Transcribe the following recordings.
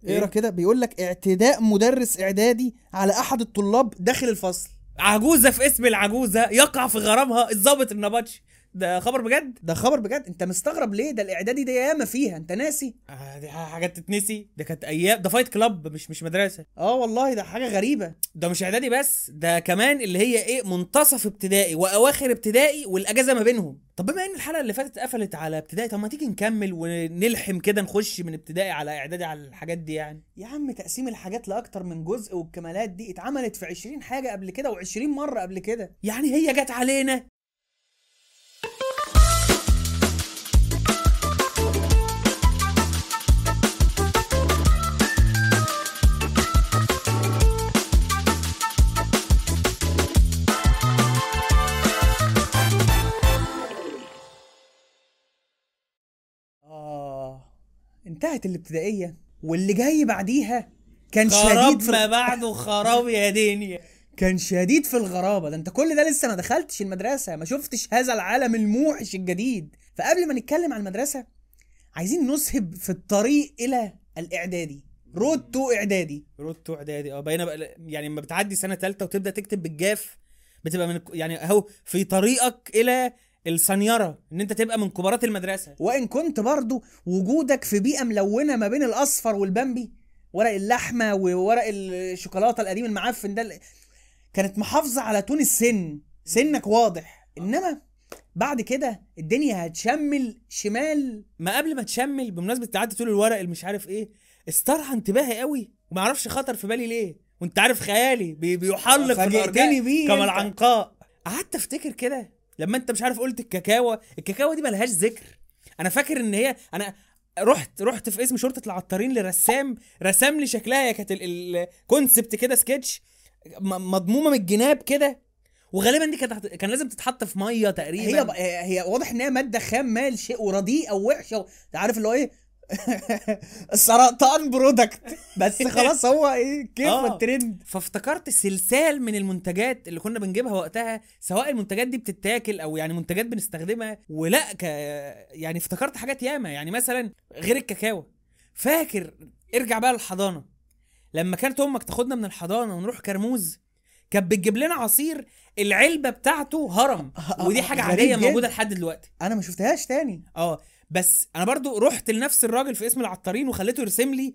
اقرا كده، بيقول لك اعتداء مدرس اعدادي على احد الطلاب داخل الفصل. عجوزه في اسم العجوزه يقع في غرامها الضابط النبطشي. ده خبر بجد؟ ده خبر بجد. انت مستغرب ليه؟ ده الاعدادي ده ياما فيها، انت ناسي؟ دي حاجات تتنسي؟ ده كانت ايام، ده فايت كلاب مش مدرسه. والله ده حاجه غريبه. ده مش اعدادي بس، ده كمان اللي هي ايه، منتصف ابتدائي واواخر ابتدائي والاجازه ما بينهم. طب بما ان الحلقه اللي فاتت قفلت على ابتدائي، طب ما تيجي نكمل ونلحم كده، نخش من ابتدائي على اعدادي على الحاجات دي يعني. يا عم تقسيم الحاجات لاكتر من جزء والكمالات دي اتعملت في 20 حاجه قبل كده و20 مره قبل كده. يعني هي جت علينا. انتهت الابتدائيه واللي جاي بعديها كان خراب شديد ما بعده خراب يا دنيا. كان شديد في الغرابه. ده انت كل ده لسه ما دخلتش المدرسه، ما شفتش هذا العالم الموحش الجديد. فقبل ما نتكلم عن المدرسه، عايزين نسهب في الطريق الى الاعدادي. رود تو اعدادي. بقينا بقى يعني لما بتعدي سنه ثالثه وتبدا تكتب بالجاف، بتبقى من يعني اهو في طريقك الى السنيره ان انت تبقى من كبارات المدرسه. وان كنت برضو وجودك في بيئه ملونه ما بين الاصفر والبامبي، ورق اللحمه وورق الشوكولاته القديم المعفن ده، كانت محافظه على تون السن، سنك واضح. انما بعد كده الدنيا هتشمل شمال. ما قبل ما تشمل، بمناسبه تعدي طول الورق اللي مش عارف ايه، استرعى انتباهي قوي وما اعرفش خطر في بالي ليه، وانت عارف خيالي بيحلق في الارجاء كما العنقاء. قعدت افتكر كده لما انت مش عارف قلت الكاكاو دي ملهاش ذكر. انا فاكر ان هي، انا رحت في اسم شرطه العطارين لرسام، رسم لي شكلها، هي كانت الكونسبت كده سكتش مضمومه من الجناب كده، وغالبا دي كان لازم تتحط في ميه تقريبا. هي واضح ان هي ماده خام، مال شيء ورديء او وحشه، انت عارف اللي هو ايه. السرطان برودكت بس خلاص هو ايه كيف الترند. فافتكرت سلسال من المنتجات اللي كنا بنجيبها وقتها، سواء المنتجات دي بتتاكل او يعني منتجات بنستخدمها ولا يعني افتكرت حاجات ياما، يعني مثلا غير الكاكاو. فاكر ارجع بقى للحضانه، لما كانت امك تاخدنا من الحضانه ونروح كرموز، كانت بتجيب لنا عصير العلبه بتاعته هرم، ودي حاجه عاديه موجوده لحد دلوقتي. انا ما شفتهاش تاني. بس انا برضو رحت لنفس الراجل في اسم العطارين وخليته يرسم لي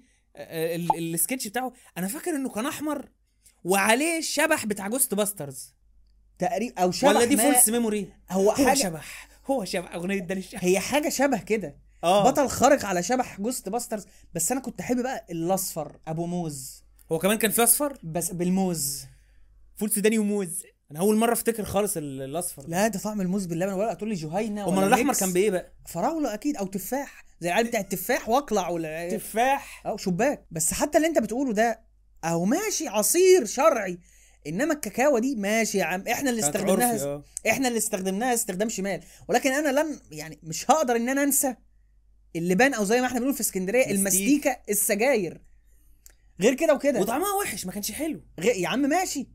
السكتش بتاعه. انا فاكر انه كان احمر وعليه شبح بتاع جوست باسترز تقريبا، او شبح، ولا دي فولس ميموري. هو حاجه هو شبح اغنيه داني الشبح، هي حاجه شبه كده. بطل خارق على شبح جوست باسترز. بس انا كنت احب بقى الاصفر ابو موز. هو كمان كان في اصفر بس بالموز، فول سوداني وموز. انا اول مره افتكر خالص الاصفر. لا ده طعم الموز باللبن، ولا تقول لي جهينه ولا الاحمر كان بايه بقى؟ فراوله اكيد، او تفاح زي العيال بتاع التفاح واقلع، ولا تفاح او شباك. بس حتى اللي انت بتقوله ده اهو ماشي عصير شرعي، انما الكاكاو دي ماشي يا عم، احنا اللي استخدمناها، احنا اللي استخدمناها استخدام شمال. ولكن انا لن يعني مش هقدر ان انا انسى اللبان، او زي ما احنا بنقول في اسكندريه المستيكه، السجاير. غير كده وكده، وطعمها وحش ما كانش حلو. يا عم ماشي،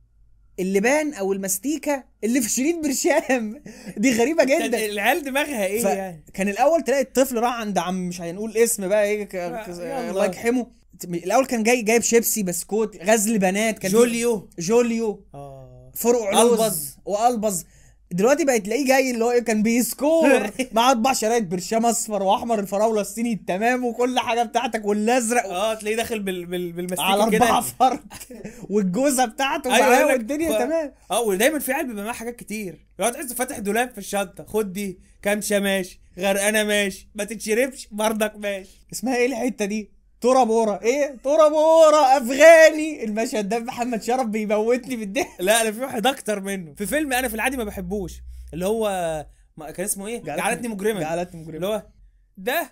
اللبان او المستيكه اللي في شريط برشام دي غريبه جدا. العيال دماغها ايه يعني؟ كان الاول تلاقي الطفل راح عند عم، مش هنقول اسم بقى ايه، الله يرحمه، الاول كان جايب شيبسي، بسكوت، غزل بنات، كان جوليو فرق علوز والبز. دلوقتي بقى تلاقيه جاي اللي هو ايه، كان بيسكور مع 4 شرايط برشام اصفر واحمر، الفراوله الصيني التمام وكل حاجه بتاعتك، والازرق تلاقيه داخل بالمستيكه على كده 4 فرد والجوزه بتاعته معاه والدنيا تمام. ودايما في علبه معاه حاجات كتير، يقعد تحس فاتح دولاب في الشنطه، خد دي كامشه ماشي، غرقانه ماشي، ما تتشربش برضك ماشي. اسمها ايه الحته دي؟ تورابورا، ايه تورابورا افغاني. المشهد ده محمد شرف بيموتني بالضحك. لا انا في واحد اكتر منه، في فيلم انا في العادي ما بحبوش، اللي هو كان اسمه ايه، جعلتني مجرما، اللي هو ده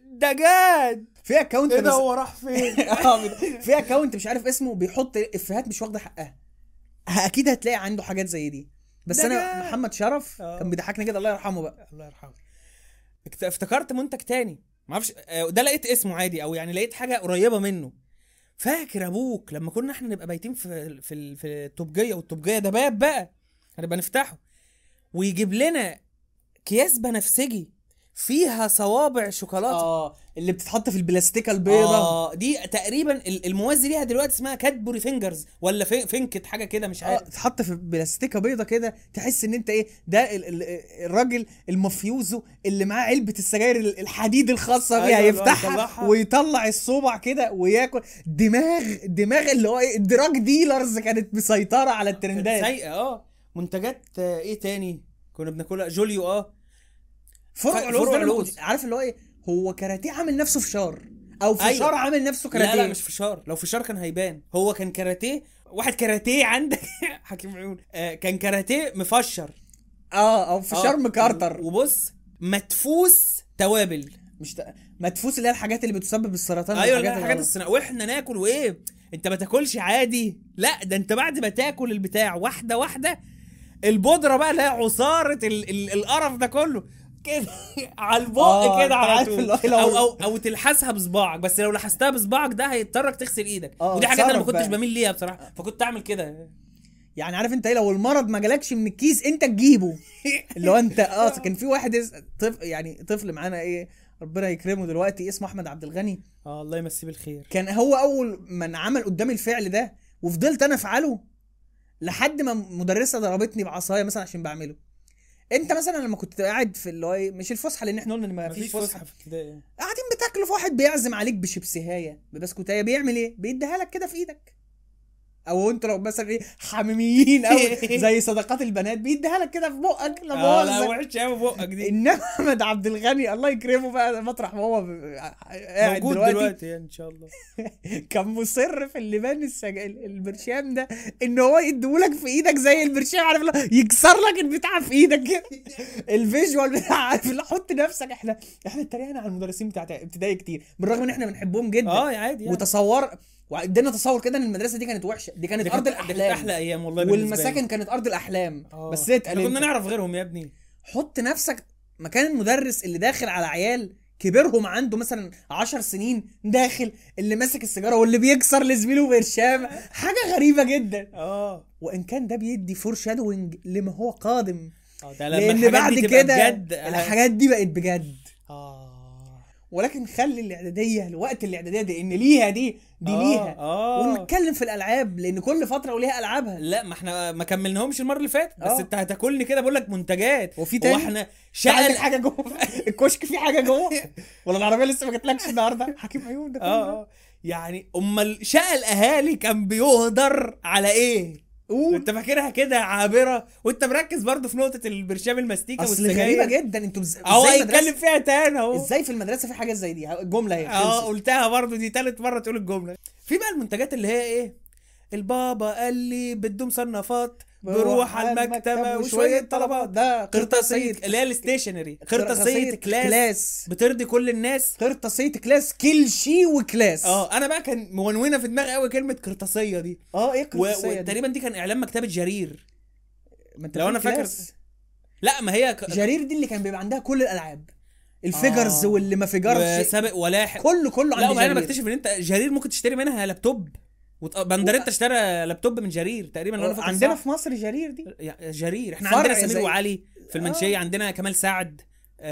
جاد في اكونت ايه ده، هو راح فين؟ في اكونت مش عارف اسمه، بيحط افيهات مش واخده حقها، اكيد هتلاقي عنده حاجات زي دي. بس انا محمد شرف كان بيضحكني كده، الله يرحمه بقى. الله يرحمه. افتكرت منتج تاني ما اعرفش ده، لقيت اسمه عادي او يعني لقيت حاجه قريبه منه. فاكر ابوك لما كنا احنا نبقى بايتين في الطوبجيه، والطوبجيه ده باب بقى هنبقى نفتحه، ويجيب لنا اكياس بنفسجي فيها صوابع شوكولاته اللي بتتحط في البلاستيكه البيضه. دي تقريبا الموازي ليها دلوقتي اسمها كادبوري فينجرز ولا فينكت حاجه كده مش عارف. تتحط في بلاستيكه بيضه كده، تحس ان انت ايه ده الراجل المفيوزو اللي معاه علبه السجاير الحديد الخاصه بيها. يفتحها ويطلع الصبع كده وياكل. دماغ اللي هو ايه الدراج ديلرز كانت مسيطره على الترندات. سيئه. منتجات ايه تاني كنا بناكلها؟ جوليو. فرع لوز. عارف اللي هو ايه؟ هو كاراتيه عامل نفسه فشار، او فشار عامل نفسه كاراتيه. لا مش فشار، لو فشار كان هيبان. هو كان كاراتيه، واحد كاراتيه عندك حكيم عيون. كان كاراتيه مفشر. او فشار مكرتر. وبص مدفوس توابل، مش مدفوس اللي هي الحاجات اللي بتسبب السرطان. ايوه الحاجات واحنا ناكل وايه. انت ما تاكلش عادي، لا ده انت بعد ما تاكل البتاع واحده واحده البودره بقى اللي هي عصاره القرف ده كله كده على البق كده على طول. او تلحسها بصباعك، بس لو لحستها بصباعك ده هيضطرك تغسل ايدك. ودي حاجه انا ما كنتش بميل ليها بصراحه، فكنت اعمل كده. يعني عارف انت ايه، لو المرض ما جالكش من الكيس انت تجيبه. اللي هو انت كان في واحد طفل معانا ايه ربنا يكرمه دلوقتي اسمه احمد عبد الغني. الله يمسيه بالخير. كان هو اول من عمل قدامي الفعل ده، وفضلت انا افعله لحد ما مدرسه ضربتني بعصايه مثلا عشان بعمله. انت مثلا لما كنت قاعد في اللي هو مش الفسحه، لان احنا قلنا ان ما فيش فسحه في ابتدائي، قاعدين بتاكلوا في واحد بيعزم عليك بشيبسيهايه ببسكوتايه، بيعمل ايه؟ بيديها لك كده في ايدك. او انت لو مثلا ايه حميميين قوي زي صداقات البنات بيديها لك كده في بقك. لا وحش قوي بقك دي. انما احمد عبد الغني الله يكرمه بقى مطرح ما هو قاعد دلوقتي يعني ان شاء الله كان مصر في اللبان البرشام ده ان هو يديهولك في ايدك زي البرشام، عارف يكسر لك البتاع في ايدك كده. الفيجوال بتاع عارف لا حط نفسك. احنا اتريقنا على المدرسين بتاع ابتدائي كتير بالرغم ان احنا بنحبهم جدا. عادي يعني. وتصور وعندنا تصور كده ان المدرسه دي كانت وحشه، دي كانت ارض الاحلام. احلى ايام والله. والمساكن كانت ارض الاحلام. بس كنا نعرف غيرهم يا ابني. حط نفسك مكان المدرس اللي داخل على عيال كبرهم عنده مثلا 10 سنين، داخل اللي ماسك السيجاره واللي بيكسر لزميله برشام. حاجه غريبه جدا. وان كان ده بيدي فور شادوينج لما هو قادم. لان بعد كده الحاجات دي بقت بجد. ولكن خلي الاعداديه لوقت الاعداديه دي ان ليها دي ليها. ونتكلم في الالعاب لان كل فتره وليها العابها. لا ما احنا ما كملناهمش المره اللي فاتت. بس انت هتاكلني كده بقول لك منتجات. وفي تاني واحنا شغل حاجه جوه الكشك في حاجه جوه ولا العربيه لسه ما جاتلكش النهارده حكيم عيون ده. يعني امال شقى الاهالي كان بيهدر على ايه؟ انت فاكرها كده عابره وانت مركز برضو في نقطه البرشام المستيكه والسجاير. غريبه جدا. انتوا ازاي يتكلم فيها تاني اهو؟ ازاي في المدرسه في حاجه زي دي؟ الجمله هي قلتها برضو، دي ثالث مره تقول الجمله. في بقى المنتجات اللي هي ايه، البابا قال لي بدهم مصنفات بروح على المكتبه وشويه طلبات. ده قرطاسيه اللي هي الستيشنري. قرطاسيه كلاس بترضي كل الناس. قرطاسيه كلاس كلشي وكلاس. انا بقى كان مونونه في دماغي قوي كلمه قرطاسيه دي. ايه قرطاسيه تقريبا دي كان اعلان مكتبه جرير لو انا فاكر. لا ما هي جرير دي اللي كان بيبقى عندها كل الالعاب الفيجرز واللي ما فيجرش سابق ولاحق كله عندي. لا انا بكتشف ان انت جرير ممكن تشتري منها لابتوب. بندرت اشترى لابتوب من جرير تقريبا لو انا فاكر. عندنا في مصر جرير دي. جرير احنا عندنا سمير وعلي في المنشيه. عندنا كمال سعد.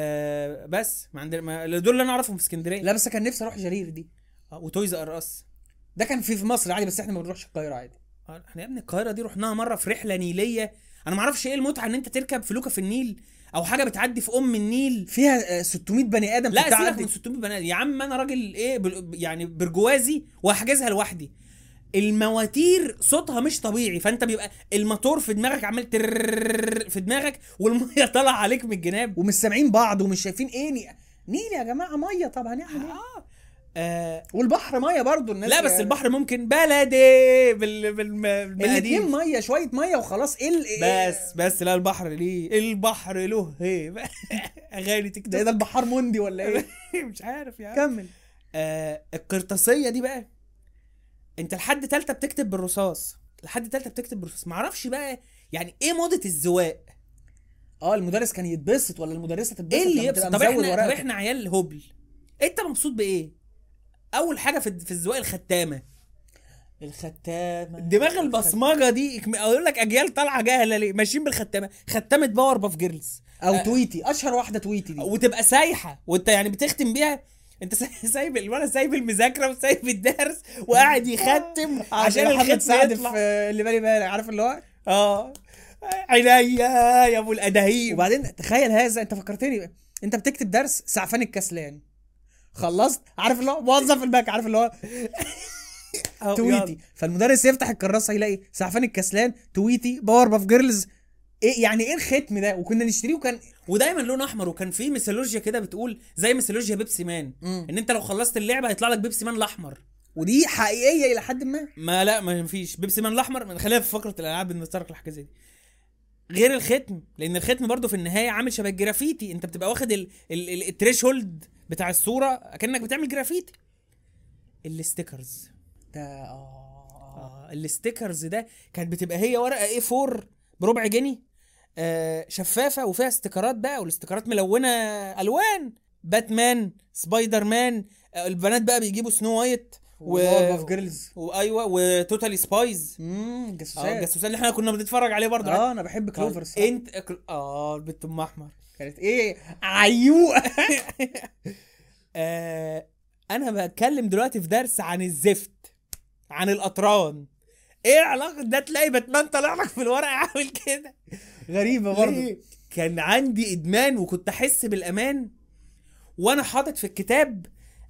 بس ما عندنا دول اللي انا اعرفهم في اسكندريه. لا بس كان نفسي اروح جرير دي. وتويز ار اس ده كان في مصر عادي، بس احنا ما بنروحش القاهره عادي. احنا يا ابني القاهره دي رحناها مره في رحله نيليه. انا ما اعرفش ايه المتعه ان انت تركب فلوكه في النيل او حاجه بتعدي في النيل فيها 600 بني ادم. لا سيبك من 600 بني ادم يا عم. انا راجل ايه يعني برجوازي وهحجزها لوحدي. المواتير صوتها مش طبيعي، فانت بيبقى الموتور في دماغك عمال في دماغك والميه طالعه عليك من الجناب ومش سامعين بعض ومش شايفين ايه. نيل يا جماعه ميه. طب هنعمل ايه؟ والبحر ميه برضو الناس. لا بس البحر ممكن بلدي الاتنين ميه شويه ميه وخلاص. بس لا البحر ليه؟ البحر له ايه اغاني تكتب ده البحار موندي ولا ايه؟ مش عارف يعني. كمل. القرطاسيه دي بقى انت لحد ثالثه بتكتب بالرصاص. معرفش بقى يعني ايه موضه الزواق. المدرس كان يتبسط ولا المدرسه تتبسط؟ ايه اللي يبسط؟ طب احنا عيال هبل. انت مبسوط بايه؟ اول حاجه في الزواق الختامه. الختامه، دماغ البصمجه دي اقول لك اجيال طالعه جاهله ليه ماشيين بالختامه، ختامه باور باف جيرلز او تويتي، اشهر واحده تويتي دي، وتبقى سايحه وانت يعني بتختم بيها، انت سايب الولد، سايب المذاكره وسايب الدرس وقاعد يختم عشان الختم يطلع. في اللي بالي بالك، عارف اللي هو عينيا يا ابو الادهيم. وبعدين تخيل هذا، انت فكرتني، انت بتكتب درس سعفان الكسلان، خلصت عارف اللي هو موظف الباك، عارف اللي هو تويتي، فالمدرس يفتح الكراسه يلاقي سعفان الكسلان تويتي باور باف جيرلز. ايه يعني ايه الختم ده؟ وكنا نشتريه، وكان ودايما لون احمر، وكان في ميثولوجيا كده بتقول زي ميثولوجيا بيبسي مان، ان انت لو خلصت اللعبه هيطلع لك بيبسي مان الاحمر، ودي حقيقيه الى حد ما. لا ما فيش بيبسي مان الاحمر، خلينا في فقره الالعاب بنتطرق لحاجه زي دي. غير الختم، لان الختم برضو في النهايه عامل شبه الجرافيتي، انت بتبقى واخد التريشولد بتاع الصوره كأنك بتعمل جرافيتي. الستيكرز ده الستيكرز ده كانت بتبقى هي ورقه A4 بربع جنيه، شفافه وفيها استيكرات بقى، والاستيكرات ملونه الوان، باتمان، سبايدر مان، البنات بقى بيجيبوا سنو وايت وباف جيرلز، وايوه وتوتالي سبايز، جاسوسات اللي احنا كنا بنتفرج عليه برضه. انا بحب كلوفر. انت البت ام احمر كانت ايه عيوقه. انا بتكلم دلوقتي في درس عن الزفت، عن القطران. ايه علاقه ده؟ تلاقي باتمان طالع لك في الورقه عامل كده، غريبه برضه. كان عندي ادمان، وكنت احس بالامان وانا حاطط في الكتاب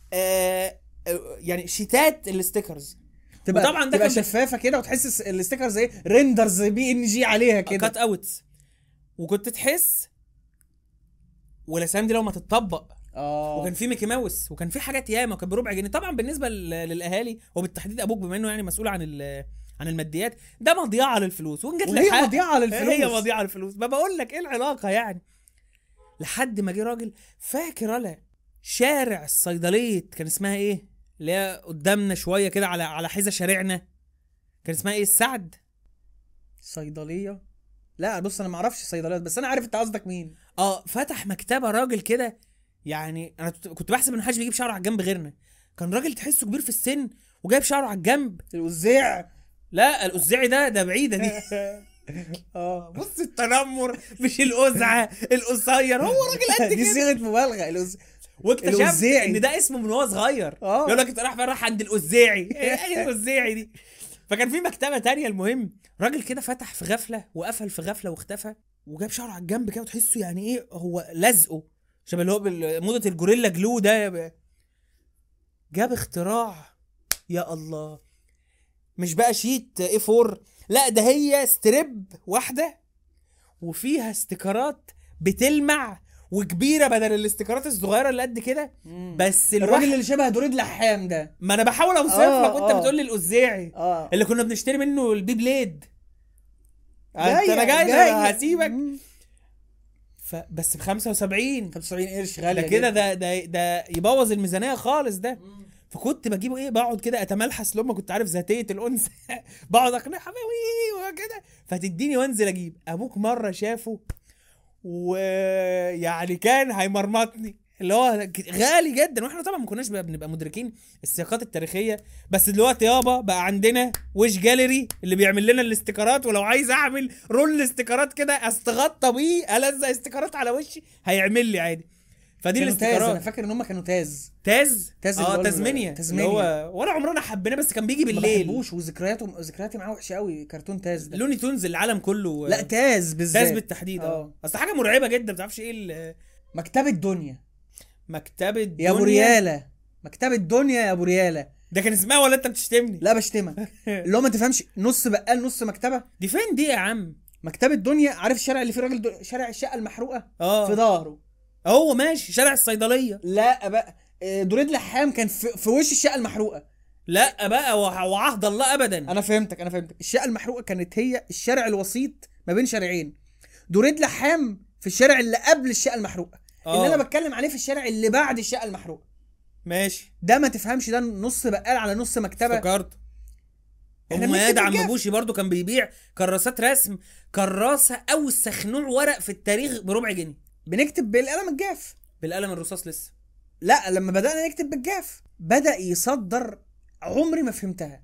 يعني شيتات الستيكرز، طبعا ده تبقى شفافه كده، وتحس الستيكرز ايه، ريندرز BNG عليها كده، كات اوتس، وكنت تحس ولا سام دي لو ما تتطبق. وكان في ميكي ماوس، وكان في حاجات ياما، وكان بربع جنيه. طبعا بالنسبه للاهالي وبالتحديد ابوك بما انه يعني مسؤول عن الماديات، ده مضيعه للفلوس، وجت هي مضيعه للفلوس، هي مضيعه للفلوس. ما بقول لك ايه العلاقه يعني. لحد ما جه راجل، فاكر انا شارع الصيدليه كان اسمها ايه، اللي هي قدامنا شويه كده على حذا شارعنا، كان اسمها ايه، السعد صيدليه. لا بص انا ما اعرفش الصيدليات، بس انا عارف انت قصدك مين. فتح مكتبه راجل كده، يعني انا كنت بحسب ان محدش بيجيب شعره على الجنب غيرنا. كان راجل تحسه كبير في السن وجايب شعره على الجنب. الوزيع؟ لا الوزيع ده بعيده دي. بص التنمر، مش القزعه القصير، هو راجل قد كده. دي صيغه مبالغه. واكتشفت ان ده اسمه من هو صغير. يقول لك انت راح عند القزاعي. ايه القزاعي دي؟ فكان في مكتبه تانية. المهم راجل كده فتح في غفله وقفل في غفله واختفى، وجاب شعره على الجنب كده، وتحسه يعني ايه، هو لزقه شبه اللي هو موضه الجوريلا جلو ده. جاب اختراع، يا الله، مش بقى شيت A4، لا ده هي ستريب واحده وفيها استيكرات بتلمع وكبيره بدل الاستيكرات الصغيره اللي قد كده. بس الراجل اللي شبه دريد لحام ده، ما انا بحاول اوصف لك وانت بتقول لي القزاعي اللي كنا بنشتري منه البي بليد. انا جاي هسيبك. بس ب 75 قرش غالي كده، ده يبوظ الميزانيه خالص ده. فكنت بجيبه ايه، بقعد كده اتملحس لما كنت عارف ذاتيه الانثى. بقعد اقنعها وكده فتديني وانزل اجيب. ابوك مره شافه ويعني كان هيمرمطني، اللي هو غالي جدا، واحنا طبعا ما كناش بنبقى مدركين السياقات التاريخيه. بس دلوقتي يابا بقى عندنا ويش جاليري اللي بيعمل لنا الاستيكرات، ولو عايز اعمل رول استيكرات كده استغطى بيه، الزق استيكرات على وشي هيعمل لي عادي. فدي الاستيكرات. انا فاكر ان هم كانوا تاز تازمينيا اللي هو ولا عمرنا حبيناه، بس كان بيجي بالليل. ما بحبوش، وذكرياتي معاه وحشه قوي. كرتون تاز ده، لوني تونز العالم كله. لا تاز بالذات، تاز بالتحديد. اصل حاجه مرعبه جدا، ما تعرفش ايه. مكتبه الدنيا يا ابو رياله، مكتبه الدنيا يا ابو رياله. ده كان اسمها ولا انت بتشتمني؟ لا بشتمك. اللي هو ما تفهمش، نص بقال نص مكتبه. دي فين دي يا عم؟ مكتبه الدنيا، عارف الشارع اللي فيه راجل شارع الشقه المحروقه في ظهره، هو ماشي شارع الصيدليه. لا بقى دريد لحام كان في وش الشقه المحروقه. لا بقى وعهد الله ابدا. انا فهمتك. الشقه المحروقه كانت هي الشارع الوسيط ما بين شارعين. دريد لحام في الشارع اللي قبل الشقه المحروقه. اللي انا بتكلم عليه في الشارع اللي بعد الشقه المحروقه. ماشي، ده ما تفهمش، ده نص بقال على نص مكتبه. افتكرت يا عم بوشي برضو كان بيبيع كراسات رسم، كراسه اوسخ نوع ورق في التاريخ بربع جنيه. بنكتب بالقلم الجاف، بالقلم الرصاص لسه. لا لما بدأنا نكتب بالجاف بدأ يصدر، عمري ما فهمتها.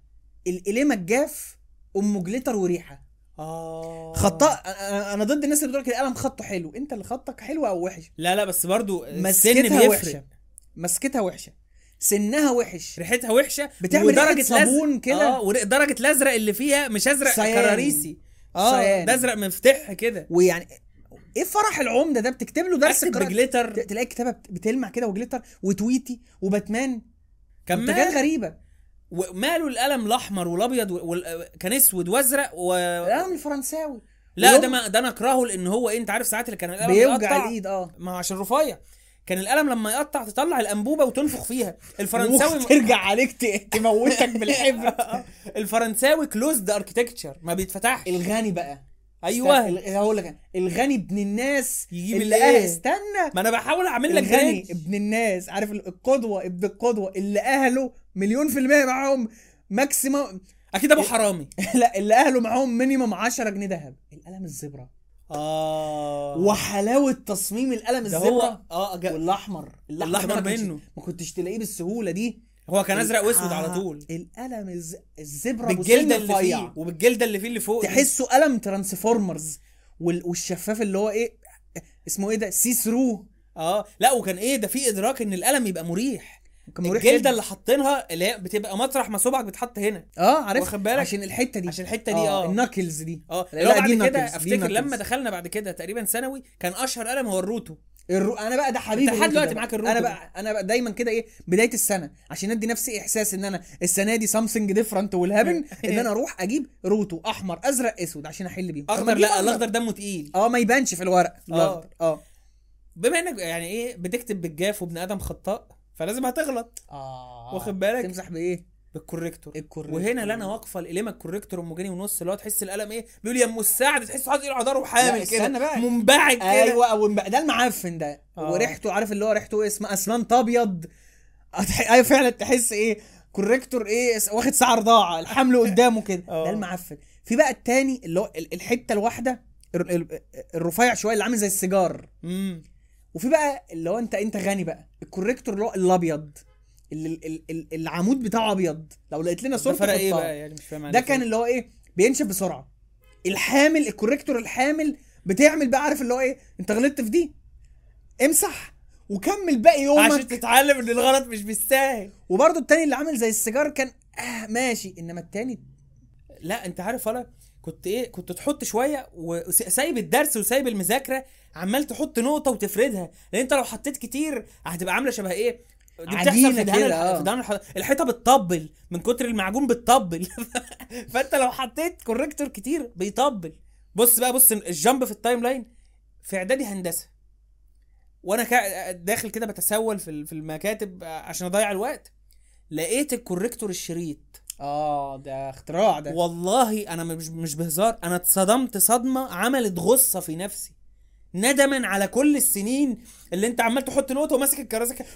القليمه الجاف جليتر وريحه. خطأ. انا ضد الناس اللي بتقول لك القلم خطه حلو. انت اللي خطك حلو او وحش؟ لا بس برضو مسكتها وحشه، مسكتها وحشه، سنها وحش، ريحتها وحشه، بتعمل درجه صابون كده. ودرجه الازرق اللي فيها مش ازرق كراريسي، ده ازرق مفتح كده. ويعني ايه فرح العمده ده؟ بتكتب له درس بجليتر، تلاقي كتابه بتلمع كده وجليتر وتويتي وباتمان، منتجات غريبه. وماله القلم الاحمر والابيض كان اسود وازرق القلم الفرنساوي لا ده انا اكرهه، لان هو انت عارف ساعات اللي كان القلم بيوجع الايد. ما عشان رفيع كان القلم لما يقطع تطلع الانبوبه وتنفخ فيها. الفرنساوي ترجع عليك تموتك بالحبر. الفرنساوي كلوزد اركيتكتشر، ما بيتفتحش. الغني بقى ايوه هقول لك الغني ابن الناس يجيب اللي استنى، ما انا بحاول اعمل لك الغني ابن الناس، عارف القدوه ابن القدوه اللي اهله 100% معاهم ماكسيمم. اكيد ابو حرامي. لا اللي اهله معاهم مينيمم 10 جنيه ذهب. القلم الزبره. وحلاوه تصميم القلم الزبره والاحمر منه ما كنتش تلاقيه بالسهوله دي. هو كان ازرق واسود على طول. القلم الزبره بالجلده اللي فيه وبالجلده اللي فيه اللي فوق تحسه قلم ترانسفورمرز. والشفاف اللي هو ايه اسمه ايه ده، سي ثرو. لا وكان ايه ده، في ادراك ان القلم يبقى مريح. الجلده اللي حاطينها اللي هي بتبقى مطرح ما صبعك بتحط هنا، عارف عشان الحته دي الناكلز دي. لا بعد كده افتكر لما دخلنا بعد كده تقريبا ثانوي كان اشهر قلم هو الروتو. انا بقى ده حبيبي لحد دلوقتي معاك الروتو. انا بقى دايما كده ايه بدايه السنه عشان ادي نفسي احساس ان انا السنه دي سامثينج ديفرنت والهبن ان انا اروح اجيب روتو احمر ازرق اسود عشان احل بيهم. اخضر لا الاخضر دمه تقيل ما يبانش في الورق الاخضر. بما انك يعني ايه بتكتب بالجاف وابن ادم خطاء فلازم هتغلط. واخد بالك تمسح بايه؟ بالكوريكتور. وهنا لا انا واقفه القلمه الكوريكتور جنيه ونص اللي هو تحس القلم ايه بيقول يا ام السعد، تحس حاطط ايده على ظهره وحامل كده منبعج كده. ايوه ده المعفن ده. وريحته عارف اللي هو ريحته اسمه اسمنت ابيض. ايوه فعلا تحس ايه كوريكتور ايه واخد ساعه رضاعه الحمل قدامه كده. ده المعفن. في بقى التاني اللي هو الحته الواحده الرفيع شويه اللي عامل زي السيجار. وفي بقى اللي هو انت غني بقى الكوريكتور اللي هو الابيض العمود بتاعه ابيض. لو لقيت لنا صورته فرق ايه بقى يعني مش فاهم ده كان اللي هو ايه بينشف بسرعه. الحامل الكوريكتور الحامل بتعمل بقى عارف اللي هو ايه انت غلطت في دي امسح وكمل باقي يومك عشان تتعلم ان الغلط مش بالساهل. وبرده التاني اللي عامل زي السيجار كان ماشي، انما التاني لا انت عارف ولا كنت تحط شويه وسايب الدرس وسايب المذاكره عمال تحط نقطه وتفردها، لان انت لو حطيت كتير هتبقى عامله شبه ايه دي بتحصل في دهان الحيطه بتطبل من كتر المعجون بتطبل. فانت لو حطيت كوريكتور كتير بيطبل. بص الجامب في التايم لاين في اعدادي هندسه وانا داخل كده بتسول في المكاتب عشان اضيع الوقت، لقيت الكوريكتور الشريط. ده اختراع ده والله انا مش بهزار، انا اتصدمت صدمه عملت غصه في نفسي ندما على كل السنين اللي انت عمال تحط نقطه وماسك الكراسه كده.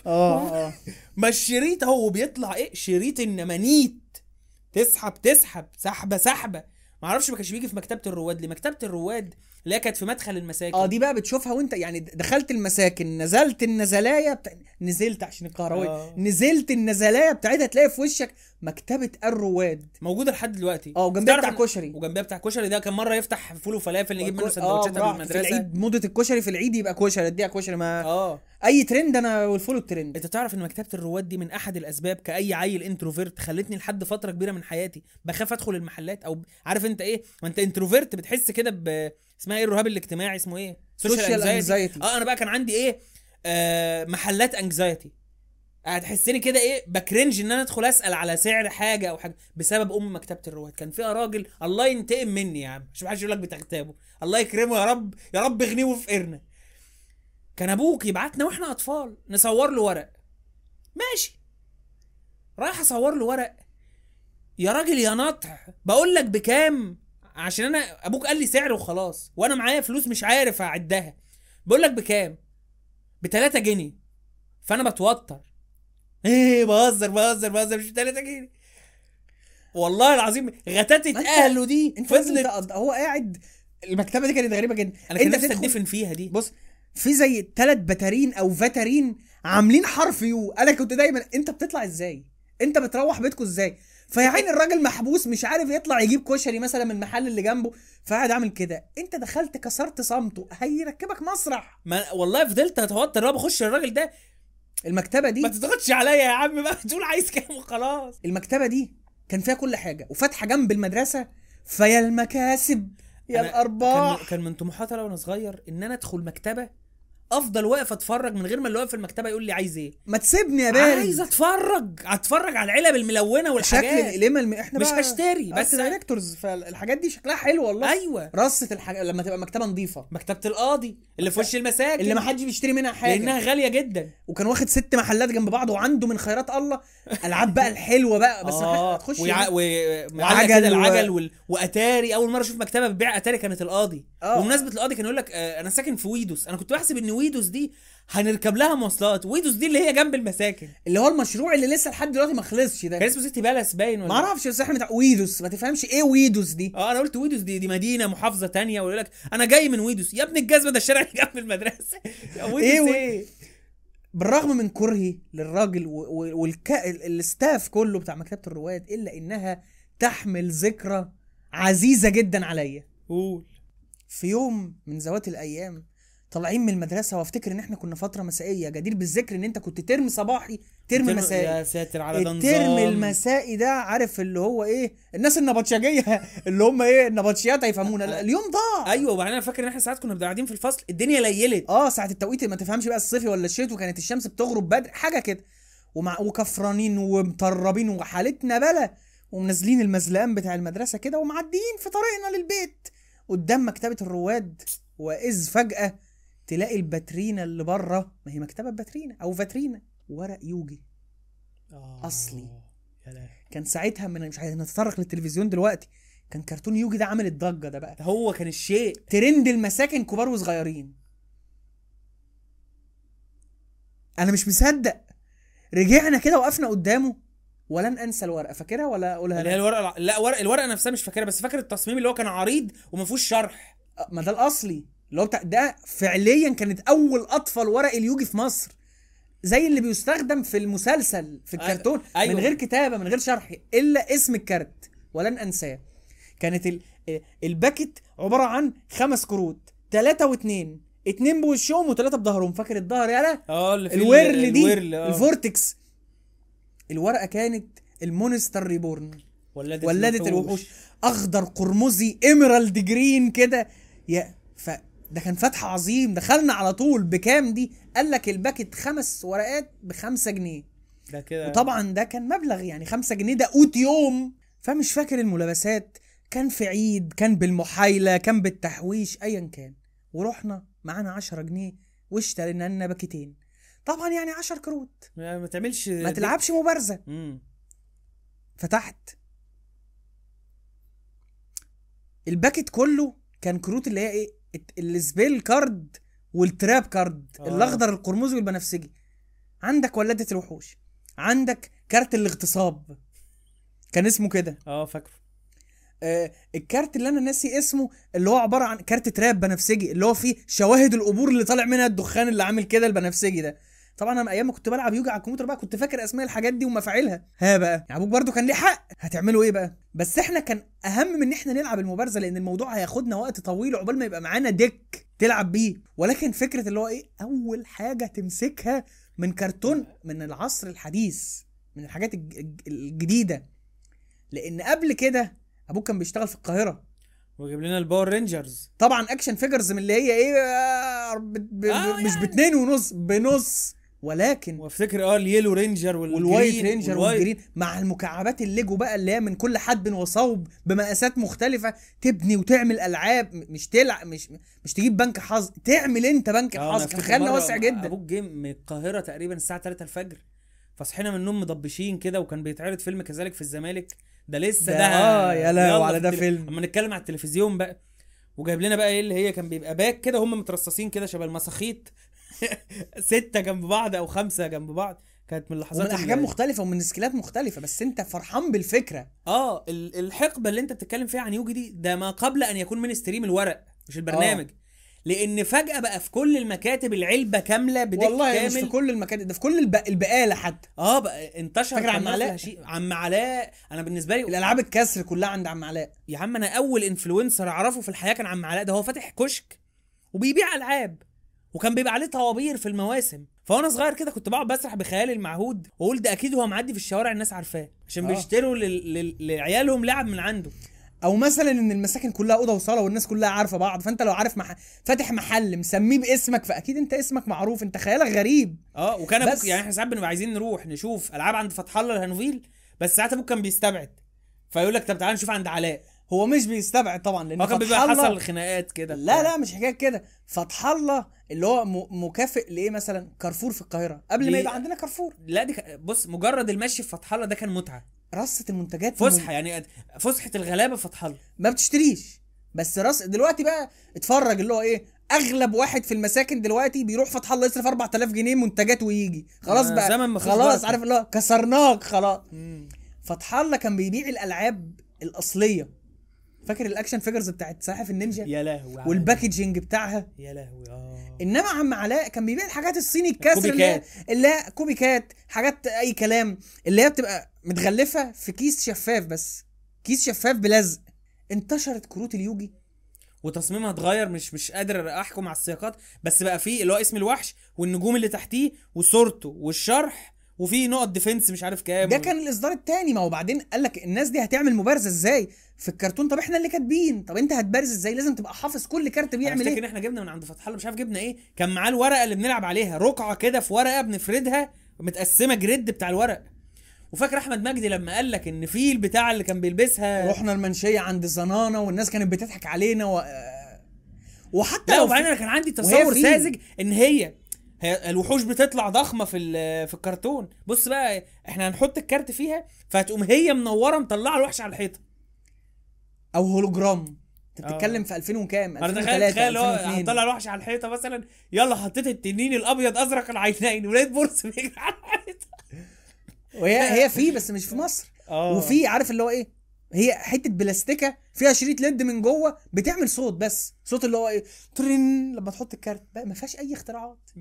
ما الشريط اهو بيطلع ايه شريط النمانيت تسحب سحبه ما اعرفش ما كانش بيجي في مكتبه الرواد. مكتبه الرواد اللي هي كانت في مدخل المساكن. دي بقى بتشوفها وانت يعني دخلت المساكن نزلت النزلايه نزلت عشان الكهربائي نزلت النزلايه بتاعتها تلاقي في وشك مكتبه الرواد موجوده لحد دلوقتي. وجنبها بتاع كشري. وجنبها بتاع كشري ده كان مره يفتح فول وفلافل نجيب منه سندوتشات قبل المدرسه. في العيد موضه الكشري في العيد يبقى كشري اديها كشري ما اي ترند انا والفول الترند. انت تعرف ان مكتبه الرواد دي من احد الاسباب كاي عيل انتروفيرت خلتني لحد فتره كبيره من حياتي بخاف ادخل المحلات. او عارف انت ايه ما انت انتروفيرت بتحس كده اسمها ايه الرهاب الاجتماعي اسمه ايه سوشيال انكزايتي. انا بقى كان عندي ايه محلات انكزايتي. هتحسني كده ايه بكرنج ان انا ادخل اسال على سعر حاجه او حاجه بسبب مكتبه الرواد. كان فيها راجل الله ينتقم مني يا عم مش محدش يقول لك بتغتابه الله يكرمه يا رب اغنيه وفقرنا. كان ابوك يبعتنا واحنا اطفال نصور له ورق ماشي رايح اصور له ورق يا راجل يا نطع بقول لك بكام عشان انا ابوك قال لي سعر وخلاص وانا معايا فلوس مش عارف اعدها. بقول لك بكام ب3 جنيه. فانا بتوتر ايه بهزر مش 3 جنيه والله العظيم غتاتت اهله دي فضلت. هو قاعد المكتبه دي كانت غريبه جدا. انا كنت نفسي ادفن فيها دي. بص في زي 3 بتارين او فاترين عاملين حرف يو. انا كنت دايما انت بتطلع ازاي انت بتروح بيتكم ازاي فيا عين الراجل محبوس مش عارف يطلع يجيب كشري مثلا من المحل اللي جنبه، فقاعد عامل كده. انت دخلت كسرت صمته، هيركبك مسرح. ما والله فضلت اتوتر لما بخش الراجل ده المكتبه دي. ما تضغطش عليا يا عم بقى، تقول عايز كام وخلاص. المكتبه دي كان فيها كل حاجه، وفاتحه جنب المدرسه، فيا المكاسب يا الارباح. كان من طموحاتي وانا صغير ان انا ادخل مكتبه افضل واقف اتفرج من غير ما اللي واقف في المكتبه يقول لي عايز ايه. ما تسيبني يا بارد، عايز اتفرج على العلب الملونه والحاجات، شكل القلمه احنا مش هشتري بس دايركتورز، فالحاجات دي شكلها حلو والله. ايوه رصه لما تبقى مكتبه نظيفه، مكتبه القاضي اللي في وش المساكن اللي ما حدش بيشتري منها حاجه لانها غاليه جدا، وكان واخد 6 محلات جنب بعض، وعنده من خيرات الله العاب بقى الحلوه بقى. بس تخش وعجل العجل واتاري. اول مره اشوف مكتبه بتبيع اتاري كانت القاضي. وبمناسبه القاضي كان يقول لك انا ساكن في ويدوس. انا كنت بحسب ان ويدوس دي هنركب لها مواصلات، ويدوس دي اللي هي جنب المساكن، اللي هو المشروع اللي لسه لحد دلوقتي ما خلصش ده. كان اسمه سيتي بالاس باين ولا ما اعرفش، بس احنا بتاع ويدوس ما تفهمش ايه ويدوس دي. انا قلت ويدوس دي مدينه محافظه تانية، ويقول لك انا جاي من ويدوس. يا ابن الجزمه ده الشارع اللي جنب المدرسه. ويدوس ايه؟ بالرغم من كرهي للراجل والستاف كله بتاع مكتبه الرواد، الا انها تحمل ذكرى عزيزه جدا عليا. قول. في يوم من ذوات الايام طالعين من المدرسه، وافتكر ان احنا كنا فتره مسائيه، جدير بالذكر ان انت كنت ترم صباحي ترم مسائي. يا ساتر على ده نظام. الترم المسائي ده عارف اللي هو ايه، الناس النبطشجيه اللي هم ايه النبطشيات هيفهمونا. اليوم ضاع. ايوه، وبعدين انا فاكر ان احنا ساعات كنا قاعدين في الفصل الدنيا ليلت. ساعه التوقيت ما تفهمش بقى الصيفي ولا الشتوي، وكانت الشمس بتغرب بدري حاجه كده، وكفرانين ومطربين وحالتنا بلا، ومنزلين المزلقان بتاع المدرسه كده، ومعديين في طريقنا للبيت قدام مكتبه الرواد، واذ فجاه تلاقي الباترينا اللي بره، ما هي مكتبه باترينا او فاترينا، ورق يوجي اصلي. كان ساعتها مش هنتطرق للتلفزيون دلوقتي، كان كرتون يوجي ده عامل الضجه ده بقى، هو كان الشيء ترند المساكن كبار وصغيرين. انا مش مصدق، رجعنا كده وقفنا قدامه، ولن انسى الورقه. فاكرها ولا اقولها؟ اللي هي الورقه، لا الورقه نفسها مش فاكرها، بس فاكر التصميم اللي هو كان عريض وما فيهوش شرح. ما ده الاصلي اللي هو بتاع ده، فعليا كانت اول اطفال ورق اليوجي في مصر، زي اللي بيستخدم في المسلسل في الكرتون. أيوة. من غير كتابه من غير شرح الا اسم الكارت، ولن انساه. كانت الباكت عباره عن 5 كروت، 3 و2، 2 بوشهم و3 بظهرهم. فاكر الظهر يالا؟ الورل دي الفورتكس. الورقه كانت المونستر ريبورن، ولدت الوحوش، اخضر قرمزي ايميرالد جرين كده. ده كان فتح عظيم. دخلنا على طول. بكام دي؟ قال لك الباكت 5 ورقات ب5 جنيه ده كده. وطبعا ده كان مبلغ، يعني 5 جنيه ده قوت يوم. فمش فاكر الملابسات، كان في عيد، كان بالمحايله، كان بالتحويش، ايا كان. ورحنا معانا 10 جنيه واشترينا لنا باكتين. طبعا يعني 10 كروت، ما تعملش، ما تلعبش مبارزه. فتحت الباكت كله، كان كروت اللي هي ايه، السبيل كارد والتراب كارد، الاخضر القرمزي والبنفسجي. عندك ولدة الوحوش، عندك كارت الاغتصاب كان اسمه كده، فاكره. الكارت اللي انا ناسي اسمه، اللي هو عباره عن كارت تراب بنفسجي، اللي هو فيه شواهد القبور اللي طالع منها الدخان اللي عامل كده البنفسجي ده. طبعا انا ايام ما كنت بلعب يوجي على الكمبيوتر بقى كنت فاكر اسماء الحاجات دي ومفاعلها. بقى يعني ابوك برضو كان ليه حق، هتعملوا ايه بقى؟ بس احنا كان اهم من ان احنا نلعب المبارزه، لان الموضوع هياخدنا وقت طويل عقبال ما يبقى معانا ديك تلعب بيه. ولكن فكره اللي هو ايه، اول حاجه تمسكها من كرتون من العصر الحديث، من الحاجات الجديده. لان قبل كده ابوك كان بيشتغل في القاهره وجاب لنا الباور رينجرز، طبعا اكشن فيجرز من اللي هي ايه مش ب2.5 بنص، ولكن وافتكر اليلو رينجر والوايت رينجر والجرين، مع المكعبات الليجو بقى اللي هي من كل حد وصوب بمقاسات مختلفه، تبني وتعمل العاب. مش تلعب، مش تجيب بنك حظ، تعمل انت بنك الحظ. كان خيالنا واسع جدا. ابوك جه من القاهره تقريبا الساعه 3 الفجر، فصحينا من النوم مضبشين كده، وكان بيتعرض فيلم كذلك في الزمالك. ده لسه ده يا لا وعلى ده فيلم. اما نتكلم على التلفزيون بقى، وجايب لنا بقى ايه اللي هي كان بيبقى باك كده، هم مترصصين كده شبه المساخيط 6 جنب بعض او 5 جنب بعض. كانت من اللحظات ومن احجام مختلفه ومن سكيلات مختلفه، بس انت فرحان بالفكره. الحقبه اللي انت بتتكلم فيها عن يوجي دي، ده ما قبل ان يكون من ستريم الورق، مش البرنامج. لان فجاه بقى في كل المكاتب العلبه كامله بدك والله كامل. مش في كل المكاتب ده، في كل البقاله حتى. بقى انتشر. فاكر عم علاء؟ عم علاء انا بالنسبه لي الالعاب الكسر كلها عند عم علاء. يا عم انا اول انفلونسر اعرفه في الحياه كان عم علاء، ده هو فاتح كشك وبيبيع العاب، وكان بيبقى عليه طوابير في المواسم. فانا صغير كده كنت بقعد بسرح بخيالي المعهود واقول ده اكيد هو معدي في الشوارع الناس عارفاه عشان بيشتروا لعيالهم لعب من عنده. او مثلا ان المساكن كلها اوضه وصاله والناس كلها عارفه بعض، فانت لو عارف فاتح محل مسميه باسمك فاكيد انت اسمك معروف، انت خيالك غريب. وكان ابوك يعني احنا ساعات بنبقى عايزين نروح نشوف العاب عند فتح الله الهانوفيل، بس ساعات ابوك كان بيستبعد فيقول لك طب تعالى نشوف عند علاء. هو مش بيستبعد طبعا لان كان بيبقى حصل خناقات كده. لا مش حكايه كده. فتح الله اللي هو مكافئ لايه؟ مثلا كارفور في القاهره قبل ما يبقى عندنا كارفور. لا دي بص مجرد المشي في فتح الله ده كان متعه. رصه المنتجات فسحه يعني فسحه الغلابه في فتح الله ما بتشتريش بس دلوقتي بقى اتفرج اللي هو ايه، اغلب واحد في المساكن دلوقتي بيروح فتح الله يصرف 4000 جنيه منتجات ويجي خلاص بقى خلاص عارف اللي هو كسرناك خلاص. فتح الله كان بيبيع الالعاب الاصليه. فاكر الاكشن فيجرز بتاعت سلاحف النينجا؟ يا لهوي. والباكجينج بتاعها يا لهوي. انما عم علاء كان بيبيع الحاجات الصيني الكسر اللي كوبيكات، حاجات اي كلام اللي هي بتبقى متغلفه في كيس شفاف، بس كيس شفاف بلزق. انتشرت كروت اليوجي وتصميمها اتغير، مش قادر احكم على السياقات، بس بقى فيه اللي هو اسم الوحش والنجوم اللي تحتيه وصورته والشرح وفي نقط ديفنس مش عارف كام. ده كان الاصدار الثاني. ما هو بعدين قال لك الناس دي هتعمل مبارزه ازاي في الكرتون؟ طب احنا اللي كاتبين، طب انت هتبارز ازاي؟ لازم تبقى حافظ كل كارت بيعمل ايه. افتكر احنا جبنا من عند فتح الله مش عارف جبنا ايه، كان معاه الورقه اللي بنلعب عليها، رقعه كده في ورقه بنفردها متقسمه جريد بتاع الورق. وفاكر احمد مجدي لما قال لك ان في البتاع اللي كان بيلبسها، رحنا المنشيه عند زنانه والناس كانت بتضحك علينا وحتى لا وبعدين انا كان عندي تصور ساذج ان هي الوحوش بتطلع ضخمه في الكرتون. بص بقى احنا هنحط الكارت فيها فتقوم هي منوره مطلعه الوحش على الحيطه او هولوجرام. انت بتتكلم في 2000 وكام؟ 2003 تخيل هو هطلع الوحش على الحيطه مثلا، يلا حطيت التنين الابيض ازرق العينين ولقيت بورس بيجري على الحيطه. وهي في بس مش في مصر. وفي عارف اللي هو ايه، هي حته بلاستيكه فيها شريط ليد من جوه بتعمل صوت، بس صوت اللي هو ايه ترين لما تحط الكارت بقى، ما فيهاش اي اختراعات.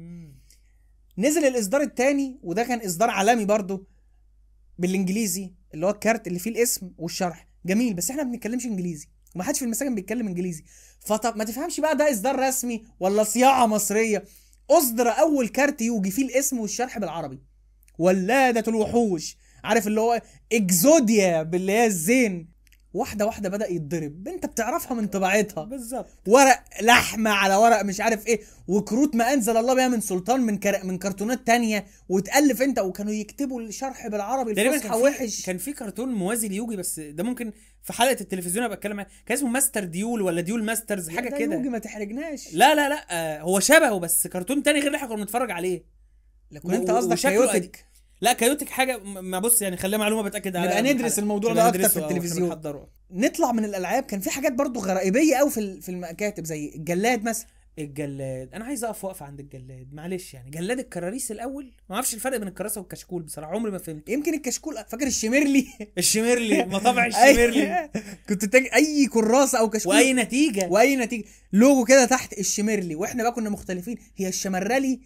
نزل الاصدار الثاني وده كان اصدار عالمي برضو بالانجليزي، اللي هو الكارت اللي فيه الاسم والشرح جميل، بس احنا ما بنتكلمش انجليزي وما حدش في المساجد بيتكلم انجليزي، فطب ما تفهمش بقى ده اصدار رسمي ولا صياعه مصريه. اصدر اول كارت يوجي فيه الاسم والشرح بالعربي، ولادة الوحوش، عارف اللي هو اكزوديا باللي هي الزين. واحده واحده بدا يتضرب، انت بتعرفها من طباعتها بالظبط، ورق لحمه على ورق مش عارف ايه، وكروت ما انزل الله بها من سلطان من كرتونات تانية، وتالف انت، وكانوا يكتبوا الشرح بالعربي الفصحى وحش. كان في كرتون موازي ليوجي بس ده ممكن في حلقه التلفزيون ابقى اتكلم عنه، كان اسمه ماستر ديول ولا ديول ماسترز حاجه كده. يوجي ما تحرجناش. لا هو شبهه بس كرتون تاني غير اللي احنا كنا بنتفرج عليه. لكن انت قصدك كايوتك. لا كايوتك حاجه ما بص يعني خليها معلومه بتاكد عليها، نبقى ندرس الموضوع ده اكتر في التلفزيون. نطلع من الالعاب، كان في حاجات برضو غرائبيه قوي في المكاتب زي الجلاد مثلا. الجلاد انا عايز اقف وقفه عند الجلاد معلش، يعني جلاد الكراريس الاول ما اعرفش الفرق بين الكراسه والكشكول بصراحه، عمري ما فهمت. يمكن الكشكول فاكر الشميرلي الشميرلي مطابع الشميرلي كنت تاجي اي كراسه او كشكول واي نتيجه لوجو كده تحت الشميرلي، واحنا بقى كنا مختلفين هي الشمرلي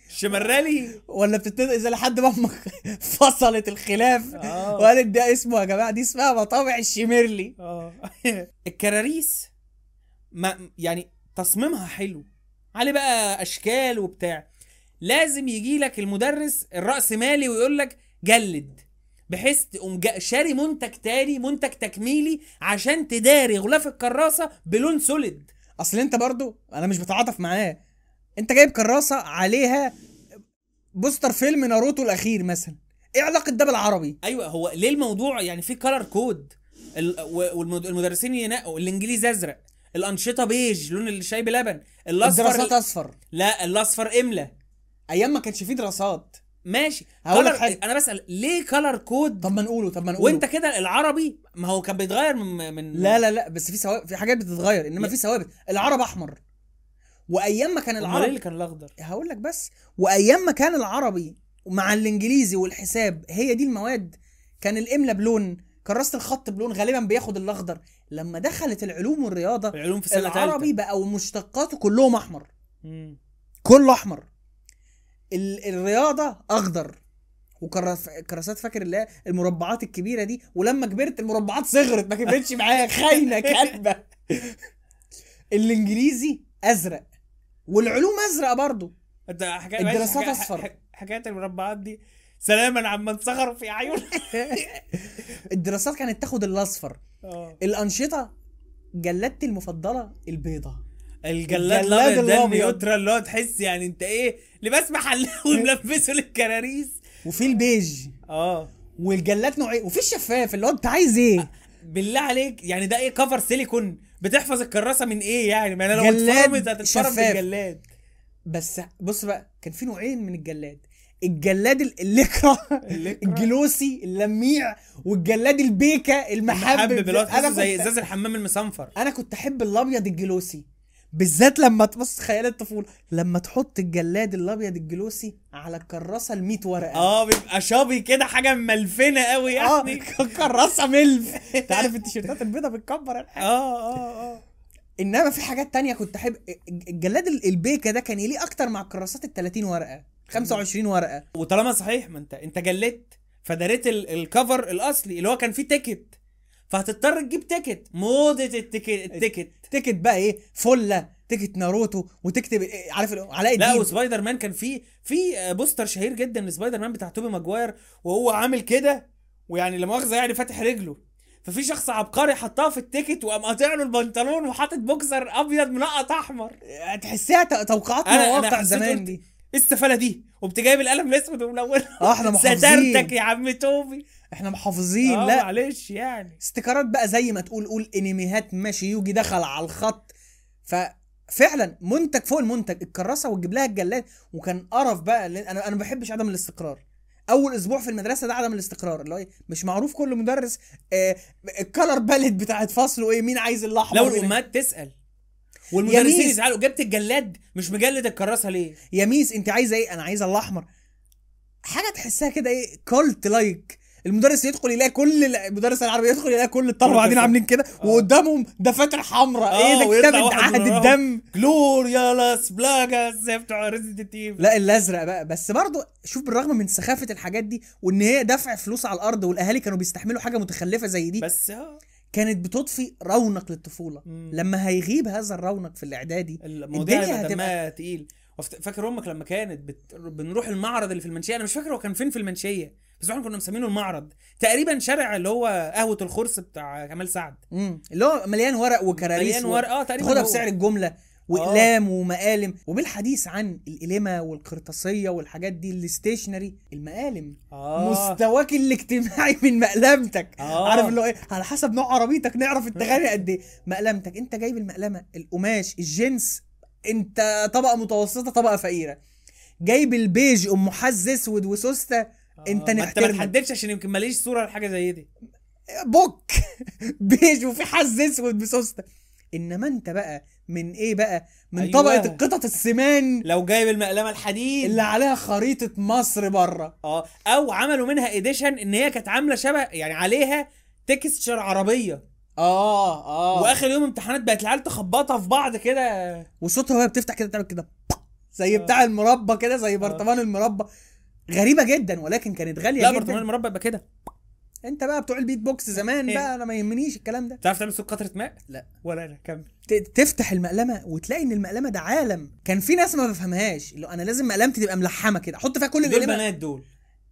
ولا بتبتدي اذا لحد ما فصلت الخلاف وقالت ده اسمه يا جماعه دي اسمها مطابع الشميرلي. الكراريس ما يعني تصميمها حلو عليه بقى اشكال وبتاع، لازم يجي لك المدرس الراس مالي ويقول لك جلد، بحيث تقوم شاري منتج تاني منتج تكميلي عشان تداري غلاف الكراسه بلون سوليد. اصل انت برضو انا مش بتعاطف معاه، انت جايب كراسه عليها بوستر فيلم ناروتو الاخير مثلا، ايه علاقه ده بالعربي؟ ايوه هو ليه الموضوع يعني في كلر كود، والمدرسين ينقوا الانجليزي ازرق، الانشطه بيج لون الشاي بلبن، الدراسات اصفر، لا الاصفر املا. ايام ما كانش فيه دراسات ماشي انا بسال ليه كلر كود؟ طب ما نقوله وانت كده العربي ما هو كان بيتغير من لا بس في حاجات بتتغير، انما في ثوابت. العرب احمر، وايام ما كان العربي اللي كان الاخضر هقول لك بس، وايام ما كان العربي مع الانجليزي والحساب هي دي المواد، كان الاملا بلون، كراسه الخط بلون، غالبا بياخد الاخضر. لما دخلت العلوم والرياضه العلوم في سنه العربي بقى ومشتقاته كلهم احمر، كله احمر. الرياضه اخضر، وكراسات فاكر اللي هي المربعات الكبيره دي، ولما كبرت المربعات صغرت ما كبرتش معايا، خاينه كاتبه. الانجليزي ازرق، والعلوم ازرق برضو، الدراسات اصفر. حكايه المربعات دي سلاما عمن صغروا في عيون. الدراسات كانت تاخد الاصفر. الانشطه جلادتي المفضله البيضه، الجلاد الابيض ده النيوترال اللي هو تحس يعني انت ايه لباس محل وملبسه للكراريس. وفي البيج والجلاد نوعين، وفي الشفاف اللي هو انت عايز ايه بالله عليك يعني ده ايه كفر سيليكون بتحفظ الكراسه من ايه يعني؟ ما انا لو اتفرمت هتتفرم بالجلاد. بس بص بقى كان في نوعين من الجلاد، الجلاد الليكرا الجلوسي اللميع، والجلاد البيكه المحبب انا زي ازاز الحمام المصنفر. انا كنت احب الابيض الجلوسي بالذات، لما تبص خيال الطفوله لما تحط الجلاد الابيض الجلوسي على الكراسه ال100 ورقه، بيبقى شابي كده حاجه ملفنه قوي يعني. كراسه ملف. انت عارف التيشيرتات البيضه بتكبر الحاجه. انما في حاجات تانية كنت احب الجلاد البيكه ده، كان يليه اكتر مع الكراسات ال30 ورقه 25 ورقه. وطالما صحيح ما انت جلدت فداريت الكفر الاصلي اللي هو كان فيه تيكت، فهتضطر تجيب تيكت. موضه التيكت بقى ايه؟ فله تيكت ناروتو، وتكتب عارف علاء الدين. لا وسبايدر مان كان في بوستر شهير جدا لسبايدر مان بتاع توبي ماجواير وهو عامل كده، ويعني لا مؤاخذه يعني فاتح رجله، ففي شخص عبقري حطها في التيكت وقام قاطع له البنطلون وحاطط بوكسر ابيض منقط احمر. تحسها توقعات مواقع زمان دي. ايه السفاله دي؟ وبتجايب القلم الاسود وملون. احنا محافظين. سترتك يا عم توبي، احنا محافظين. لا معلش يعني استيكرات بقى زي ما تقول انميات ماشي يوجي دخل على الخط. ففعلا منتج فوق المنتج، الكراسه وتجيب لها الجلاد. وكان قرف بقى، انا ما بحبش عدم الاستقرار. اول اسبوع في المدرسه ده عدم الاستقرار، اللي هو مش معروف كل مدرس الكلر باليت بتاعت فصله ايه، مين عايز الاحمر. لو الامهات تسال والمدرسين يزعلوا، جبت الجلاد مش مجلد الكراسه ليه يا ميس؟ انت عايزه ايه؟ انا عايزه الاحمر. حاجه تحسها كده ايه، كولت لايك. المدرس يدخل يلاقي كل المدرس العربي يدخل يلاقي كل الطلبه قاعدين عاملين كده، وقدامهم دفاتر حمراء. ايه ده؟ كتاب عهد الدم، جلوريا لاس بلاجاس زي بتوع ريزيدنت ايفل. لا الازرق بقى. بس برضو شوف، بالرغم من سخافه الحاجات دي وان هي دفع فلوس على الارض والاهالي كانوا بيستحملوا حاجه متخلفه زي دي، بس كانت بتضفي رونق للطفوله. لما هيغيب هذا الرونق في الاعدادي الدنيا هتبقى تقيل. فاكر امك لما كانت بنروح المعرض اللي في المنشيه؟ انا مش فاكر هو كان فين في المنشيه، بس احنا كنا مسمينه المعرض تقريبا، شارع اللي هو قهوه الخرس بتاع كمال سعد، اللي هو مليان ورق وكراريس، مليان ورق تقريبا، خدها بسعر الجمله، واقلام ومقالم. وبالحديث عن القلمه والقرطاسيه والحاجات دي، الستيشنري، المقالم، مستواك الاجتماعي من مقلمتك. عارف اللي هو ايه، على حسب نوع عربيتك نعرف انت غني قد ايه. مقلمتك، انت جايب المقلمه القماش الجنس، انت طبقه متوسطه طبقه فقيره. جايب البيج ام حز اسود وسوسته، انت نحترمك. ما تحددش عشان يمكن ماليش صوره لحاجه زي دي. بوك بيج وفي حز اسود بسوسته. انما انت بقى من ايه بقى؟ من طبقه القطط السمان، لو جايب المقلمه الحديد اللي عليها خريطه مصر بره. او عملوا منها ايديشن ان هي كانت عامله شبه يعني عليها تكستشر عربيه. واخر يوم امتحانات بقت العيال تخبطها في بعض كده، وصوتها وهي بتفتح كده تعمل كده زي بتاع المربى كده، زي برطمان المربى. غريبه جدا، ولكن كانت غاليه جدا. لا برطمان المربى يبقى كده. انت بقى بتوع البيت بوكس زمان بقى، انا ما يهمنيش الكلام ده. تعرف تعمل صوت قطره ماء؟ لا ولا انا كمل. تفتح المقلمه وتلاقي ان المقلمه ده عالم. كان في ناس ما بفهمهاش، اللي انا لازم مقلمتي تبقى ملحمه كده، احط فيها كل القلمه. دول بنات دول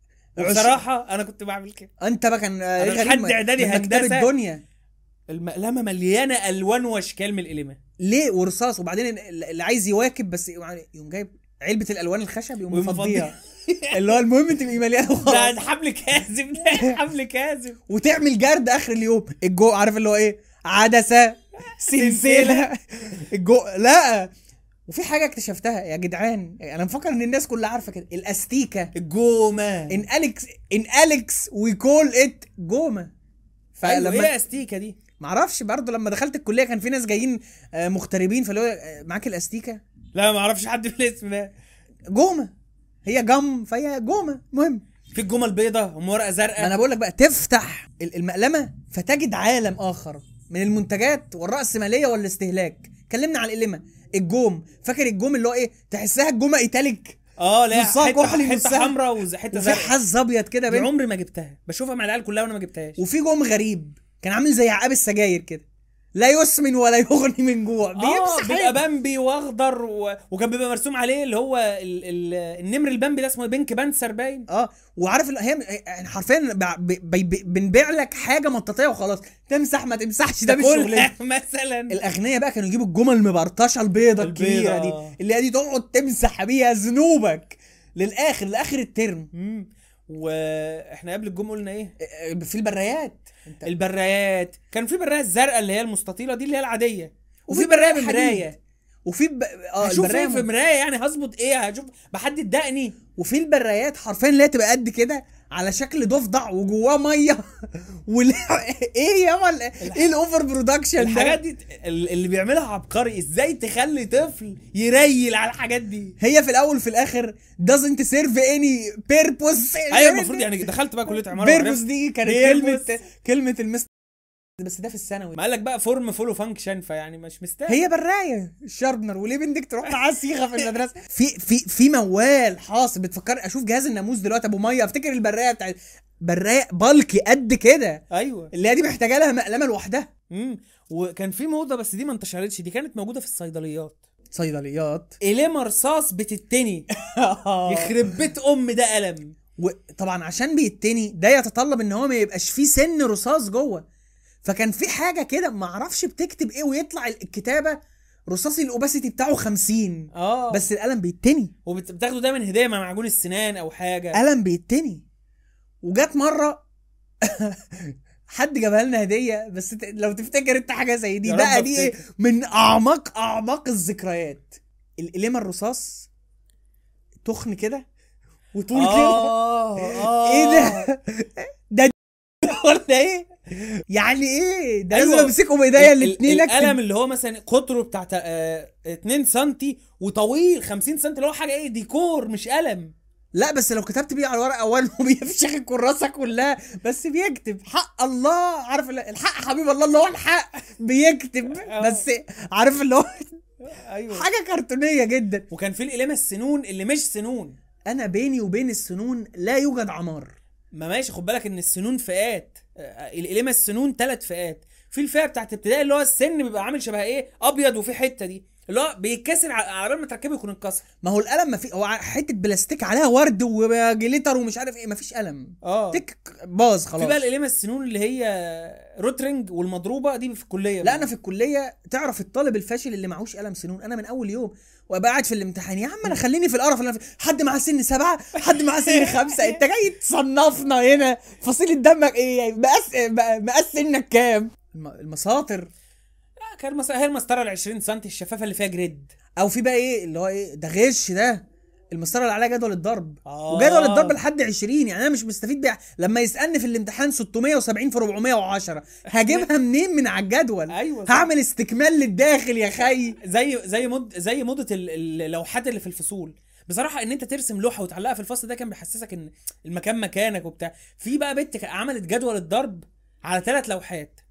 بصراحه انا كنت بعمل كده. انت بقى كان لحد اعدادي هندسه الدنيا المقلمه مليانه الوان واشكال من القلمه ليه ورصاص. وبعدين اللي عايز يواكب بس يقوم جايب علبه الالوان الخشب يقوم مفضيها اللي هو المهم تبقى مليانه وخلاص. ده حبل كاذب، ده حبل كاذب. وتعمل جرد اخر اليوم. الجو عارف اللي هو ايه، عدسه سلسله الجو. لا وفي حاجه اكتشفتها يا جدعان، انا مفكر ان الناس كلها عارفه كده، الاستيكه، الجومه. ان اليكس وي كول ات جومه. فلما ايه استيكه دي؟ معرفش برضه. لما دخلت الكليه كان في ناس جايين مغتربين، فاللي هو معاك الاستيكه. لا ما اعرفش حد بالاسم ده. جومه، هي جم فهي جومه. المهم في الجومه البيضاء ام ورقه زرقاء. انا بقول لك بقى، تفتح المقلمه فتجد عالم اخر من المنتجات والرأسمالية والاستهلاك. كلمنا عن القلمه. الجوم، فاكر الجوم اللي هو ايه، تحسها الجومه ايتاليك، لا حته حمراء وحته زرقاء، في حظ ابيض كده. عمري ما جبتها، بشوفها مع العيال كلها وانا ما جبتهاش. وفي جوم غريب كان عامل زي عقاب السجاير كده، لا يسمن ولا يغني من جوع، بيبقى بامبي واخضر وكان بيبقى مرسوم عليه اللي هو النمر البامبي ده اسمه بينك بانسر باين. وعارف هي حرفيا بنبيع لك حاجه مطاطيه وخلاص، تمسح ما تمسحش ده مش شغلنا. مثلا الاغنياء بقى كانوا يجيبوا الجمل المبرطشه البيضه الكبيره دي، اللي دي تقعد تمسح بيها ذنوبك لاخر الترم. واحنا قبل الجمله قلنا ايه؟ في البرايات، البرايات كان في برايه الزرقاء اللي هي المستطيله دي اللي هي العاديه، وفي برايه بمرايه، وفي البرايه في مرايه، يعني هظبط ايه، هشوف بحدد دقني. وفي البرايات حرفيا اللي هي تبقى قد كده على شكل ضفدع وجواه ميه ايه ياما ايه الاوفر برودكشن ده؟ الحاجات دي اللي بيعملها عبقري، ازاي تخلي طفل يريل على الحاجات دي؟ هي في الاول وفي الاخر doesn't serve any purpose. ايوه المفروض يعني دخلت بقى كليه عماره، بيربوس دي كانت كلمه المستر، بس ده في الثانوي. ما قالك بقى فورم فولو فانكشن، فيعني مش مستاهل. هي برايه الشاربنر، وليه بدك تروح معاه صيغه في المدرسه؟ في موال حاصل بتفكر اشوف جهاز الناموس دلوقتي ابو ميه، افتكر البرايه بتاعت برايه بالكي قد كده، ايوه اللي هي دي محتاجه لها مقلمه لوحدها. وكان في موضه بس دي ما انتشرتش، دي كانت موجوده في الصيدليات. قلم رصاص بتتني يخرب بيت ده قلم. وطبعا عشان بيتني ده يتطلب ان هو ما يبقاش فيه سن رصاص جوه، فكان في حاجه كده ما اعرفش بتكتب ايه، ويطلع الكتابه رصاصي الاوباسيتي بتاعه 50 بس القلم بيتني، وبتاخده دايما هديه مع معجون السنان او حاجه، قلم بيتني. وجات مره حد جابها لنا هديه، بس لو تفتكر انت حاجه زي دي بقى، دي ايه من اعماق الذكريات، القلمه الرصاص تخن كده وطول كده. ايه ده ولا ايه يعني؟ ايه ده؟ لازم امسكه بايديا الاثنين. القلم اللي هو مثلا قطره بتاع 2 سم وطويل 50 سم، اللي هو حاجه ايه، ديكور مش قلم. لا بس لو كتبت بيه على الورقه اول بيفشخ الكراسه كلها، بس بيكتب حق الله، عارف الحق حبيب الله اللي هو الحق بيكتب بس، عارف اللي هو ايوه حاجه كرتونيه جدا. وكان في القلمه السنون اللي مش سنون، انا بيني وبين السنون لا يوجد عمار. ما ماشي، خد بالك ان السنون فئات، القلمه السنون 3 فئات. في الفئه بتاعت ابتدائي اللي هو السن بيبقى عامل شبه ايه، ابيض، وفي حته دي اللي هو بيتكسر على بال ما تركبه يكون اتكسر. ما هو القلم ما في، هو حته بلاستيك عليها ورد وجليتر ومش عارف ايه، ما فيش قلم تك باظ خلاص. في بقى القلمه السنون اللي هي روترنج والمضروبه دي في الكليه. لا انا في الكليه تعرف الطالب الفاشل اللي معهوش قلم سنون، انا من اول يوم وابقى قاعد في الامتحان، يا عم انا خليني في القرف اللي حد معاه سن 7، حد معاه سن 5، انت جاي تصنفنا هنا فصيله دمك ايه، مقاس سنك كام؟ المساطر كان هي المسطره ال 20 سم الشفافه اللي فيها جريد، او في بقى ايه اللي هو ايه ده غش، ده المسطره اللي عليها جدول الضرب. وجدول الضرب لحد 20، يعني انا مش مستفيد بيها. لما يسالني في الامتحان 670 في 410 هجيبها منين من على الجدول؟ ايوه هعمل استكمال للداخل يا خي. زي موضه اللوحات اللي في الفصول. بصراحه ان انت ترسم لوحه وتعلقها في الفصل ده كان بيحسسك ان المكان مكانك وبتاع. في بقى بنت عملت جدول الضرب على 3 لوحات،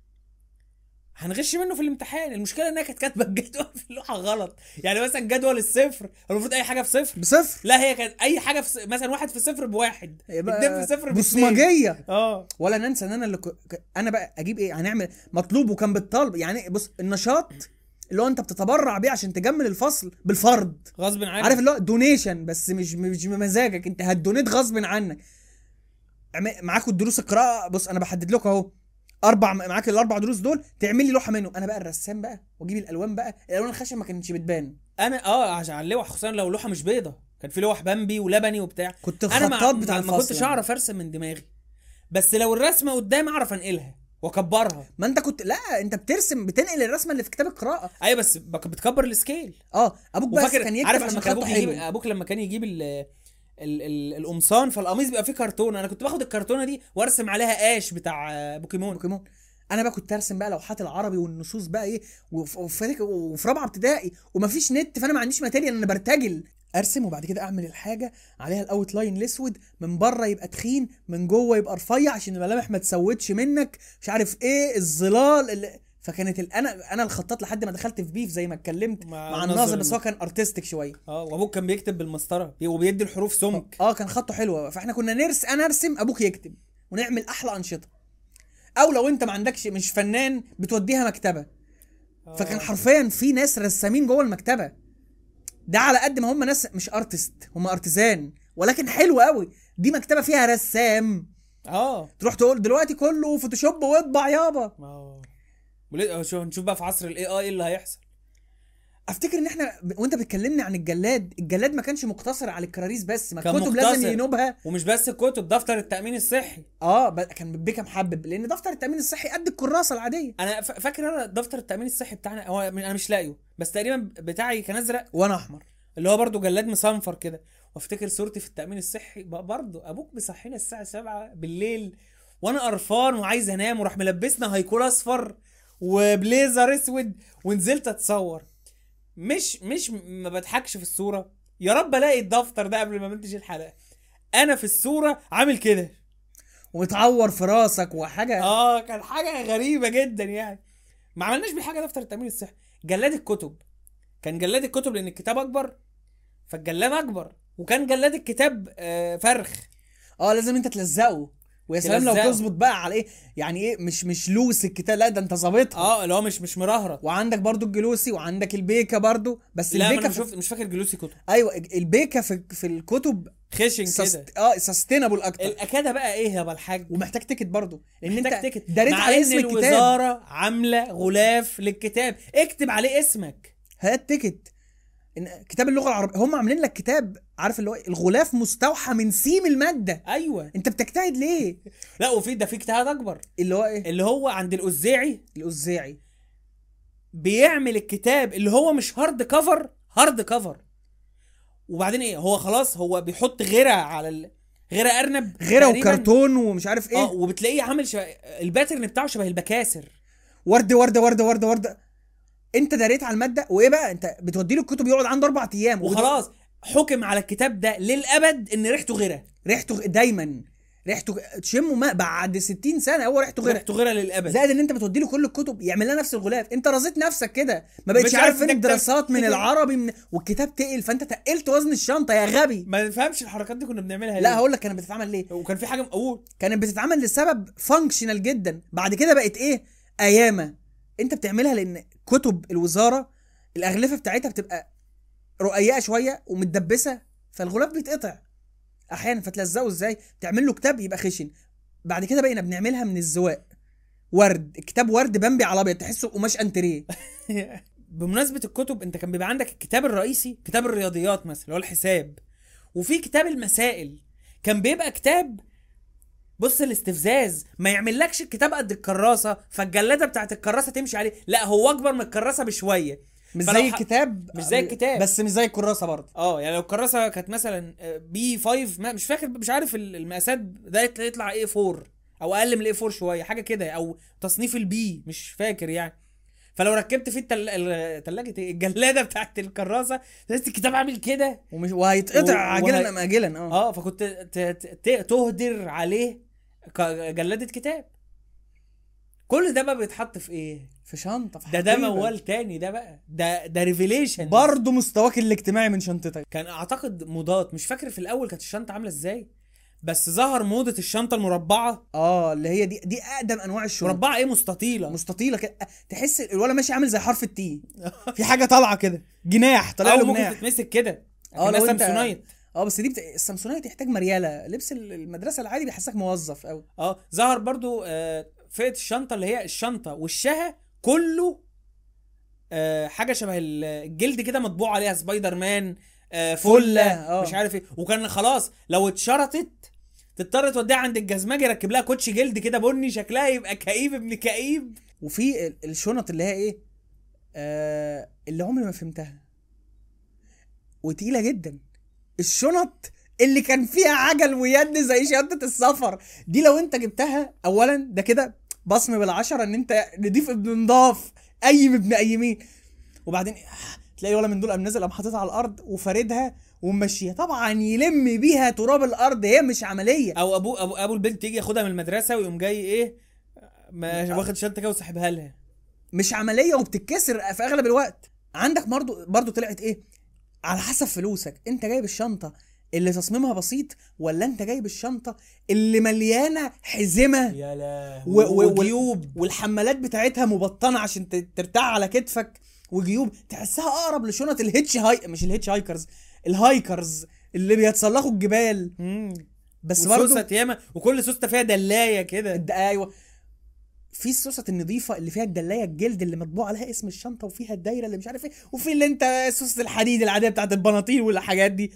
هنغش منه في الامتحان. المشكله انها كانت كاتبه الجدول في اللوحه غلط، يعني مثلا جدول الصفر المفروض اي حاجه في صفر، لا هي كانت اي حاجه في مثلا 1 في 0 ب1، 2 في 0 بصمجيه. ولا ننسى ان انا انا بقى اجيب ايه، هنعمل مطلوب وكان بالطلب. يعني بص النشاط اللي هو انت بتتبرع بيه عشان تجمل الفصل بالفرض غصب عنك، عارف اللي هو دونيشن، بس مش بمزاجك، انت هتدونيت غصب عنك. معاكوا الدروس القراءه، بص انا بحدد لكم اهو معاك ال4 دروس دول تعمل لي لوحه منهم. انا بقى الرسام بقى واجيب الالوان بقى، الالوان الخشب ما كانتش بتبان. انا عشان اللوح خصوصا لو لوحه مش بيضه، كان في لوح بامبي ولبني وبتاع. كنت الخطاط بتاع الفصل، ما كنتش اعرف ارسم من دماغي، بس لو الرسمه قدامي اعرف انقلها واكبرها. ما انت كنت لا انت بترسم بتنقل الرسمه اللي في كتاب القراءه. ايوه بس بتكبر السكيل. ابوك بس كان يكتب عارف لما كان ابوك لما كان يجيب القمصان، فالقميص بيبقى فيه كرتون، انا كنت باخد الكرتونه دي وارسم عليها اش بتاع بوكيمون. انا بقى كنت ارسم بقى لوحات العربي والنصوص بقى ايه، وفي رابعه ابتدائي ومفيش نت، فانا ما عنديش ماتيريال، انا برتجل ارسم وبعد كده اعمل الحاجه عليها الاوت لاين الاسود، من بره يبقى تخين من جوه يبقى رفيع عشان الملامح ما تسودش منك، مش عارف ايه الظلال فكانت انا الخطاط لحد ما دخلت في بيف زي ما اتكلمت مع الناظر، بس هو كان ارتستيك شويه. وابوك كان بيكتب بالمسطره وبيدي الحروف سمك. كان خطه حلوه، فاحنا كنا انا ارسم ابوك يكتب ونعمل احلى انشطه. او لو انت ما عندكش مش فنان بتوديها مكتبه. فكان حرفيا في ناس رسامين جوه المكتبه، ده على قد ما هم ناس مش ارتست، هم ارتزان، ولكن حلو قوي. دي مكتبه فيها رسام. تروح تقول دلوقتي كله فوتوشوب واطبع يابا. نشوف بقى في عصر الاي اي اللي هيحصل. افتكر ان احنا وانت بتكلمني عن الجلاد ما كانش مقتصر على الكراريس بس، ما الكتب لازم ينوبها. ومش بس الكتب، دفتر التامين الصحي. كان بيكا محبب، لان دفتر التامين الصحي قد الكراسه العاديه. انا فاكر انا دفتر التامين الصحي بتاعنا هو انا مش لاقيه، بس تقريبا بتاعي كان ازرق وانا احمر، اللي هو برضو جلاد مصنفر كده. وافتكر صورتي في التامين الصحي برضو ابوك بيصحينا الساعه 7 بالليل وانا قرفان وعايز انام، وراح ملبسنا هيكول اصفر وبليزر اسود ونزلت اتصور. مش ما بضحكش في الصوره، يا رب الاقي الدفتر ده قبل ما منتج الحلقه. انا في الصوره عامل كده ومتعور في راسك وحاجه. كان حاجه غريبه جدا يعني. ما عملناش بيه حاجه دفتر التامين الصحي. جلاد الكتب، كان جلاد الكتب لان الكتاب اكبر فالجلاد اكبر، وكان جلاد الكتاب فرخ. لازم انت تلزقه، ويا سلام لو تظبط بقى على ايه يعني، ايه مش لوس الكتاب، لا ده انت ظابطها. اللي هو مش مرهرة. وعندك برضو الجلوسي وعندك البيكا برضو، بس لا البيكا انا مش فاكر جلوسي كتب. ايوه البيكا في الكتب خشن كده. سستينابل اكتر. الاكاده بقى ايه يا بالحاج، ومحتاج تيكت برضو، لان انت داريت على اسم الكتاب. الوزاره عامله غلاف للكتاب اكتب عليه اسمك، هات تيكت. كتاب اللغه العربيه هم عاملين لك كتاب، عارف اللي هو الغلاف مستوحى من سيم الماده. ايوه انت بتجتهد ليه؟ لا وفي ده في اجتهاد اكبر، اللي هو ايه؟ اللي هو عند الأزاعي بيعمل الكتاب اللي هو مش هارد كفر. وبعدين ايه، هو خلاص هو بيحط غيره على غيره ارنب، غيره وكرتون ومش عارف ايه. وبتلاقيه عامل الباترن بتاعه شبه البكاسر، ورده. انت داريت على الماده، وايه بقى انت بتودي له الكتب يقعد عنده 4 ايام وخلاص حكم على الكتاب ده للابد ان ريحته غيره. دايما ريحته تشمه ما بعد 60 سنه هو ريحته غيره للابد. زائد ان انت بتودي له كل الكتب يعمل لها نفس الغلاف. انت رزيت نفسك كده، ما بقتش عارف فين الدراسات من العربي والكتاب تقل، فانت تقلت وزن الشنطه يا غبي. ما نفهمش الحركات دي كنا بنعملها ليه. لا هقول لك كانت بتتعمل ليه، وكان في حاجه كانت بتتعمل لسبب فانكشنال جدا. بعد كده بقت ايه، ايامه انت بتعملها لان كتب الوزاره الاغلفه بتاعتها بتبقى رقيقه شويه ومتدبسه، فالغلاف بيتقطع احيانا، فتلزقه ازاي؟ تعمل له كتاب يبقى خشن. بعد كده بقينا بنعملها من الزواق، الكتاب ورد بامبي على ابيض، تحسه قماش انتريه. بمناسبه الكتب، انت كان بيبقى عندك الكتاب الرئيسي، كتاب الرياضيات مثلا اللي هو الحساب، وفي كتاب المسائل. كان بيبقى كتاب بص الاستفزاز، ما يعملكش الكتاب قد الكراسه فالجلاده بتاعت الكراسه تمشي عليه، لا هو اكبر من الكراسه بشويه، مش زي الكتاب، مش زي الكتاب، بس مش زي الكراسه برضه. يعني لو الكراسه كانت مثلا B5 مش فاكر، مش عارف المقاسات ده يطلع A4 او اقل من A4 شويه حاجه كده، او تصنيف البي مش فاكر يعني. فلو ركبت فيه الثلاجه الجلاده بتاعت الكراسه تحس الكتاب عامل كده وهيتقطع عاجلا ام اجلا. فكنت تهدر عليه جلادة كتاب. كل ده بقى بيتحط في ايه؟ في شنطه. ده موال تاني، ده بقى ده ريفيليشن برضه مستواك الاجتماعي من شنطتك. كان اعتقد موضات، مش فاكر في الاول كانت الشنطه عامله ازاي، بس ظهر موضه الشنطه المربعه. اللي هي دي اقدم انواع الشنط. مربعه ايه، مستطيله كده، تحس الولا ماشي عامل زي حرف التي في حاجه طالعه كده، جناح طالع له جناح، ممكن تتمسك كده لو سامسونايت. بس دي السامسونايت يحتاج مرياله، لبس المدرسه العادي بيحسسك موظف قوي. ظهر برضو فئه الشنطه اللي هي الشنطه وشها كله حاجه شبه الجلد كده مطبوع عليها سبايدر مان، فله مش عارف ايه، وكان خلاص لو اتشرطت تضطر توديها عند الجزمجي يركب لها كوتش جلد كده بني شكلها يبقى كئيب ابن كئيب. وفي الشنط اللي هي ايه اللي عمري ما فهمتها وتقيله جدا، الشنط اللي كان فيها عجل ويد زي شنطه السفر دي. لو انت جبتها اولا ده كده بصم بالعشرة ان انت نضيف ابن نضاف اي ابن ايمين، وبعدين تلاقي ولا من دول قام نازل قام حاططها على الارض وفاردها ومشيها، طبعا يلم بيها تراب الارض، هي مش عمليه. او ابو البنت يجي ياخدها من المدرسه ويقوم جاي ايه واخد شنطه كده وسحبها لها، مش عمليه وبتتكسر في اغلب الوقت. عندك برضو طلعت ايه، على حسب فلوسك، انت جايب الشنطه اللي تصميمها بسيط ولا انت جايب الشنطه اللي مليانه حزمه يا لهوي وجيوب والحمالات بتاعتها مبطنه عشان ترتاح على كتفك، وجيوب تحسها اقرب لشنط مش الهيتش هايكرز، الهايكرز اللي بيتسلقوا الجبال. بس برضه سوسة ياما، وكل سوسته فيها دلايه كده. ايوه، في السوسه النظيفه اللي فيها الدلايه الجلد اللي مطبوع عليها اسم الشنطه وفيها الدايره اللي مش عارف ايه، وفي اللي انت سوسه الحديد العاديه بتاعت البناطيل والحاجات دي.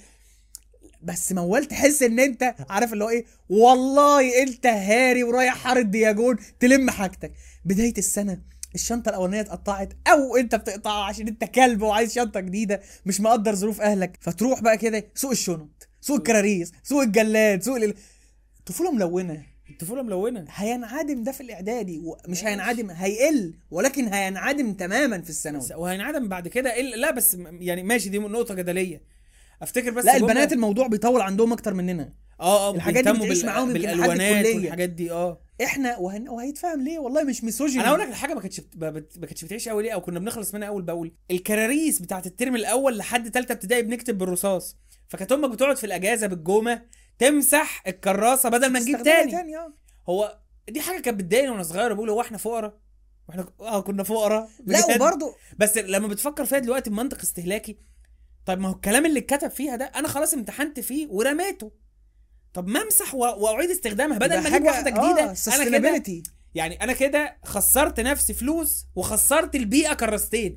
بس موال تحس ان انت عارف اللي هو ايه، والله انت هاري ورايح حاره دياجون تلم حاجتك. بدايه السنه الشنطه الاولانيه اتقطعت، او انت بتقطعها عشان انت كلب وعايز شنطه جديده مش مقدر ظروف اهلك، فتروح بقى كده سوق الشنط، سوق الكراريس، سوق الجلاد، سوق طفوله ملونه. هينعدم ده في الاعدادي، مش هينعدم، هيقل، ولكن هينعدم تماما في الثانوي، وهينعدم بعد كده. لا بس يعني ماشي، دي نقطه جدليه افتكر. بس لا البنات الموضوع بيطول عندهم اكتر مننا. الحاجات دي بتعيش معاهم بالالوانات والحاجات دي. احنا وهيتفهم ليه، والله مش ميسوجين. انا اقول لك الحاجه ما كانتش بتعيش قوي ليه، او كنا بنخلص منها اول باول. الكراريس بتاعه الترم الاول لحد ثالثه ابتدائي بنكتب بالرصاص، فكانت امك بتقعد في الاجازه بالجومه تمسح الكراسه بدل ما نجيب تاني. هو دي حاجه كانت بتضايقني وانا صغير، بقول هو احنا فقراء؟ واحنا كنا فقراء لا. وبرضه بس لما بتفكر فيها دلوقتي بمنطق استهلاكي، طيب ما هو الكلام اللي اتكتب فيها ده انا خلاص امتحنت فيه ورميته، طب ما امسح واعيد استخدامها بدل ما اجيب واحده جديده. انا كده يعني انا كده خسرت نفسي فلوس وخسرت البيئه كراستين،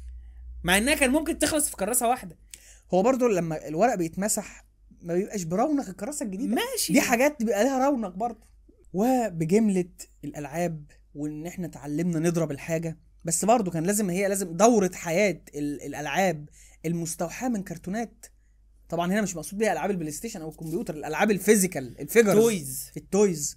مع انها كان ممكن تخلص في كراسه واحده. هو برضو لما الورق بيتمسح ما بيبقاش برونق الكراسه الجديده، ماشي، دي حاجات بيبقى لها رونق برضو. وبجمله الالعاب وان احنا اتعلمنا نضرب الحاجه، بس برضو كان لازم دوره حياه الالعاب المستوحاه من كرتونات. طبعا هنا مش مقصود بيها العاب البلاي ستيشن او الكمبيوتر، الالعاب الفيزيكال تويز. التويز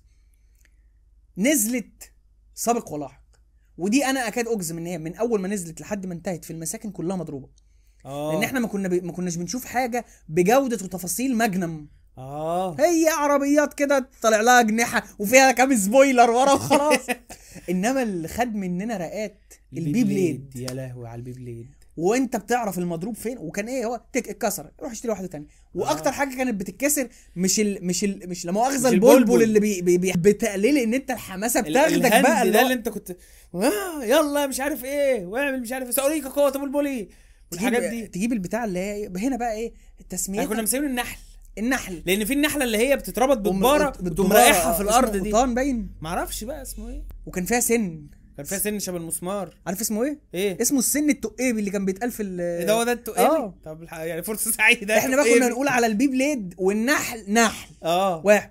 نزلت سابق ولاحق، ودي انا اكاد اجزم ان هي من اول ما نزلت لحد ما انتهت في المساكن كلها مضروبه. لان احنا ما كناش بنشوف حاجه بجوده وتفاصيل ماجنم. هي عربيات كده طالع لها اجنحه وفيها كام سبويلر ورا وخلاص. انما اللي خد مننا رقات البي بليد. يا لهوي على البي بليد، وانت بتعرف المضروب فين، وكان ايه هو اتكسر روح اشتري واحده تانية. واكتر حاجه كانت بتتكسر مش لا مؤاخذه البلبل اللي بتقلل ان انت الحماسه بتاخدك بقى اللي انت كنت يلا مش عارف ايه واعمل مش عارف سأريك قوه بلبلي والحاجات دي. تجيب البتاع اللي هي هنا بقى ايه التسميه، كنا مسمينه النحل، لان في النحله اللي هي بتتربط بالباره بتقوم رايحه في الارض دي، قطان باين معرفش بقى اسمه ايه، وكان فيها سن، شبه المسمار. عارف اسمه ايه اسمه السن التقيبي اللي كان بيتقال في ده هو ده التقيبي. طب يعني فرصه سعيده. احنا بقى كنا نقول على البي بليد والنحل نحل واحد.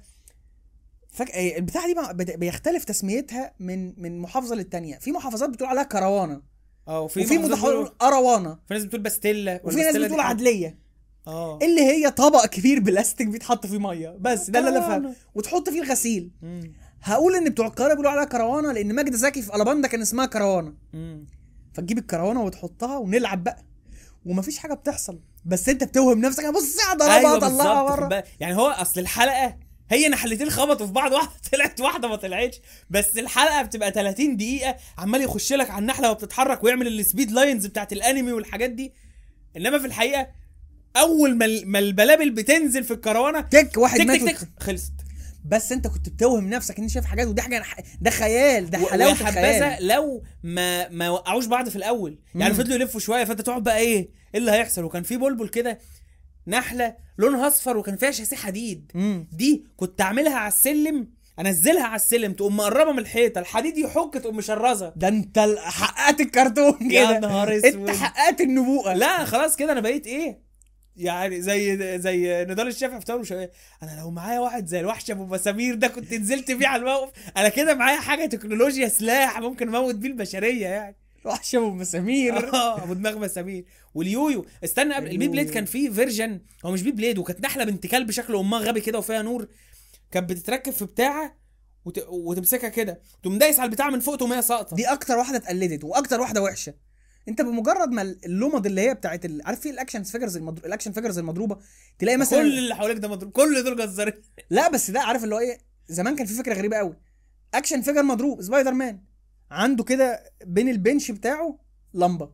البتاعه دي بيختلف تسميتها من محافظه للتانيه. في محافظات بتقول عليها كروانه، وفي محافظات اروانه، في ناس بتقول باستيلا، وفي ناس بتقول عدليه. اللي هي طبق كبير بلاستيك بيتحط فيه ميه بس، ده اللي انا فاهمه، وتحط فيه الغسيل. هقول ان بتوع القاهره بيقولوا عليها كروانه لان ماجدة زكي في الاباندا كان اسمها كروانه. فتجيب الكروانه وتحطها ونلعب بقى، ومفيش حاجه بتحصل، بس انت بتوهم نفسك بص ضربها طلعها بره. يعني هو اصل الحلقه هي نحلتين خبطوا في بعض، واحده طلعت واحده ما طلعتش، بس الحلقه بتبقى 30 دقيقه عمال يخش لك على النحله وبتتحرك ويعمل السبيد لاينز بتاعت الانمي والحاجات دي. انما في الحقيقه اول ما البلابل بتنزل في الكروانه واحد مات خلصت. بس انت كنت بتوهم نفسك ان شايف حاجات، ودي حاجه ده خيال، ده حلاوه الخيال. لو ما وقعوش بعض في الاول، يعني فضلوا يلفوا شويه، فانت تقعد بقى ايه اللي هيحصل. وكان في بلبل كده نحله لونها اصفر وكان فيها شاسيه حديد. دي كنت اعملها على السلم، انزلها على السلم تقوم مقربه من الحيطه، الحديد يحك تقوم مشرزه. ده انت حققت الكرتون كده، يا نهار اسود، انت حققت النبوءه. لا خلاص كده انا بقيت ايه يعني زي نضال الشافعي في طول شويه. انا لو معايا واحد زي الوحش ابو مسامير ده كنت نزلت بيه على الموقف. انا كده معايا حاجه تكنولوجيا، سلاح ممكن اموت بيه البشريه يعني. الوحش ابو مسامير ابو دماغ مسامير. واليويو استنى قبل البي بليد كان فيه فيرجن، هو مش بي بليد، وكانت نحله بنت كلب شكله امها غبي كده وفيها نور، كانت بتتركب في بتاعه وتمسكها كده تقوم دايس على البتاع من فوق تقوم هي ساقطه. دي اكتر واحده اتقلدت واكتر واحده وحشه. انت بمجرد ما اللمض اللي هي بتاعت عارف في الاكشن فيجرز المضروبه، تلاقي مثلا كل اللي حواليك ده مضروب، كل دول جزارين. لا بس ده عارف اللي هو ايه، زمان كان في فكره غريبه قوي، اكشن فيجر مضروب سبايدر مان، عنده كده بين البنش بتاعه لمبه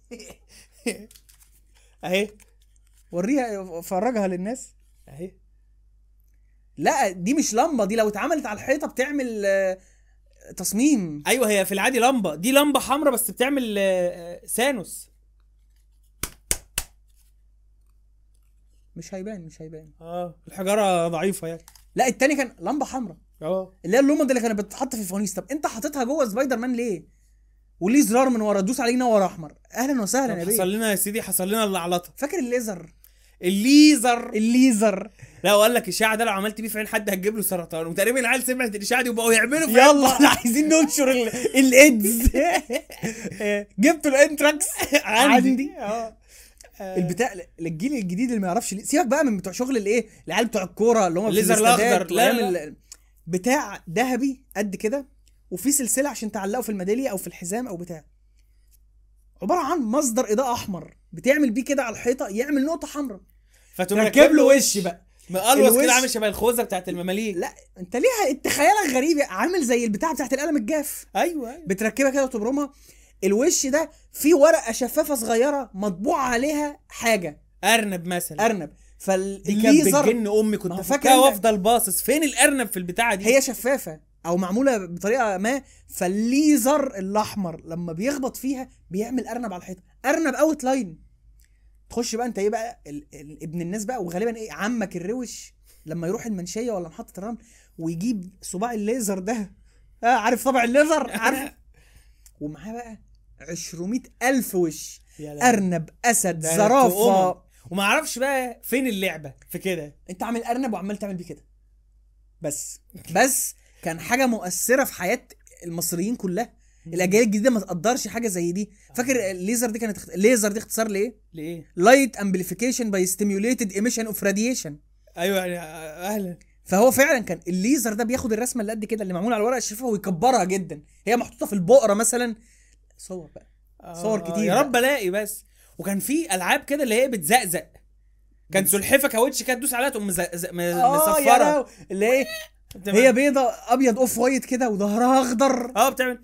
اهي وريها فرجها للناس اهي. لا دي مش لمبه، دي لو اتعملت على الحيطه بتعمل تصميم. ايوه هي في العادي لمبه، دي لمبه حمراء بس بتعمل سانوس. مش هيبان الحجاره ضعيفه يعني. لا التاني كان لمبه حمراء اللي هي اللمبه اللي كانت بتتحط في الفوانيس. طب انت حاططها جوه سبايدر مان ليه؟ وليه زرار من ورا دوس عليه نور احمر. اهلا وسهلا يا بيه. حصل لنا يا سيدي، حصل لنا اللي علطه. فاكر الليزر لا وقال لك الاشعه ده لو عملت بيه في عين حد هتجيب له سرطان، وتقريبا العيال سمعت الاشعه دي وبقوا يعملوا يلا احنا عايزين ننشر الايدز جبتوا الانتراكس عندي. البتاع الجيل الجديد اللي ما يعرفش سيبك بقى من بتوع شغل الايه، العيال بتوع الكوره اللي هم الليزر الاخضر. لا بتاع ذهبي قد كده وفي سلسله عشان تعلقه في الميداليه او في الحزام او بتاع، عباره عن مصدر اضاءه احمر بتعمل بيه كده على الحيطه يعمل نقطه حمراء، فتركب له وش بقى مقلوص كده عامل شبه الخوذه بتاعت المماليك. لا انت ليها انت خيالك غريب، عامل زي البتاع بتاعت القلم الجاف. ايوه بتركبها كده وتبرمها. الوش ده فيه ورقه شفافه صغيره مطبوع عليها حاجه، ارنب مثلا. ارنب. فالليزر كانت بتجن امي، كنت فاكرها وافضل باصص فين الارنب في البتاعه دي. هي شفافه او معموله بطريقه ما، فالليزر الاحمر لما بيخبط فيها بيعمل ارنب على الحيطه، ارنب اوت لاين. تخش بقى انت ايه بقى ابن الناس بقى، وغالبا ايه عمك الروش لما يروح المنشيه ولا محطه الرمل ويجيب صباع الليزر ده، عارف طبع الليزر عارف، ومعاه بقى 200,000 وش، ارنب، اسد، زرافه، وما اعرفش بقى فين اللعبه في كده. انت عامل ارنب وعمال تعمل بيه كده بس كان حاجه مؤثره في حياه المصريين كلها. الاجيال الجديده ما تقدرش حاجه زي دي. فاكر الليزر دي كانت الليزر دي اختصار لايه؟ لايت امبليفيكيشن باي ستيميوليتد ايميشن اوف راديشن. ايوه يعني اهلا. فهو فعلا كان الليزر ده بياخد الرسمه اللي قد كده اللي معموله على الورقه الشفافه ويكبرها جدا، هي محطوطه في البقره مثلا. صور بقى صور كتير يا رب الاقي. بس وكان في العاب كده اللي هي بتزقزق، كان سلحفه كاوتش كده تدوس عليها تقوم مصفره، اللي هي بيضه ابيض اوف وايت كده وظهرها اخضر. بتعمل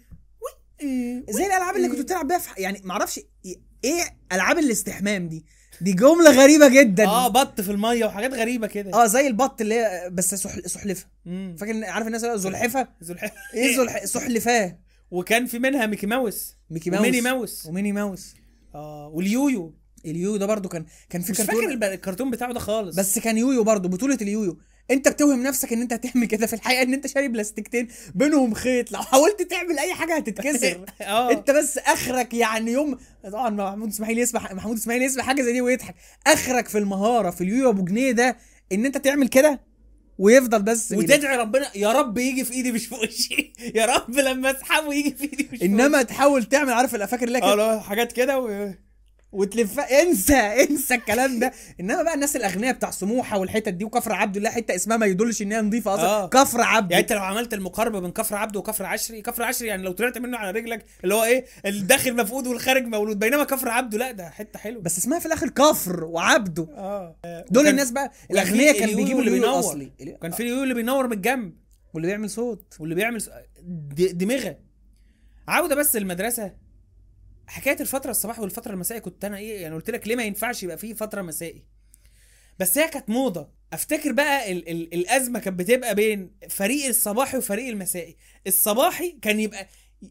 زي الالعاب اللي كنت بتلعب بيها يعني معرفش ايه العاب الاستحمام دي جمله غريبه جدا. بط في الميه وحاجات غريبه كده. زي البط اللي هي بس سحلفه. فاكر عارف الناس اللي زلحفه ايه سحلفاه. وكان في منها ميكي ماوس وميني ماوس واليويو. اليويو ده برضو كان في كرتون، مش فاكر الكرتون بتاعه ده خالص، بس كان يويو برضو بطوله اليويو. انت بتوهم نفسك ان انت هتعمل كده، في الحقيقه ان انت شاري بلاستيكتين بينهم خيط، لو حاولت تعمل اي حاجه هتتكسر. انت بس اخرك يعني يوم طبعا محمود اسماعيل يسمع حاجه زي دي ويضحك. اخرك في المهاره في اليويو ابو جنيه ده ان انت تعمل كده ويفضل بس وتدعي ربنا يا رب يجي في ايدي مش في وشي، يا رب لما اسحبه يجي في ايدي مش في انما وشي. تحاول تعمل عارف الافاكر اللي كده حاجات كده وتلفها. انسى الكلام ده. انما بقى الناس الاغنياء بتاع سموحه والحتت دي وكفر عبده، لا حته اسمها ما يدلش ان هي نظيفه اصلا. كفر عبده يعني انت لو عملت المقاربه بين كفر عبده وكفر عشري، كفر عشري يعني لو طلعت منه على رجلك اللي هو ايه الداخل مفقود والخارج مولود، بينما كفر عبده لا ده حته حلوه بس اسمها في الاخر كفر وعبده. دول الناس بقى الاغنياء كان بيجيبوا اللي بينور اصلي. كان في اليو اللي بينور من الجنب واللي بيعمل صوت واللي بيعمل دماغه. عوده بس المدرسه، حكايه الفتره الصباحي والفتره المسائي كنت انا يعني قلت لك ليه ما ينفعش يبقى فيه فتره مسائي، بس هي كانت موضه. افتكر بقى الازمه كانت بتبقى بين فريق الصباحي وفريق المسائي. الصباحي كان يبقى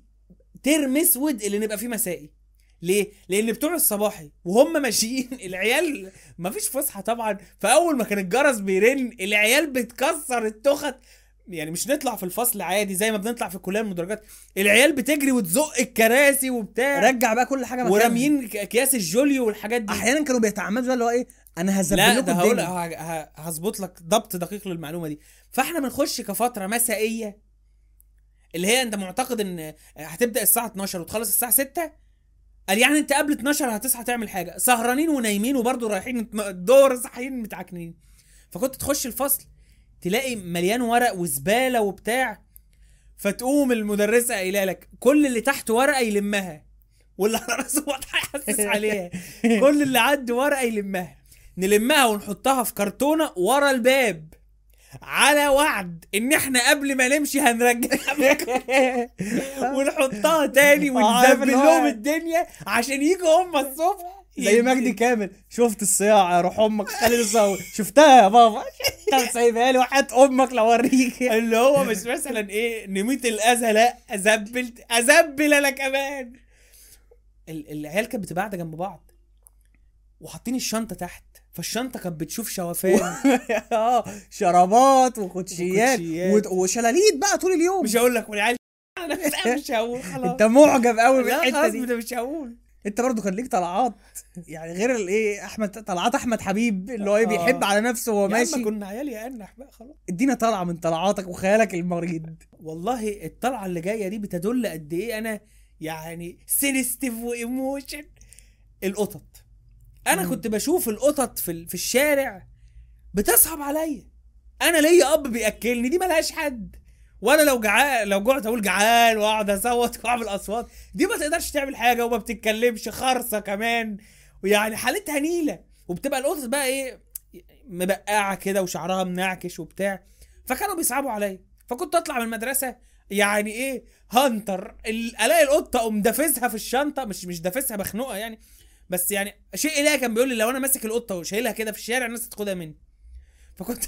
ترم اسود اللي نبقى فيه مسائي. ليه؟ لان بتوع الصباحي وهم ماشيين العيال مفيش فسحه طبعا، فاول ما كان الجرس بيرن العيال بتكسر التخت، يعني مش نطلع في الفصل عادي زي ما بنطلع في الكليه المدرجات، العيال بتجري وتزق الكراسي وبتاع، رجع بقى كل حاجه مكانها، وراميين اكياس الجوليو والحاجات دي. احيانا كانوا بيتعمدوا اللي هو ايه انا هزبل لكم الدنيا. لا هظبط لك ضبط دقيق للمعلومه دي. فاحنا بنخش كفتره مسائيه اللي هي انت معتقد ان هتبدا الساعه 12 وتخلص الساعه 6، قال يعني انت قبل 12 هتصحى تعمل حاجه، سهرانين ونايمين وبرضه رايحين الدور صاحيين متعكنين. فكنت تخش الفصل تلاقي مليان ورق وزباله وبتاع، فتقوم المدرسه قايله لك كل اللي تحت ورقه يلمها واللي على راسه واضحه يحسس عليها، كل اللي عنده ورقه يلمها، نلمها ونحطها في كرتونه ورا الباب على وعد ان احنا قبل ما نمشي هنرجعها ونحطها تاني ونزبل لهم الدنيا عشان يجوا هم الصبح زي مجدي كامل. شفت الصياعه يا روح امك خالد الصاوي؟ شفتها يا بابا؟ انت سايبها لي وحياة امك لو اوريك. اللي هو مش مثلا ايه نميت الاذى، لا ازبل انا كمان. العيال كانت بتبقى قاعده جنب بعض وحاطين الشنطه تحت، فالشنطه كانت بتشوف شوفان شرابات وكوتشيات وشلاليت بقى طول اليوم. مش هقول لك والعيال انا مش هقول خلاص. انت معجب قوي بالحته دي. مش هقول. انت برضو كان ليك طلعات يعني غير الايه طلعات احمد حبيب اللي هو بيحب على نفسه وهو ماشي. كنا عيال يأنح بقى خلاص. ادينا طلعه من طلعاتك وخيالك المريض. والله الطلعه اللي جايه دي بتدل قد ايه انا يعني سينستيف وايموشن. القطط انا كنت بشوف القطط في الشارع بتصعب عليا. انا ليا اب بياكلني، دي ملهاش حد. وانا لو جعت اقول جعان واقعد اصوت واعمل اصوات. دي ما تقدرش تعمل حاجه وما بتتكلمش، خرصه كمان ويعني حالتها نيله. وبتبقى القطط بقى ايه مبقعه كده وشعرها منعكش وبتاع، فكانوا بيصعبوا عليا. فكنت اطلع من المدرسه يعني ايه هانتر، الاقي القطه اقوم دافسها في الشنطه، مش دافسها بخنقها يعني، بس يعني شيء الهي كان بيقول لي لو انا ماسك القطه وشايلها كده في الشارع الناس تاخدها مني. فكنت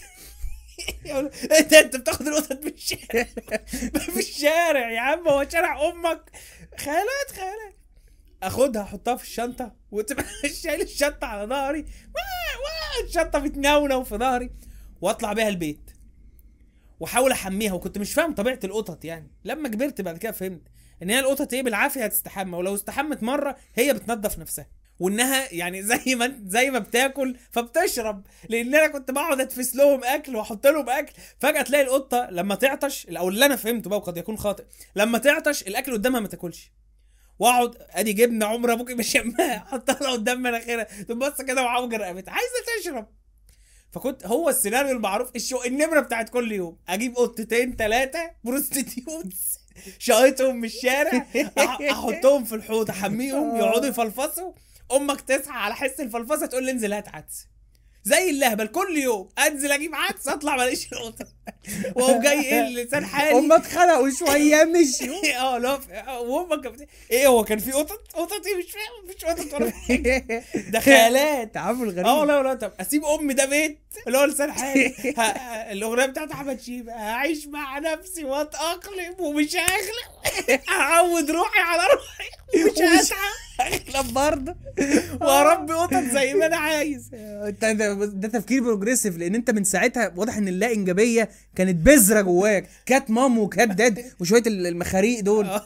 انت بتاخد القطط من الشارع في الشارع يا عم، هو شارع امك؟ خيالات. اخدها احطها في الشنطه وتبقى شايل الشنطه على ظهري، الشنطه بتنونة في ظهري، واطلع بيها البيت واحاول احميها. وكنت مش فاهم طبيعه القطط يعني. لما كبرت بعد كده فهمت ان هي القطط ايه بالعافيه هتستحمى، ولو استحمت مره هي بتنظف نفسها، وانها يعني زي ما بتاكل فبتشرب. لان انا كنت بقعد اتفس لهم اكل واحط لهم اكل، فجاه تلاقي القطه لما تعطش، او اللي انا فهمته بقى وقد يكون خاطئ، لما تعطش الاكل قدامها ما تاكلش، واقعد ادي جبنه عمر ابوك مشمها احطها لها قدام مناخيرها تبص كده وعوج رقبتها عايزه تشرب. فكنت هو السيناريو المعروف النمره بتاعت كل يوم، اجيب قطتين 3 بروستيتيوتس شايطهم من الشارع، احطهم في الحوض احميهم يقعدوا يفلفصوا. امك تصحى على حس الفلفصه تقول لي انزل هات عدس، زي اللهبل كل يوم انزل اجيب عدس اطلع ماليش القطه وهو جاي ايه لسان حالي. امك اتخنقوا شويه مشيوا. لا وامك ايه هو كان في قطط ايه مش فاهم، مفيش قطط ولا حاجه، ده خيالات تعامل غريب. لا طب اسيب امي ده بيت اللي هو لسان حالي. الاغنيه بتاعت احمد شيبه هعيش مع نفسي واتاقلم ومش هغلب، اعود روحي على روحي ومش هتعب برضه واربي قطط زي ما انا عايز. ده تفكير بروجريسيف، لان انت من ساعتها واضح ان اللا انجابيه كانت بذره جواك، كات مام وكات داد وشويه المخاريق دول.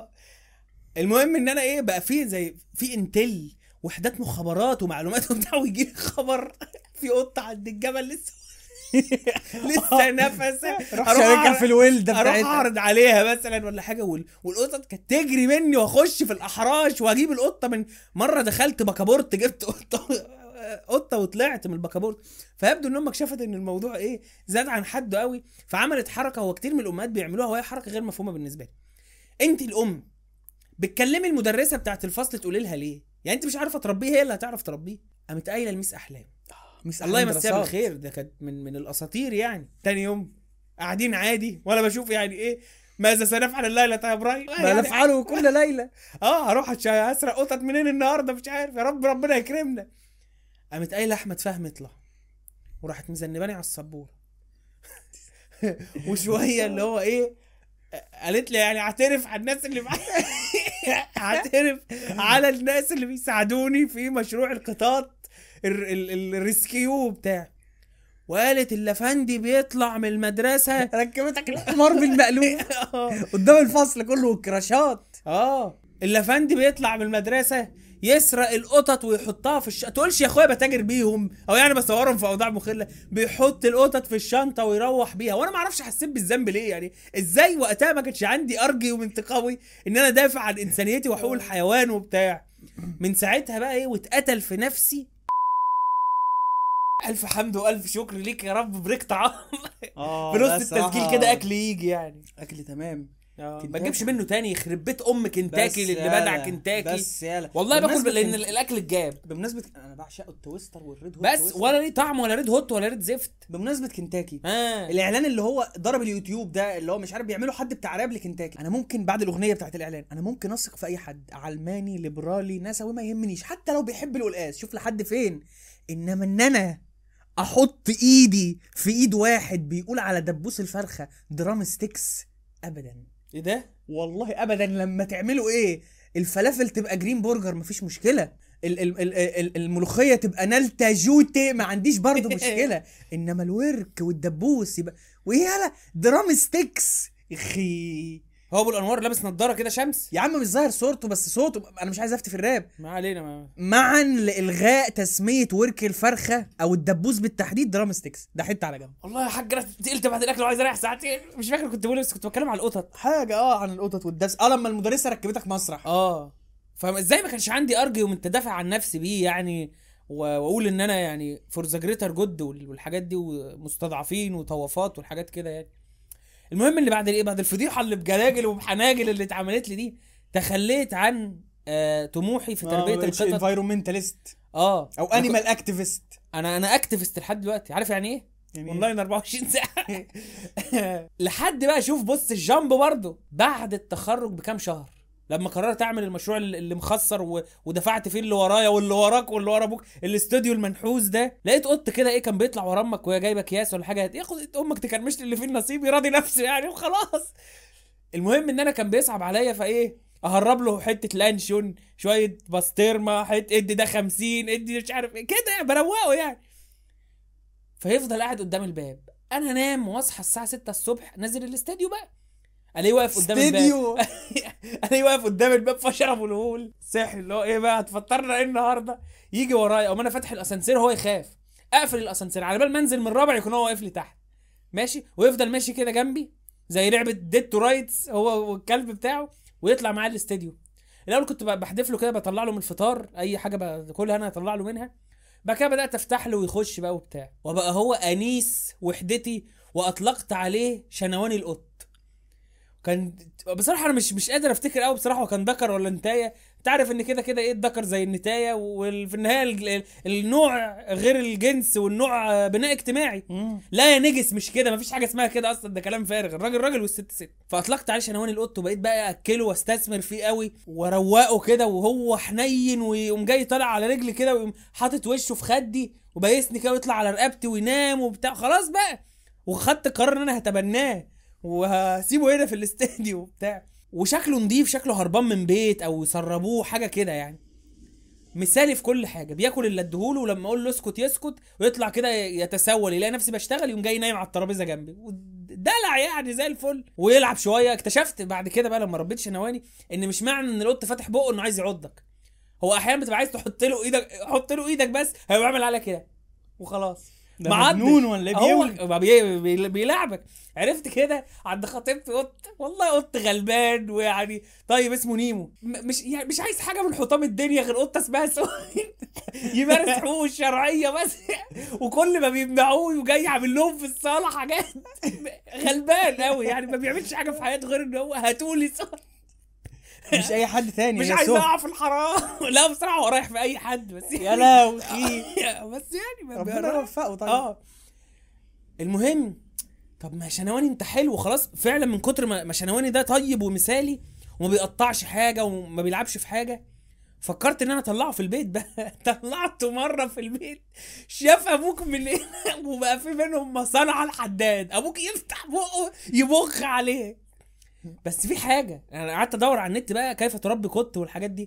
المهم ان انا ايه بقى في انتل وحدات مخابرات ومعلومات وبتاع، ويجي لي خبر في قطه عند الجبل لسه نفسها، اروح في الولده بتاعتها، اروح اعرض عليها مثلا ولا حاجه، والقطط كانت تجري مني واخش في الاحراش واجيب القطه. من مره دخلت بكابورت جبت قطه وطلعت من البكابورت. فيبدو ان امك شافت ان الموضوع ايه زاد عن حده قوي، فعملت حركه هو كتير من الامهات بيعملوها وهي حركه غير مفهومه بالنسبه لي. انت الام بتكلمي المدرسه بتاعت الفصل تقولي لها ليه؟ يعني انت مش عارفه تربيه، هي اللي هتعرف تربيه. قامت قايله لميس احلام، الله يمسيها بالخير، ده كانت من الاساطير يعني. تاني يوم قاعدين عادي وانا بشوف يعني ايه ماذا سنفعل الليله يا ابراهيم، ما يعني نفعله كل ليله. هروح اسرق قطط منين النهارده مش عارف، يا رب ربنا يكرمنا. قامت قايله احمد فهمي اطلع، وراحت مزنباني على السبوره وشويه اللي هو ايه قالت لي يعني اعترف على الناس اللي اعترف على الناس اللي بيساعدوني في مشروع القطاط الريسكيو بتاع. وقالت الافندي بيطلع من المدرسه ركبتك الحمار بالمقلوب قدام الفصل كله والكراشات. الافندي بيطلع من المدرسه يسرق القطط ويحطها في تقولش يا اخويا بتاجر بيهم او يعني بصورهم في اوضاع مخله، بيحط القطط في الشنطه ويروح بيها. وانا ما اعرفش حسيت بالذنب ليه يعني. ازاي وقتها ما كانش عندي ارجيومنت قوي ان انا دافع عن انسانيتي وحقوق الحيوان وبتاع. من ساعتها بقى ايه واتقتل في نفسي. الف حمد والف شكر ليك يا رب. بريك طعام في نص التسجيل كده اكل يجي يعني اكل تمام. ما تجيبش منه تاني، يخرب بيت كنتاكي اللي بدع كنتاكي بس يالا والله باكل لان الاكل اتجاب. بمناسبه انا بعشق التويستر والريد هوت بس ولا ليه طعم ولا ريد هوت ولا ريد زفت. بمناسبه كنتاكي الاعلان اللي هو ضرب اليوتيوب ده اللي هو مش عارف بيعملوا حد بتاع راب لكنتاكي، انا ممكن بعد الاغنيه بتاعت الاعلان انا ممكن اثق في اي حد، علماني ليبرالي نسوي ما يهمنيش، حتى لو بيحب القلقاس شوف لحد فين، انما ان انا احط ايدي في ايد واحد بيقول على دبوس الفرخه درام ستيكس ابدا. ايه ده والله ابدا. لما تعملوا ايه الفلافل تبقى جرين برجر مفيش مشكله، الملوخيه تبقى نالتا جوتي ما عنديش برضو مشكله، انما الورك والدبوس يبقى ويالا درام ستيكس. اخي هو ابو الانوار لابس نظاره كده شمس يا عم، مش ظاهر صورته بس صوته، انا مش عايز افتي في الراب. ما علينا معا لالغاء تسميه ورك الفرخه او الدبوس بالتحديد درام ستيكس، ده حته على جنب. والله يا حاج انا تقلت بعد الاكل وعايز اريح ساعتين، مش فاكر كنت بقول بس كنت بتكلم على القطط حاجه عن القطط والدبس. لما المدرسه ركبتك مسرح فازاي ما كانش عندي ارجي ومن تدافع عن نفسي بيه يعني، واقول ان انا يعني فور ذا جريتر جود والحاجات دي ومستضعفين وطوافات والحاجات كده يعني. المهم اللي بعد بعد الفضيحه اللي بجلاجل وبحناجل اللي اتعملت لي دي، تخليت عن طموحي في تربيه القطط. انفايرمنتاليست او انيمال اكتيفيست. انا اكتيفيست لحد دلوقتي. عارف يعني ايه؟ يعني اونلاين 24 ساعه لحد بقى شوف بص الجامب برضه بعد التخرج بكام شهر لما قررت اعمل المشروع اللي مخسر ودفعت فيه اللي ورايا واللي وراك واللي ورا ابوك، الاستوديو المنحوس ده، لقيت قط كده ايه كان بيطلع ورا امك وهي جايبه اكياس ولا حاجه، ياخد امك تكرمش اللي فيه النصيب يراضي نفسه يعني وخلاص. المهم ان انا كان بيصعب عليا فايه اهرب له حته لانشون شويه باسترما حته ادي ده 50 ادي مش عارف ايه كده يعني بروقه يعني. فيفضل قاعد قدام الباب، انا نام واصحى الساعه 6 الصبح نازل الاستوديو بقى، الاقيه واقف قدام الباب الاقيه واقف قدام الباب فشربوا الهول صحي اللي هو ايه بقى هتفطرنا ايه النهارده، يجي ورايا او انا فاتح الاسانسير هو يخاف اقفل الاسانسير على بال ما انزل من الرابع يكون هو واقف لي تحت ماشي، ويفضل ماشي كده جنبي زي لعبه ديد تو رايتس هو والكلب بتاعه، ويطلع معايا الاستوديو. الاول كنت بحدف له كده بطلع له من الفطار اي حاجه باكلها انا اطلع له منها، بعد كده بدات افتح له ويخش بقى وبتاع، وبقى هو انيس وحدتي، واطلقت عليه شنواني القط. كان بصراحه انا مش قادر افتكر قوي بصراحه هو كان ذكر ولا نتايه، انت عارف ان كده كده ايه الذكر زي النتايه، وفي النهايه النوع غير الجنس والنوع بناء اجتماعي. لا يا نجس مش كده، مفيش حاجه اسمها كده اصلا، ده كلام فارغ، الراجل راجل والست ست. فاطلقت عليه شنواني القط وبقيت بقى اكله واستثمر فيه قوي واروقه كده وهو حنين، ويقوم جاي طالع على رجلي كده ويقوم حاطط وشه في خدي وبايسني كده ويطلع على رقبتي وينام وبتاع، خلاص بقى. وخدت قرار ان انا هتبناه وهسيبه هنا في الاستديو وبتاع، وشكله نضيف، شكله هربان من بيت او سربوه حاجه كده يعني، مثالي في كل حاجه، بياكل اللي اديهوله ولما اقول له اسكت يسكت، ويطلع كده يتسول يلاقي نفسي بشتغل يقوم جاي نايم على الترابيزه جنبي دلع يعني زي الفل، ويلعب شويه. اكتشفت بعد كده بقى لما ربيت شنواني ان مش معنى ان القط فاتح بقه انه عايز يعضك، هو احيانا بتبقى عايز تحط له ايدك، حط له ايدك بس هيبقى عامل عليها كده وخلاص. مجنون ولا بيلعبك. عرفت كده عند خطيبتي قط، والله قط غلبان ويعني طيب اسمه نيمو، مش عايز حاجه من حطام الدنيا غير قطه اسمها سويد يمارس حقوقه الشرعيه بس، وكل ما بيمنعوه وجاي يعمل لهم في الصاله حاجات، غلبان قوي يعني ما بيعملش حاجه في حياته غير ان هو هاتولي سويد مش اي حد تاني، مش عايز اقع في الحرام لا بصراحه هو رايح في اي حد بس يا لهوي بس يعني ربنا يوفقه. طيب المهم طب ما شنواني انت حلو خلاص فعلا، من كتر ما شنواني ده طيب ومثالي وما بيقطعش حاجه وما بيلعبش في حاجه، فكرت ان انا اطلعه في البيت بقى طلعته مره في البيت، شاف ابوك من هنا وبقى في بينهم مصانع الحداد، ابوك يفتح بقه يبخ عليه. بس في حاجه انا قعدت ادور على النت بقى كيف تربي قط والحاجات دي،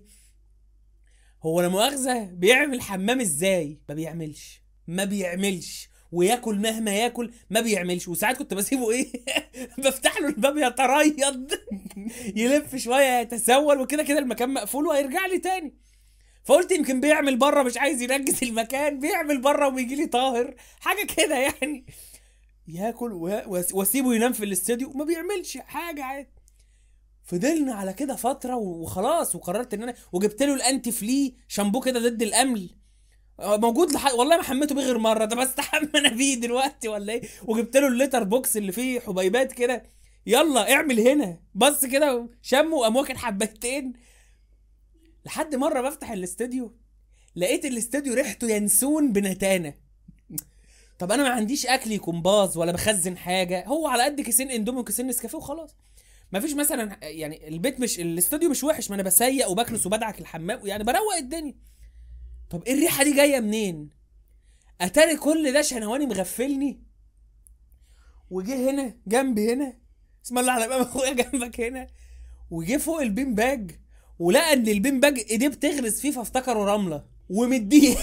هو لا مؤاخذه بيعمل حمام ازاي؟ ما بيعملش وياكل مهما ياكل ما بيعملش، وساعات كنت بسيبه ايه بفتح له الباب يتريض يلف شويه يتسول وكده كده المكان مقفول وهيرجع لي تاني، فقلت يمكن بيعمل بره مش عايز ينجس المكان، بيعمل بره وبيجي لي طاهر حاجه كده يعني، ياكل واسيبه ينام في الاستوديو ما بيعملش حاجه عادي. فضلنا على كده فتره وخلاص، وقررت ان انا وجبت له الانتي فلي شامبو كده ضد الامل موجود والله ما حميته بيه غير مره، ده بستحمى انا بيه دلوقتي ولا ايه، وجبت له الليتر بوكس اللي فيه حبيبات كده يلا اعمل هنا، بص كده شمه وقام واكل حبتين. لحد مره بفتح الاستوديو لقيت الاستوديو ريحته ينسون بنتانه. طب انا ما عنديش اكل يكون باظ ولا بخزن حاجه، هو على قد كيسين اندومي وكيسين نسكافيه وخلاص. ما فيش مثلا يعني البيت مش الاستوديو مش وحش، ما انا بسيق وبكنس وبدعك الحمام يعني بروق الدنيا. طب ايه الريحه دي جايه منين؟ اتاري كل ده شنواني مغفلني. وجه هنا جنبي هنا، اسم الله على باب اخويا جنبك هنا، وجه فوق البين باج ولقى ان البين باج ايديه بتغرز فيه فافتكره رمله ومديه.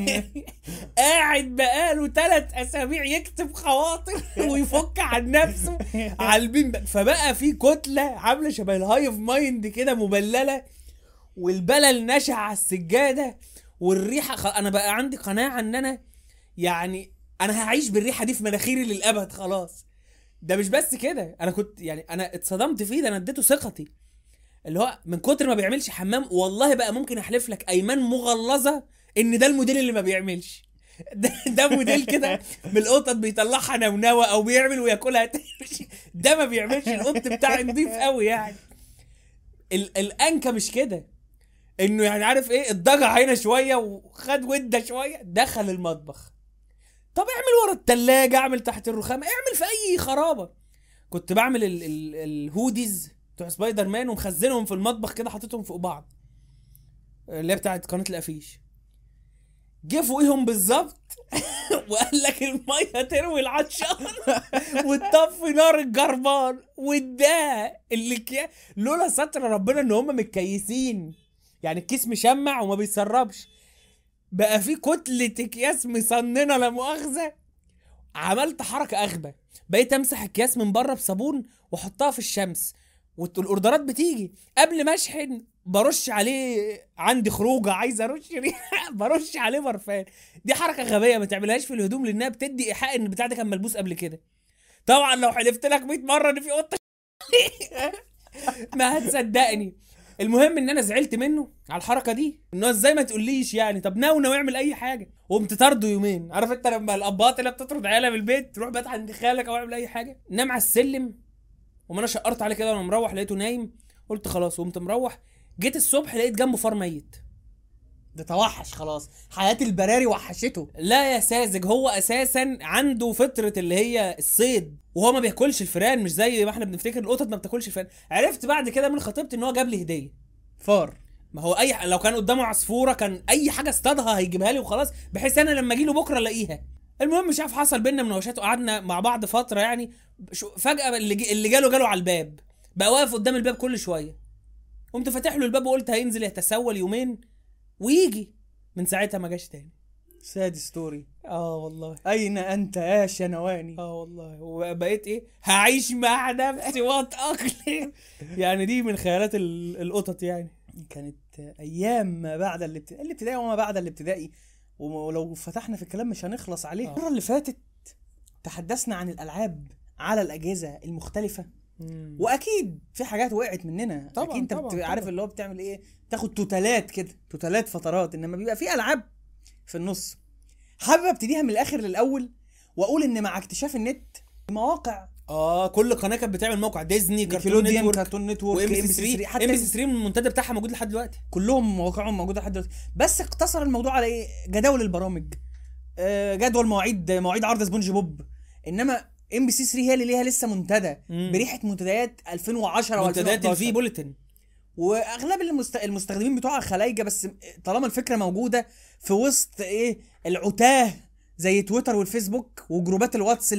قاعد بقاله 3 اسابيع يكتب خواطر ويفك عن نفسه على البين باج. فبقى في كتله عامله شبه الهايف مايند كده مبلله، والبلل نشع على السجاده، والريحه انا بقى عندي قناعه ان انا يعني انا هعيش بالريحه دي في مناخيري للابد خلاص. ده مش بس كده، انا كنت يعني انا اتصدمت فيه، ده انا اديته ثقتي اللي هو من كتر ما بيعملش حمام. والله بقى ممكن احلف لك ايمان مغلظه ان ده الموديل اللي ما بيعملش. ده موديل كده من القطط بيطلعها نونوه او بيعمل وياكلها تمشي. ده ما بيعملش، القط بتاعي نضيف قوي يعني. الانكه مش كده، انه يعني عارف ايه، الضجع هنا شويه وخد وده شويه دخل المطبخ. طب اعمل ورا التلاجة، اعمل تحت الرخامه، اعمل في اي خرابه. كنت بعمل الهوديز بتوع سبايدر مان ومخزنهم في المطبخ كده، حاططهم فوق بعض، اللي هي بتاعت قناه الافيش. جه فوقيهم بالظبط وقال لك الميه تروي العطشان وتطفي نار الجربان. وده اللي لولا ستر ربنا ان هم متكيسين، يعني الكيس مشمع وما بيسربش، بقى في كتله اكياس مصننه لا مؤاخذه. عملت حركه اغبى، بقيت امسح الكياس من بره بصابون واحطها في الشمس، والاوردرات بتيجي قبل ما اشحن برش عليه، عندي خروجه عايز ارش ريحه برش عليه برفان. دي حركه غبيه ما تعملهاش في الهدوم، لانها بتدي ايحاء ان البتاع ده كان ملبوس قبل كده. طبعا لو حلفت لك 100 مره ان في قطه ما هتصدقني. المهم ان انا زعلت منه على الحركه دي، انه ازاي ما تقوليش يعني، طب ناوي اعمل اي حاجه. وقمت طرده يومين. عارف انت لما الاباط اللي بتطرد عيالها من البيت تروح بات عند خالك او اعمل اي حاجه، نام على السلم. وما انا شقرت عليه كده وانا مروح لقيته نايم، قلت خلاص وقمت مروح. جيت الصبح لقيت جنبه فار ميت. ده توحش خلاص، حياة البراري وحشته. لا يا ساذج، هو اساسا عنده فطرة اللي هي الصيد، وهو ما بياكلش الفئران، مش زي ما احنا بنفتكر القطط ما بتاكلش الفئران. عرفت بعد كده من خطيبتي ان هو جاب لي هديه فار. ما هو لو كان قدامه عصفوره كان اي حاجه اصطادها هيجيبها لي وخلاص، بحيث انا لما اجي له بكره الاقيها. المهم مش عارف حصل بينا مناوشات وقعدنا مع بعض فتره يعني. فجاه اللي جاله على الباب، بقى واقف قدام الباب كل شويه. قمت فاتح له الباب وقلت هينزل يتسول يومين ويجي. من ساعتها ما جاش تاني. ساد ستوري. والله. اين انت يا شنواني؟ والله. وبقيت ايه، هعيش مع نفسي واتاقلم. يعني دي من خيالات القطط يعني. كانت ايام ما بعد الابتدائي وما بعد الابتدائي، ولو فتحنا في الكلام مش هنخلص عليه. المره اللي فاتت تحدثنا عن الالعاب على الاجهزه المختلفه، واكيد في حاجات وقعت مننا. طبعا اكيد انت طبعا عارف اللي هو بتعمل ايه، تاخد توتالات كده، توتالات فترات، انما بيبقى في العاب في النص. حابب ابتديها من الاخر للاول واقول ان مع اكتشاف النت مواقع، كل قناه كانت بتعمل موقع، ديزني، كارتون نتورك وام بي سي 3. حتى ام بي سي 3 المنتدى بتاعها موجود لحد دلوقتي، كلهم مواقعهم موجوده لحد دلوقتي. بس اقتصر الموضوع على ايه، جداول البرامج، جدول مواعيد عرض سبونج بوب. انما ام بي سي 3 هي اللي ليها لسه منتدى بريحه منتديات 2010 منتديات الفي بوليتن، واغلب المستخدمين بتوعها خلايجه. بس طالما الفكره موجوده في وسط ايه العتاه زي تويتر والفيسبوك وجروبات الواتس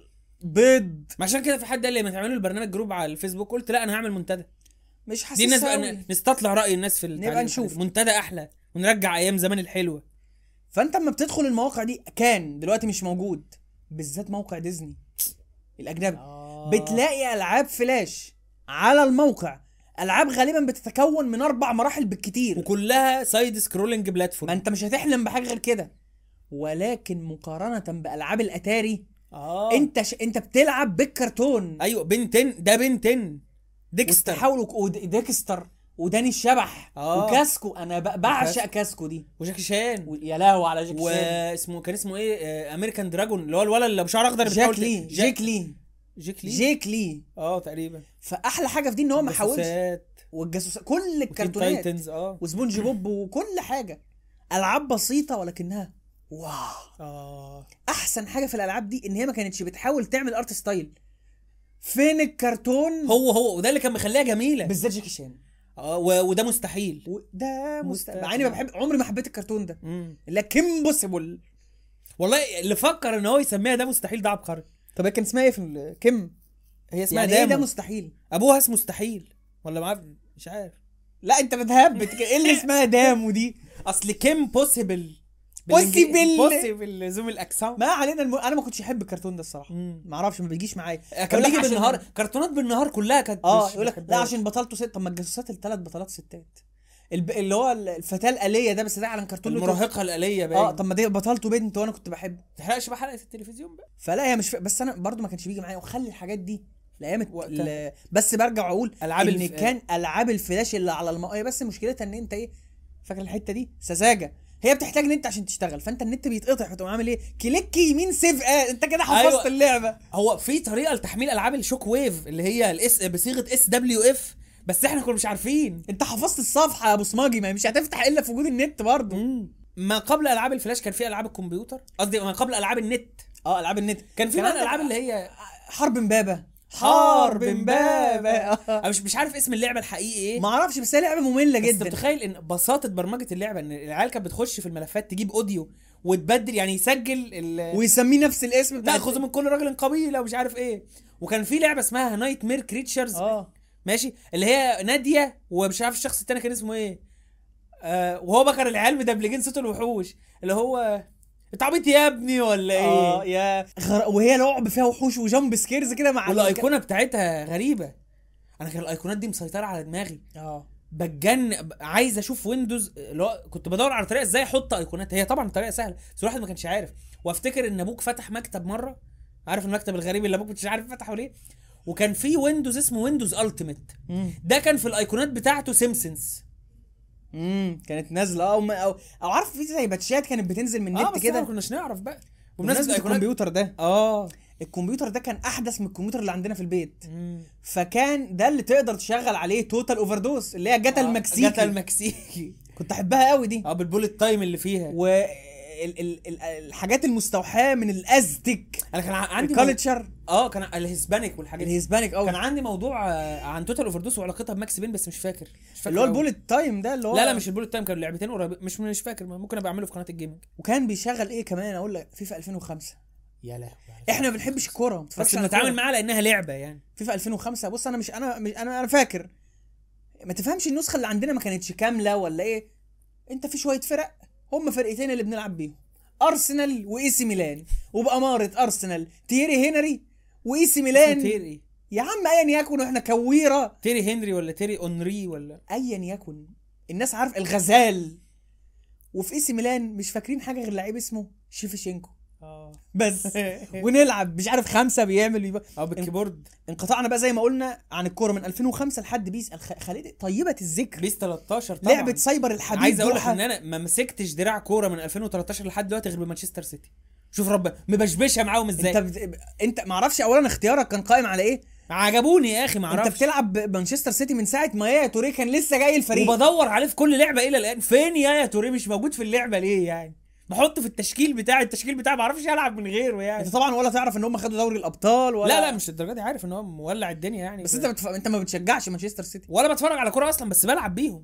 البيض. عشان كده في حد قال لي ما تعملوا البرنامج جروب على الفيسبوك، قلت لا انا هعمل منتدى. مش حاسس دي الناس نستطلع راي الناس في نبقى نشوف منتدى احلى ونرجع ايام زمان الحلوه. فانت اما بتدخل المواقع دي، كان دلوقتي مش موجود، بالذات موقع ديزني الاجنبي، بتلاقي العاب فلاش على الموقع. العاب غالبا بتتكون من 4 مراحل بالكتير، وكلها سايد سكرولنج بلاتفورم. ما انت مش هتحلم بحاجه غير كده. ولكن مقارنه بالعاب الاتاري، انت بتلعب بالكرتون. ايوه، بنتين، ده بنتين، ديكستر وداني الشبح وكاسكو. انا بعشق كاسكو دي، وجاكي شان. يا لهوي على جاكي شان. واسمه كان اسمه ايه، امريكان دراجون، اللي هو الولد اللي بشعر اخضر جيك لي جيك لي تقريبا. فاحلى حاجه في دي ان هو ما حاولش، والجاسوسات كل الكرتونات وسبونج بوب وكل حاجه، العاب بسيطه ولكنها واو. احسن حاجه في الالعاب دي ان هي ما كانتش بتحاول تعمل ارت ستايل. فين الكرتون؟ هو وده اللي كان مخليها جميله، بالذات جاكي شان. وده مستحيل، ده مستحيل، مع اني عمري ما حبيت الكرتون ده، لا كيمبوسيبل والله. اللي فكر ان هو يسميها ده مستحيل ده عبقري. طب هي كان اسمها ايه في كيم؟ هي اسمها يعني ايه ده مستحيل؟ ابوها اسمه مستحيل ولا معاه مش عارف. لا انت بتهبت ايه اللي اسمها دامو دي؟ اصل كيم بوسيبل زوم الاجسام. ما علينا انا ما كنتش احب الكرتون ده الصراحه، ما اعرفش، ما بيجيش معايا. كان بيجي بالنهار، كرتونات بالنهار كلها كانت يقول لك لا عشان بطلته ست. طب ما الجاسوسات الثلاث بطلات ستات، اللي هو الفتاه الآلية ده، بس ده على كرتون المراهقه الآلية باين. طب ما دي بطلته بنت وانا كنت بحبه. ما تحرقش بقى حلقه التلفزيون بقى. فلا هي مش بس انا برضو ما كانش بيجي معايا. وخلي الحاجات دي الايام بس برجع اقول ان كان العاب الفلاش اللي على هي بس مشكلتها ان انت ايه، فاكر الحته دي سذاجه. هي بتحتاج ان انت عشان تشتغل، فانت النت بيتقطع، فتقوم عامل ايه؟ كليك يمين سيف انت كده حفظت اللعبه. هو في طريقه لتحميل العاب الشوك ويف اللي هي بصيغه SWF، بس احنا كنا مش عارفين. انت حفظت الصفحه يا ابو سماجي، ما مش هتفتح الا في وجود النت برضه. ما قبل العاب الفلاش كان في العاب الكمبيوتر، قصدي ما قبل العاب النت. العاب النت كان في الالعاب اللي هي حرب امبابه. انا مش عارف اسم اللعبه الحقيقي ايه، ما اعرفش، بس هي لعبه ممله جدا. بس تخيل ان بساطه برمجه اللعبه ان العيال كانت بتخش في الملفات تجيب اوديو وتبدل، يعني يسجل ويسميه نفس الاسم بتاع ناخذ من كل راجل قبيله ومش عارف ايه. وكان في لعبه اسمها نايت مير كريتشرز ماشي، اللي هي ناديه ومش عارف الشخص التاني كان اسمه ايه، وهو بكر العيال مدبلجين صوت الوحوش، اللي هو انت عبيط يا ابني ولا ايه. وهي لعب فيها وحوش وجامب سكيرز كده مع والايقونه بتاعتها غريبه. انا كان الايقونات دي مسيطره على دماغي. بتجن عايز اشوف ويندوز، اللي هو كنت بدور على طريقه ازاي احط ايقونات. هي طبعا طريقه سهله بس الواحد ما كانش عارف. وافتكر ان ابوك فتح مكتب مره، عارف المكتب الغريب اللي ابوك مش عارف فتحه ليه، وكان في ويندوز اسمه ويندوز التيميت. ده كان في الايقونات بتاعته سيمبسونز. كانت نازله او عارف في زي باتشات كانت بتنزل من النت كده، ما كناش نعرف بقى. بمناسبه الكمبيوتر ده الكمبيوتر ده كان احدث من الكمبيوتر اللي عندنا في البيت. فكان ده اللي تقدر تشغل عليه توتال اوفردوز اللي هي جاتا المكسيكي. كنت احبها قوي دي، بالبوليت تايم اللي فيها، الحاجات المستوحاه من الازتك. انا كان عندي كالتشر كان الهسبانيك والحاجات الهسبانيك كان عندي موضوع عن توتال اوفردوز وعلاقتها بماكس بين، بس مش فاكر اللي هو البوليت تايم ده اللي هو لا مش البوليت تايم، كانوا لعبتين قريبين، مش فاكر، ممكن ابقى اعمله في قناه الجيمنج. وكان بيشغل ايه كمان اقول لك، فيفا 2005. يا لهوي احنا ما بنحبش الكوره، بس بنتعامل معاها لانها لعبه يعني. فيفا 2005 بص انا فاكر، ما تفهمش النسخه اللي عندنا ما كانتش كامله ولا ايه. انت في شويه فرق، هم فرقتين اللي بنلعب بيهم، ارسنال واي سي ميلان، وبأمارة ارسنال تيري هنري، واي سي ميلان تيري يا عم ايا يكن، واحنا كويره تيري هنري ولا تيري اونري ولا ايا يكن، الناس عارف الغزال. وفي اي سي ميلان مش فاكرين حاجه غير لعيب اسمه شيفشينكو بس ونلعب مش عارف 5 بيعمل بالكيبورد. انقطعنا بقى زي ما قلنا عن الكوره من 2005 لحد بيس خليت طيبه الذكر، بيس 13 طبعا، لعبه سايبر الحديد. عايز اقول لك ان انا ما مسكتش دراع كوره من 2013 لحد دلوقتي غير بمانشستر سيتي. شوف رب مبشبشها معاهم ازاي. انت ما اعرفش اولا اختيارك كان قائم على ايه. عجبوني يا اخي، ما اعرفش. انت بتلعب مانشستر سيتي من ساعه ما يا توريه كان لسه جاي الفريق، وبدور عليه في كل لعبه الى الان. فين يا توريه؟ مش موجود في اللعبه ليه يعني؟ بحطه في التشكيل بتاعي ما اعرفش العب من غيره يعني. انت طبعا ولا تعرف ان هم خدوا دوري الابطال ولا لا مش الدرجه دي، عارف ان هو مولع الدنيا يعني. بس انت ما بتشجعش مانشستر سيتي ولا بتفرج على كوره اصلا، بس بلعب بيهم.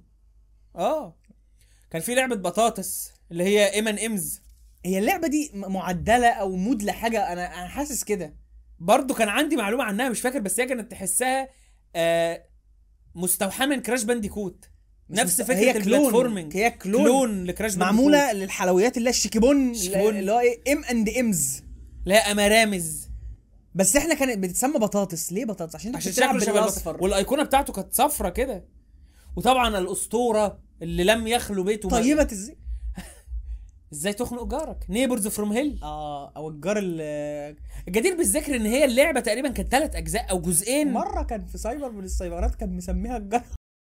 كان في لعبه بطاطس اللي هي امز. هي اللعبه دي معدله او مود لحاجه، انا حاسس كده برضو. كان عندي معلومه عنها مش فاكر، بس هي كانت تحسها مستوحاه من كراش بانديكوت، نفس فكره البلاتفورمينج. هي كلون لكراش بانديكوت، معموله للحلويات اللي هي الشيكيبون اللي هو ايه امز لا امارامز. بس احنا كانت بتتسمى بطاطس. ليه بطاطس؟ عشان شكله شبه الاصفر، والايقونه بتاعته كانت صفرة كده. وطبعا الاسطوره اللي لم يخلو بيته طيبه ازاي تخنق جارك، نيبرز فروم هيل. او الجار الجدير بالذكر ان هي اللعبه تقريبا كانت 3 اجزاء او جزئين. مره كان في سايبر من السايبرات كان مسميها الجار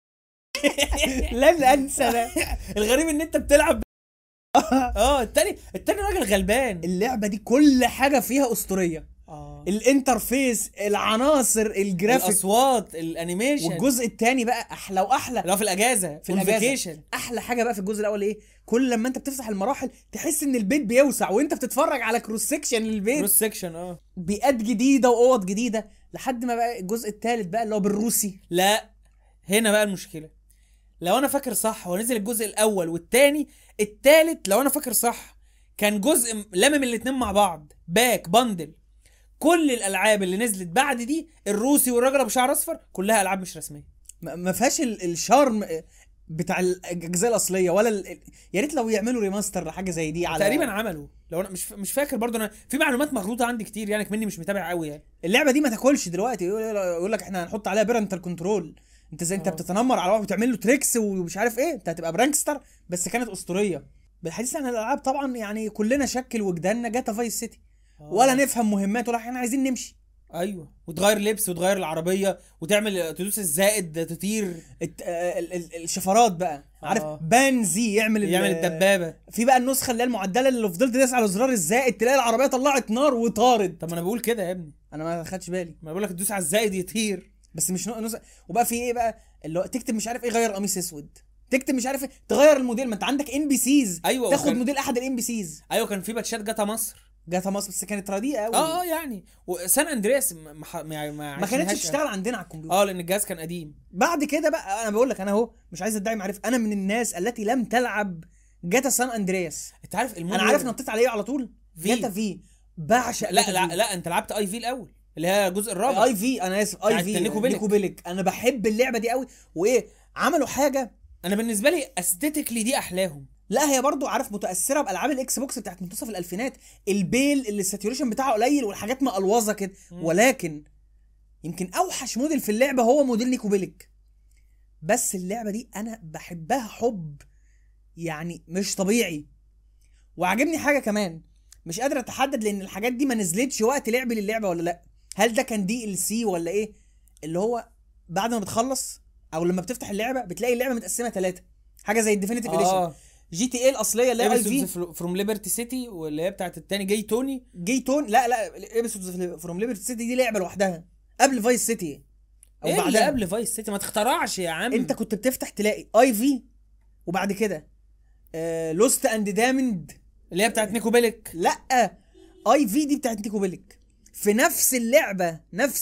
لن انسى ده. الغريب ان انت بتلعب التاني راجل غلبان. اللعبه دي كل حاجه فيها اسطوريه، الانترفيس، العناصر، الجرافيك، الاصوات، الانيميشن. والجزء الثاني بقى احلى واحلى. لا في الاجازه، في الفيكيشن. احلى حاجه بقى في الجزء الاول ايه؟ كل لما انت بتفتح المراحل تحس ان البيت بيوسع وانت بتتفرج على كروس سيكشن للبيت، كروس سيكشن بيئات جديده واوض جديده، لحد ما بقى الجزء الثالث بقى اللي هو بالروسي. لا هنا بقى المشكله، لو انا فاكر صح هو نزل الجزء الاول والثاني، الثالث لو انا فاكر صح كان جزء لمم الاثنين مع بعض، باك بندل. كل الالعاب اللي نزلت بعد دي الروسي والراجل ابو شعر اصفر كلها العاب مش رسميه، ما فيهاش الشارم بتاع الاجزاء الاصليه، ولا يا ريت لو يعملوا ريماستر لحاجه زي دي. على تقريبا عملوا، لو انا مش فاكر برضو، انا في معلومات مغلوطه عندي كتير يعني، كمني مش متابع قوي يعني. اللعبه دي ما تاكلش دلوقتي، يقول لك احنا هنحط عليها بيرنتال كنترول. انت زي انت بتتنمر على واحد وتعمل له تريكس ومش عارف ايه، انت هتبقى برانكستر. بس كانت اسطوريه. بالحديث عن الالعاب طبعا يعني كلنا شكل وجداننا جاتا فايس سيتي، ولا نفهم مهمات ولا احنا عايزين نمشي. ايوه، وتغير لبس وتغير العربيه وتعمل تدوس الزائد تطير. الشفرات بقى عارف بنزي يعمل الدبابه. في بقى النسخه اللي هي المعدله اللي فضلت تدوس على زرار الزائد تلاقي العربيه طلعت نار وطارد. طب ما انا بقول كده يا ابني، انا ما خدتش بالي. ما بقول لك تدوس على الزائد يطير، بس مش نسخه. وبقى في ايه بقى اللي هو تكتب مش عارف ايه غير قميص اسود، تكتب مش عارف ايه تغير الموديل. ما انت عندك ان بي سيز، أيوة، تاخد موديل احد الان بي سيز. ايوه كان في باتشات جاتا مصر بس كانت رديئه قوي. يعني وسان اندرياس ما كانتش بتشتغل عندنا على الكمبيوتر، لان الجهاز كان قديم. بعد كده بقى انا بقول لك، انا اهو مش عايز ادعي معرفه، انا من الناس التي لم تلعب جاتا سان اندرياس. انت عارف انا عارف نطيت عليه على طول جاتا في بعشق. لا انت لعبت اي في الاول اللي هي الجزء الرابع. اي في انا اسف، اي في نيكو بيلك. انا بحب اللعبه دي قوي. وايه عملوا حاجه انا بالنسبه لي استيتيكلي دي احلاهم. لا هي برضو عارف متاثره بالعاب الاكس بوكس بتاعت منتصف الالفينات، البيل اللي الساتوريشن بتاعه قليل والحاجات مقلوظه كده. ولكن يمكن اوحش موديل في اللعبه هو موديل نيكو بيلك. بس اللعبه دي انا بحبها حب يعني مش طبيعي. وعجبني حاجه كمان مش قادر اتحدد، لان الحاجات دي ما نزلتش وقت لعبي للعبه ولا لا. هل ده كان دي ال سي ولا ايه؟ اللي هو بعد ما بتخلص او لما بتفتح اللعبه بتلاقي اللعبه متقسمه 3، حاجه زي الديفينيتيف اديشن. جي تي اي الاصليه اللي هي اي في فروم ليبرتي سيتي، واللي هي بتاعت الثاني جاي توني. لا ايبسودز فروم ليبرتي سيتي دي لعبه لوحدها قبل فايس سيتي او إيه بعدها. قبل فايس سيتي ما تخترعش يا عم. انت كنت بتفتح تلاقي اي في وبعد كده لوست اند دامند اللي هي بتاعت نيكو بيلك. لا اي في دي بتاعت نيكو بيلك في نفس اللعبه،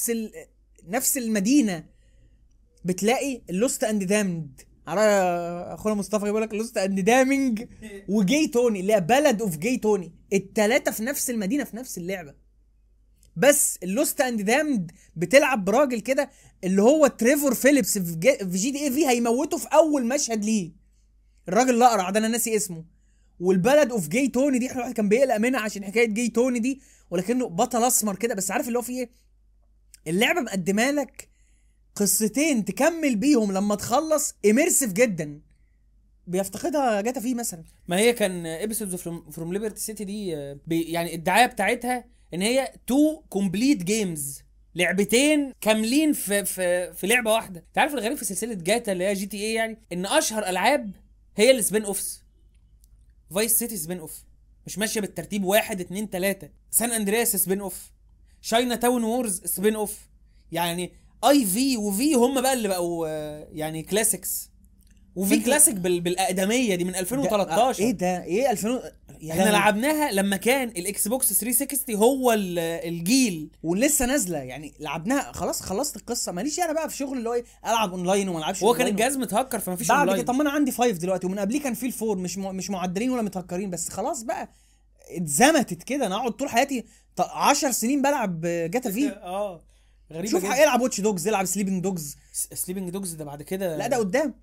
نفس المدينه بتلاقي اللوست اند دامند. على اخونا مصطفى يقول لك لوست اند دامينج وجاي توني اللي هي بلد اوف جاي توني، الثلاثه في نفس المدينه في نفس اللعبه. بس اللوست اند دامد بتلعب براجل كده اللي هو تريفور فيليبس في جي دي اي في، هيموته في اول مشهد ليه. الراجل الاقرع ده انا ناسي اسمه. والبلد اوف جاي توني دي الواحد كان بيقلق منها عشان حكايه جاي توني دي، ولكنه بطل اسمر كده. بس عارف اللي هو فيه ايه؟ اللعبه مقدمه لك قصتين تكمل بيهم لما تخلص اميرسيف جدا بيفتقدها جاتا فيه مثلا. ما هي كان ايبيسودز فروم ليبرتي سيتي دي يعني الدعايه بتاعتها ان هي 2 كومبليت جيمز، لعبتين كاملين في لعبه واحده. انت عارف الغريب في سلسله جاتا اللي هي جي تي اي يعني ان اشهر العاب هي السبين اوفس. فايس سيتي سبين اوف مش ماشيه بالترتيب 1 2 3. سان اندرياس سبين اوف، شاينا تاون وورز سبين اوف. يعني اي في وفي هم بقى اللي بقوا يعني كلاسيكس. وفي كلاسيك بالاقدميه دي من 2013. ايه ده ايه 2000 يعني احنا لعبناها لما كان الاكس بوكس 360 هو الجيل ولسه نازله. يعني لعبناها خلاص، خلصت القصه، ماليش انا بقى في شغل اللي هو ايه العب اونلاين وما العبش. هو كان الجهاز متهكر فما فيش اونلاين. بعد كده طب ما انا عندي 5 دلوقتي ومن قبليه كان في ال4 مش معدلين ولا متهكرين. بس خلاص بقى اتزمتت كده. انا اقعد طول حياتي 10 سنين بلعب جاتا في. غريبه. شوف العب واتش دوجز، العب سليبنج دوجز. سليبنج دوجز ده بعد كده، لا ده قدام.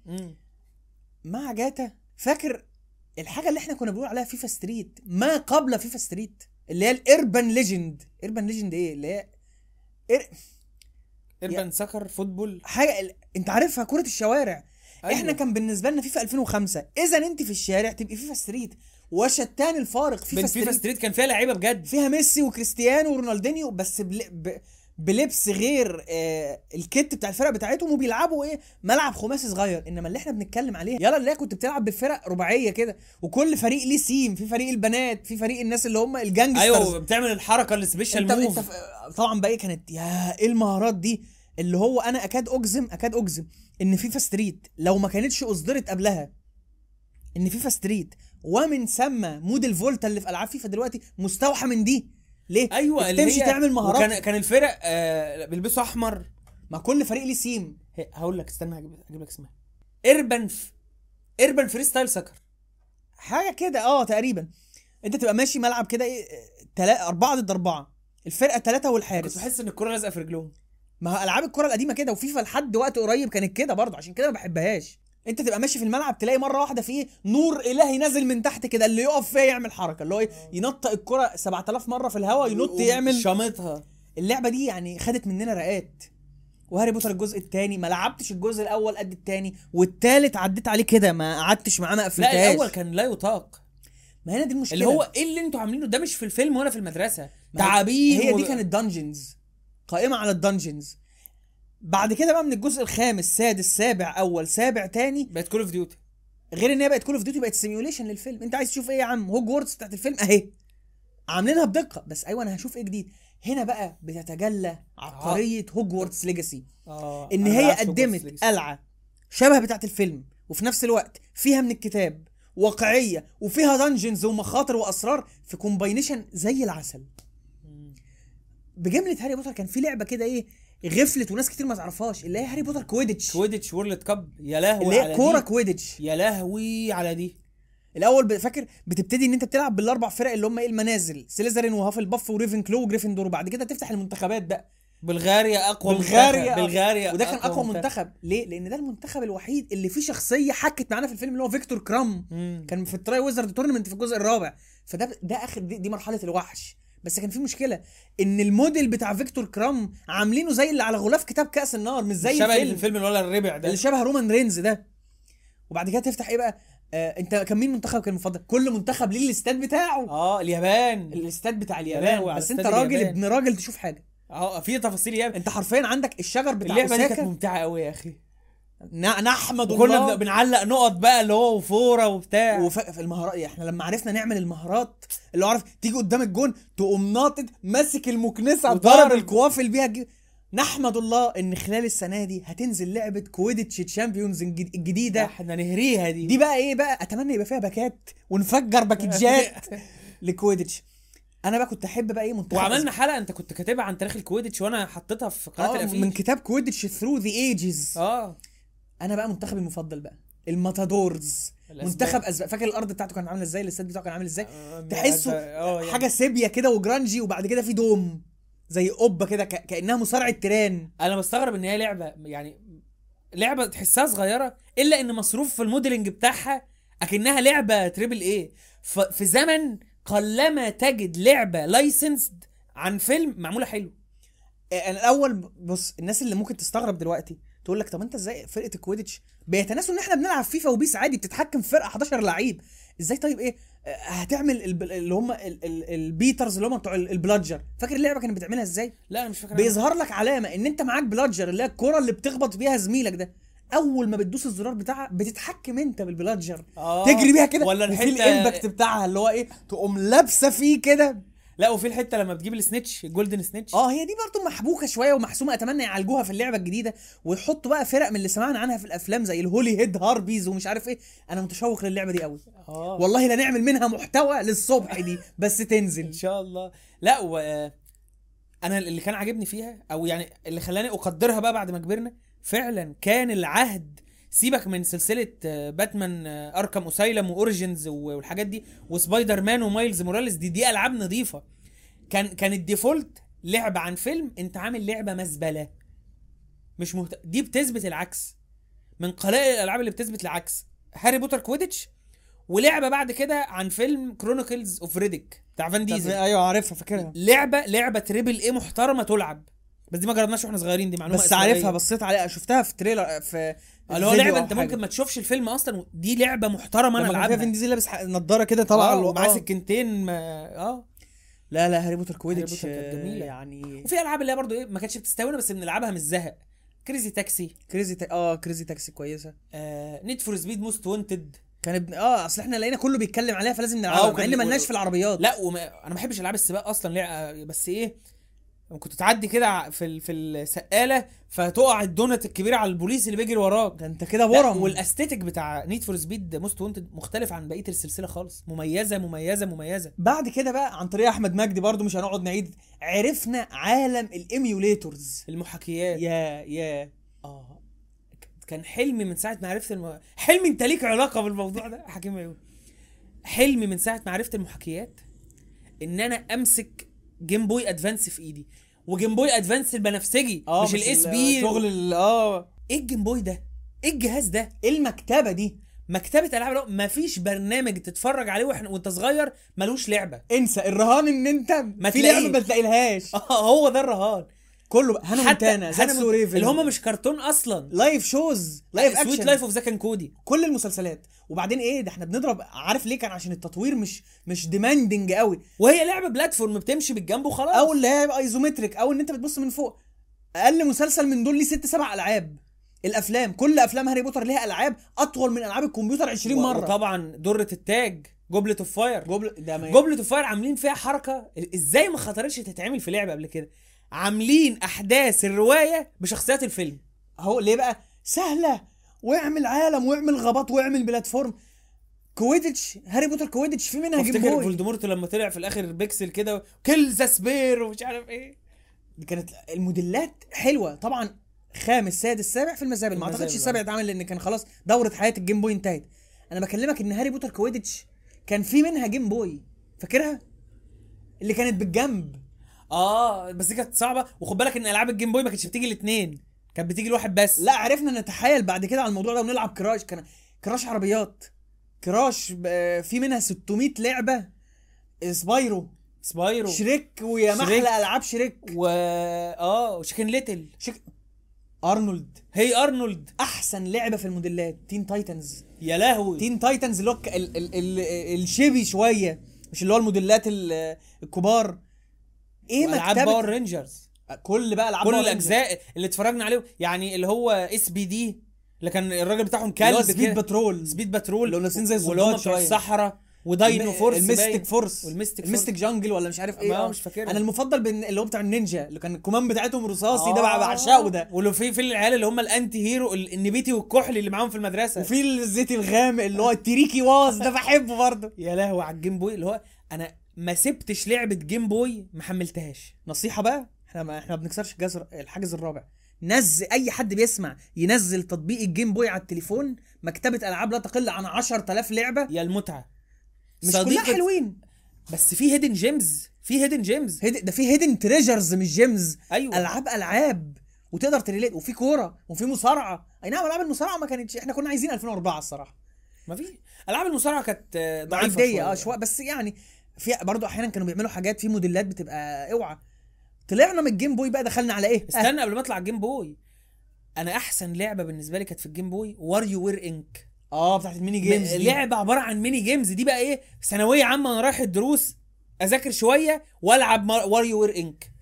مع جاتا فاكر الحاجه اللي احنا كنا بنقول عليها فيفا ستريت ما قبل فيفا ستريت اللي هي الاربن ليجند. اربن ليجند ايه اللي هي اربن سكر فوتبول حاجه انت عارفها، كره الشوارع. أيوة. احنا كان بالنسبه لنا فيفا 2005 اذا انت في الشارع تبقي فيفا ستريت. وشتان الفارق. فيفا ستريت كان فيها لعيبه بجد، فيها ميسي وكريستيانو ورونالدينيو بس بلبس غير الكت بتاع الفرق بتاعتهم، وبيلعبوا ايه ملعب خماسي صغير. انما اللي احنا بنتكلم عليه يلا اللي كنت بتلعب بفرق رباعيه كده، وكل فريق ليه سيم، في فريق البنات، في فريق الناس اللي هم الجانجسترز. ايوه بتعمل الحركه السبيشال موف. طبعا بقى كانت يا ايه المهارات دي، اللي هو انا اكاد اجزم ان فيفا ستريت لو ما كانتش اصدرت قبلها، ان فيفا ستريت ومن ثم موديل فولتا اللي في العاب فيفا دلوقتي مستوحى من دي. ليه؟ ايوه اللي تمشي تعمل مهارات. كان الفرق بيلبسوا احمر، ما كل فريق ليه سيم. هقول لك استنى اجيب لك اسمها اربن فري ستايل سكر حاجه كده تقريبا. انت تبقى ماشي ملعب كده ايه 4 ضد 4، الفرقه 3 والحارس. كنت بحس ان الكره لازقه في رجلهم. ما هو العاب الكره القديمه كده، وفيفا لحد وقت قريب كانت كده برضه، عشان كده ما بحبهاش. انت تبقى ماشي في الملعب تلاقي مره واحده في نور الهي نازل من تحت كده، اللي يقف فيها يعمل حركه، اللي هو ينطق الكره 7000 مره في الهواء، ينط يعمل شامتها. اللعبه دي يعني خدت مننا رقات. وهاري بوتر الجزء الثاني ما لعبتش الجزء الاول قد الثاني، والثالث عديت عليه كده ما قعدتش معاه، ما قفلتهاش. لا الاول كان لا يطاق. ما هنا دي المشكله، اللي هو ايه اللي انتوا عاملينه ده؟ مش في الفيلم ولا في المدرسه، تعابين. هي دي كانت دانجنز، قائمه على الدانجنز. بعد كده بقى من الجزء الخامس سادس سابع اول سابع تاني بقت كول اوف ديوتي. غير ان هي بقت كول اوف ديوتي، بقت سيميوليشن للفيلم. انت عايز تشوف ايه يا عم؟ هوجورتس بتاعت الفيلم اهي عاملينها بدقه، بس ايوه انا هشوف ايه جديد. هنا بقى بتتجلى عبقريه هوجورتس ليجاسي، ان هي قدمت قلعه شبه بتاعت الفيلم، وفي نفس الوقت فيها من الكتاب واقعيه، وفيها دانجنز ومخاطر واسرار في كومباينيشن زي العسل. بجمله هاري بوتر كان في لعبه كده ايه غفلت وناس كتير ما تعرفهاش، اللي هي هاري بوتر كويديتش وورلد كاب. يا لهوي اللي هي كوره كويديتش. يا لهوي على دي. الاول فاكر بتبتدي ان انت بتلعب بالاربع فرق اللي هم ايه المنازل، سليزرين وهافل باف وريفن كلو وجريفندور، وبعد كده تفتح المنتخبات بقى. بلغاريا اقوى بلغاريا وده كان اقوى منتخب. ليه؟ لان ده المنتخب الوحيد اللي فيه شخصيه حكت معانا في الفيلم، اللي هو فيكتور كرام. كان في التراي ويزارد تورنمنت في الجزء الرابع. ده اخر دي مرحله الوحش. بس كان في مشكله ان الموديل بتاع فيكتور كرام عاملينه زي اللي على غلاف كتاب كاس النار، مش زي الفيلم ولا الربع ده اللي شبه رومان رينز ده. وبعد كده تفتح ايه بقى انت كان مين منتخب كان مفضل؟ كل منتخب ليه الاستاد بتاعه. اليابان الاستاد بتاع اليابان. بس انت راجل ابن راجل تشوف حاجه في تفاصيل يابان. انت حرفيا عندك الشجر بتاع اللعبه دي كانت ممتعه قوي يا اخي. نحمد الله. كنا بنعلق نقط بقى اللي هو وفوره وبتاع. في المهارات احنا لما عرفنا نعمل المهارات اللي عارف تيجي قدام الجون تقوم ناطط ماسك المكنسه ضرب القوافل بيها نحمد الله ان خلال السنه دي هتنزل لعبه كويديتش تشامبيونز الجديده. احنا نهريها دي بقى ايه بقى، اتمنى يبقى فيها باكات ونفجر باكجات لكويديتش. انا بقى كنت احب بقى ايه منتخب. وعملنا حلقه انت كنت كاتبها عن تاريخ الكويديتش وانا حطيتها في قناه الافيش من كتاب كويديتش ثرو ذا ايجز. انا بقى منتخبي المفضل بقى الماتادورز، منتخب اسبق. فاكر الارض بتاعته كانت عامله ازاي؟ الاستاد بتاعه كان عامل ازاي؟ تحسه يعني حاجه سيبيا كده وجرانجي، وبعد كده في دوم زي قبه كده كانها مصارعه تيران. انا بستغرب ان هي لعبه، يعني لعبه تحسها صغيره، الا ان مصروف في الموديلنج بتاعها اكنها لعبه تريبل ايه. في زمن قلما تجد لعبه لايسنسد عن فيلم معموله حلو. انا الاول بص، الناس اللي ممكن تستغرب دلوقتي تقول لك طب انت ازاي فرقه الكويديتش بيتناسوا ان احنا بنلعب فيفا وبيس عادي بتتحكم في فرقه 11 لعيب ازاي؟ طيب ايه هتعمل اللي هم البيترز اللي هم بتوع البلادجر؟ فاكر اللعبه كانت بتعملها ازاي؟ لا انا مش فاكر. بيظهر لك علامه ان انت معاك بلادجر، اللي هي الكره اللي بتخبط بيها زميلك ده. اول ما بتدوس الزرار بتاعها بتتحكم انت بالبلادجر تجري بيها كده، ولا الحته الامباكت بتاعها اللي هو ايه تقوم لابسه فيه كده. لا وفي الحته لما بتجيب السنيتش الجولدن سنيتش هي دي برضو محبوكه شويه ومحسومه. اتمنى يعالجوها في اللعبه الجديده ويحطوا بقى فرق من اللي سمعنا عنها في الافلام زي الهولي هيد هاربيز ومش عارف ايه. انا متشوق للعبه دي قوي. والله لا نعمل منها محتوى للصبح دي بس تنزل ان شاء الله. لا انا اللي كان عاجبني فيها او يعني اللي خلاني اقدرها بقى بعد ما كبرنا فعلا كان العهد. سيبك من سلسله باتمان اركام اسايلم واوريجينز والحاجات دي وسبايدر مان ومايلز موراليس، دي العاب نظيفه. كان الديفولت لعبه عن فيلم، انت عامل لعبه مزبله مش دي بتثبت العكس. من قلائل الالعاب اللي بتثبت العكس هاري بوتر كويديتش، ولعبه بعد كده عن فيلم كرونيكلز اوف ريديك بتاع فان ديزل. ايوه عارفها فاكرها. لعبه تريبل ايه محترمه تلعب، بس دي ما جربناش واحنا صغيرين، دي معلومه بس عارفها بصيت عليها شفتها في تريلر في اللي هو لعبه انت ممكن ما تشوفش الفيلم اصلا. دي لعبه محترمه انا العبها. فين ديزل لابس نضاره كده طالعه ومعاه سكينتين لا هاري بوتر كويديتش جميله يعني. وفي العاب اللي هي برضو ايه ما كانتش بتستهوينا بس بنلعبها من الزهق. كريزي تاكسي كريزي تاكسي كويسه. نيد فور سبيد موست وانتد كان اصل احنا لقينا كله بيتكلم عليها فلازم نلعبها مع ان مالناش في العربيات. لا انا ما بحبش العاب السباق اصلا بس ايه كنت تعدي كده في السقاله فتقع الدونت الكبيره على البوليس اللي بيجري وراك ده انت كده ورم. والاستيتيك بتاع نيد فور سبيد موست وانتد مختلف عن بقيه السلسله خالص. مميزه. بعد كده بقى عن طريق احمد مجدي برضو مش هنقعد نعيد عرفنا عالم الايميوليتورز المحاكيات. يا كان حلمي من ساعه ما عرفت حلمي انت ليك علاقه بالموضوع ده حكيم عيون. حلمي من ساعه ما عرفت المحاكيات ان انا امسك جيم بوي ادفانس في ايدي. وجيم بوي ادفانس البنفسجي مش الاس بي شغل ايه الجيم بوي ده؟ ايه الجهاز ده؟ ايه المكتبه دي؟ مكتبه العاب. مفيش برنامج تتفرج عليه وانت صغير ملوش لعبه. انسى الرهان ان انت في لعبه ما تلاقيلهاش. هو ده الرهان كله هانا مونتانا اللي هم مش كرتون اصلا. لايف شوز لايف اكشن. سويت لايف اوف زاك اند كودي كل المسلسلات. وبعدين ايه ده احنا بنضرب عارف ليه؟ كان عشان التطوير مش ديماندنج قوي وهي لعبه بلاتفورم بتمشي بالجنب وخلاص. او اللي هي ايزومتريك او ان انت بتبص من فوق. اقل مسلسل من دول ليه 6-7 العاب. الافلام كل افلام هاري بوتر ليها العاب اطول من العاب الكمبيوتر 20 مره. وطبعا دره التاج جوبلت اوف فاير. جوبلت اوف فاير عاملين فيها حركه ازاي ما خطرتش تتعمل في لعبه قبل كده. عاملين احداث الروايه بشخصيات الفيلم. اهو ليه بقى سهله واعمل عالم واعمل غابات واعمل بلاتفورم. كويديتش هاري بوتر كويديتش في منها جيم بوي. فولدمورت لما طلع في الاخر بيكسل كده كل ذا سبير ومش عارف ايه. دي كانت الموديلات حلوه طبعا. خامس سادس سابع في المزابل. ما اعتقدش السابع اتعمل لان كان خلاص دوره حياه الجيم بوي انتهت. انا بكلمك ان هاري بوتر كويديتش كان في منها جيم بوي. فاكرها اللي كانت بالجنب. بس دي كانت صعبه. وخد بالك ان العاب الجيم بوي ما كانتش بتيجي الاثنين كانت بتيجي الواحد بس. لا عرفنا نتحايل بعد كده على الموضوع ده ونلعب كراش. كان كراش عربيات. كراش في منها 600 لعبه. سبايرو شريك ويا محلى العاب شريك شيكن ليتل ارنولد. هي ارنولد احسن لعبه في الموديلات. تين تايتنز. يا لهوي تين تايتنز لوك الشيبي شويه مش اللي هو الموديلات الكبار. ايه العاب باور رينجرز. كل بقى كل الاجزاء اللي اتفرجنا عليه يعني اللي هو اس بي دي اللي كان الراجل بتاعهم كلب سبيد باترول اللي لابسين زي الزباط شويه الصحراء وداينو فورس الميستيك فورس الميستيك جانجل ولا مش عارف ايه. مش فاكرها. انا المفضل اللي هو بتاع النينجا اللي كان الكمان بتاعتهم رصاصي ده بعشقه ده. ولو في العيال اللي هم الانتي هيرو النبيتي والكحلي اللي معاهم في المدرسه. وفي الزيتي الغامق اللي هو التريكي واز ده بحبه برضه. يا لهوي على الجيم بوي اللي هو انا ما سبتش لعبه جيم بوي ما حملتهاش. نصيحه بقى احنا ما بنكسرش الحاجز الرابع. نزل اي حد بيسمع ينزل تطبيق الجيم بوي على التليفون. مكتبه العاب لا تقل عن 10,000 لعبه. يا المتعه مش كلها حلوين بس في هيدن جيمز. ده في هيدن تريجرز مش جيمز. أيوة. العاب وتقدر تريليت. وفي كوره وفي مصارعه. اي نعم العاب المصارعه ما كانتش احنا كنا عايزين 2004 الصراحه. ما في العاب المصارعه كانت ضعيفه شويه بس يعني في برضو احيانا كانوا بيعملوا حاجات في موديلات بتبقى اوعى. طلعنا من الجيم بوي بقى دخلنا على ايه؟ استنى قبل ما اطلع الجيم بوي. انا احسن لعبه بالنسبه لي كانت في الجيم بوي واريو وير انك. بتاعت الميني جيمز. لعبه عباره عن ميني جيمز. دي بقى ايه ثانويه عامه انا رايح الدروس اذاكر شويه والعب واريو وير انك.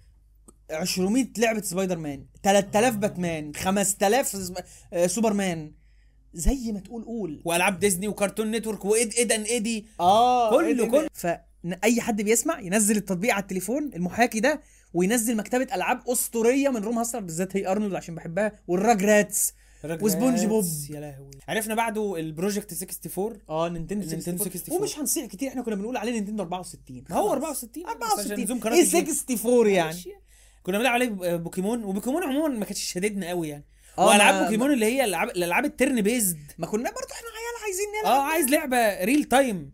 200 لعبه سبايدر مان 3000 باتمان 5000 سوبر مان زي ما تقول والعاب ديزني وكارتون نتورك وايد ان ايدي كله. فاي حد بيسمع ينزل التطبيق على التليفون المحاكي ده وينزل مكتبه العاب اسطوريه من روم هاستر بالذات هي ارنولد عشان بحبها والراجراتس وسبونج بوب. يا لهوي عرفنا بعده البروجكت 64. نينتندو 64 ومش هنصيع كتير. احنا كنا بنقول عليه نينتندو 64. هو 64 ايه 64 يعني. كنا بنلعب عليه بوكيمون. وبوكيمون عموما ما كانتش شددنا قوي يعني. والعاب بوكيمون اللي هي الالعاب الترن بيزد ما كنا برضو احنا عيال عايزين نلعب. عايز لعبه ريل تايم.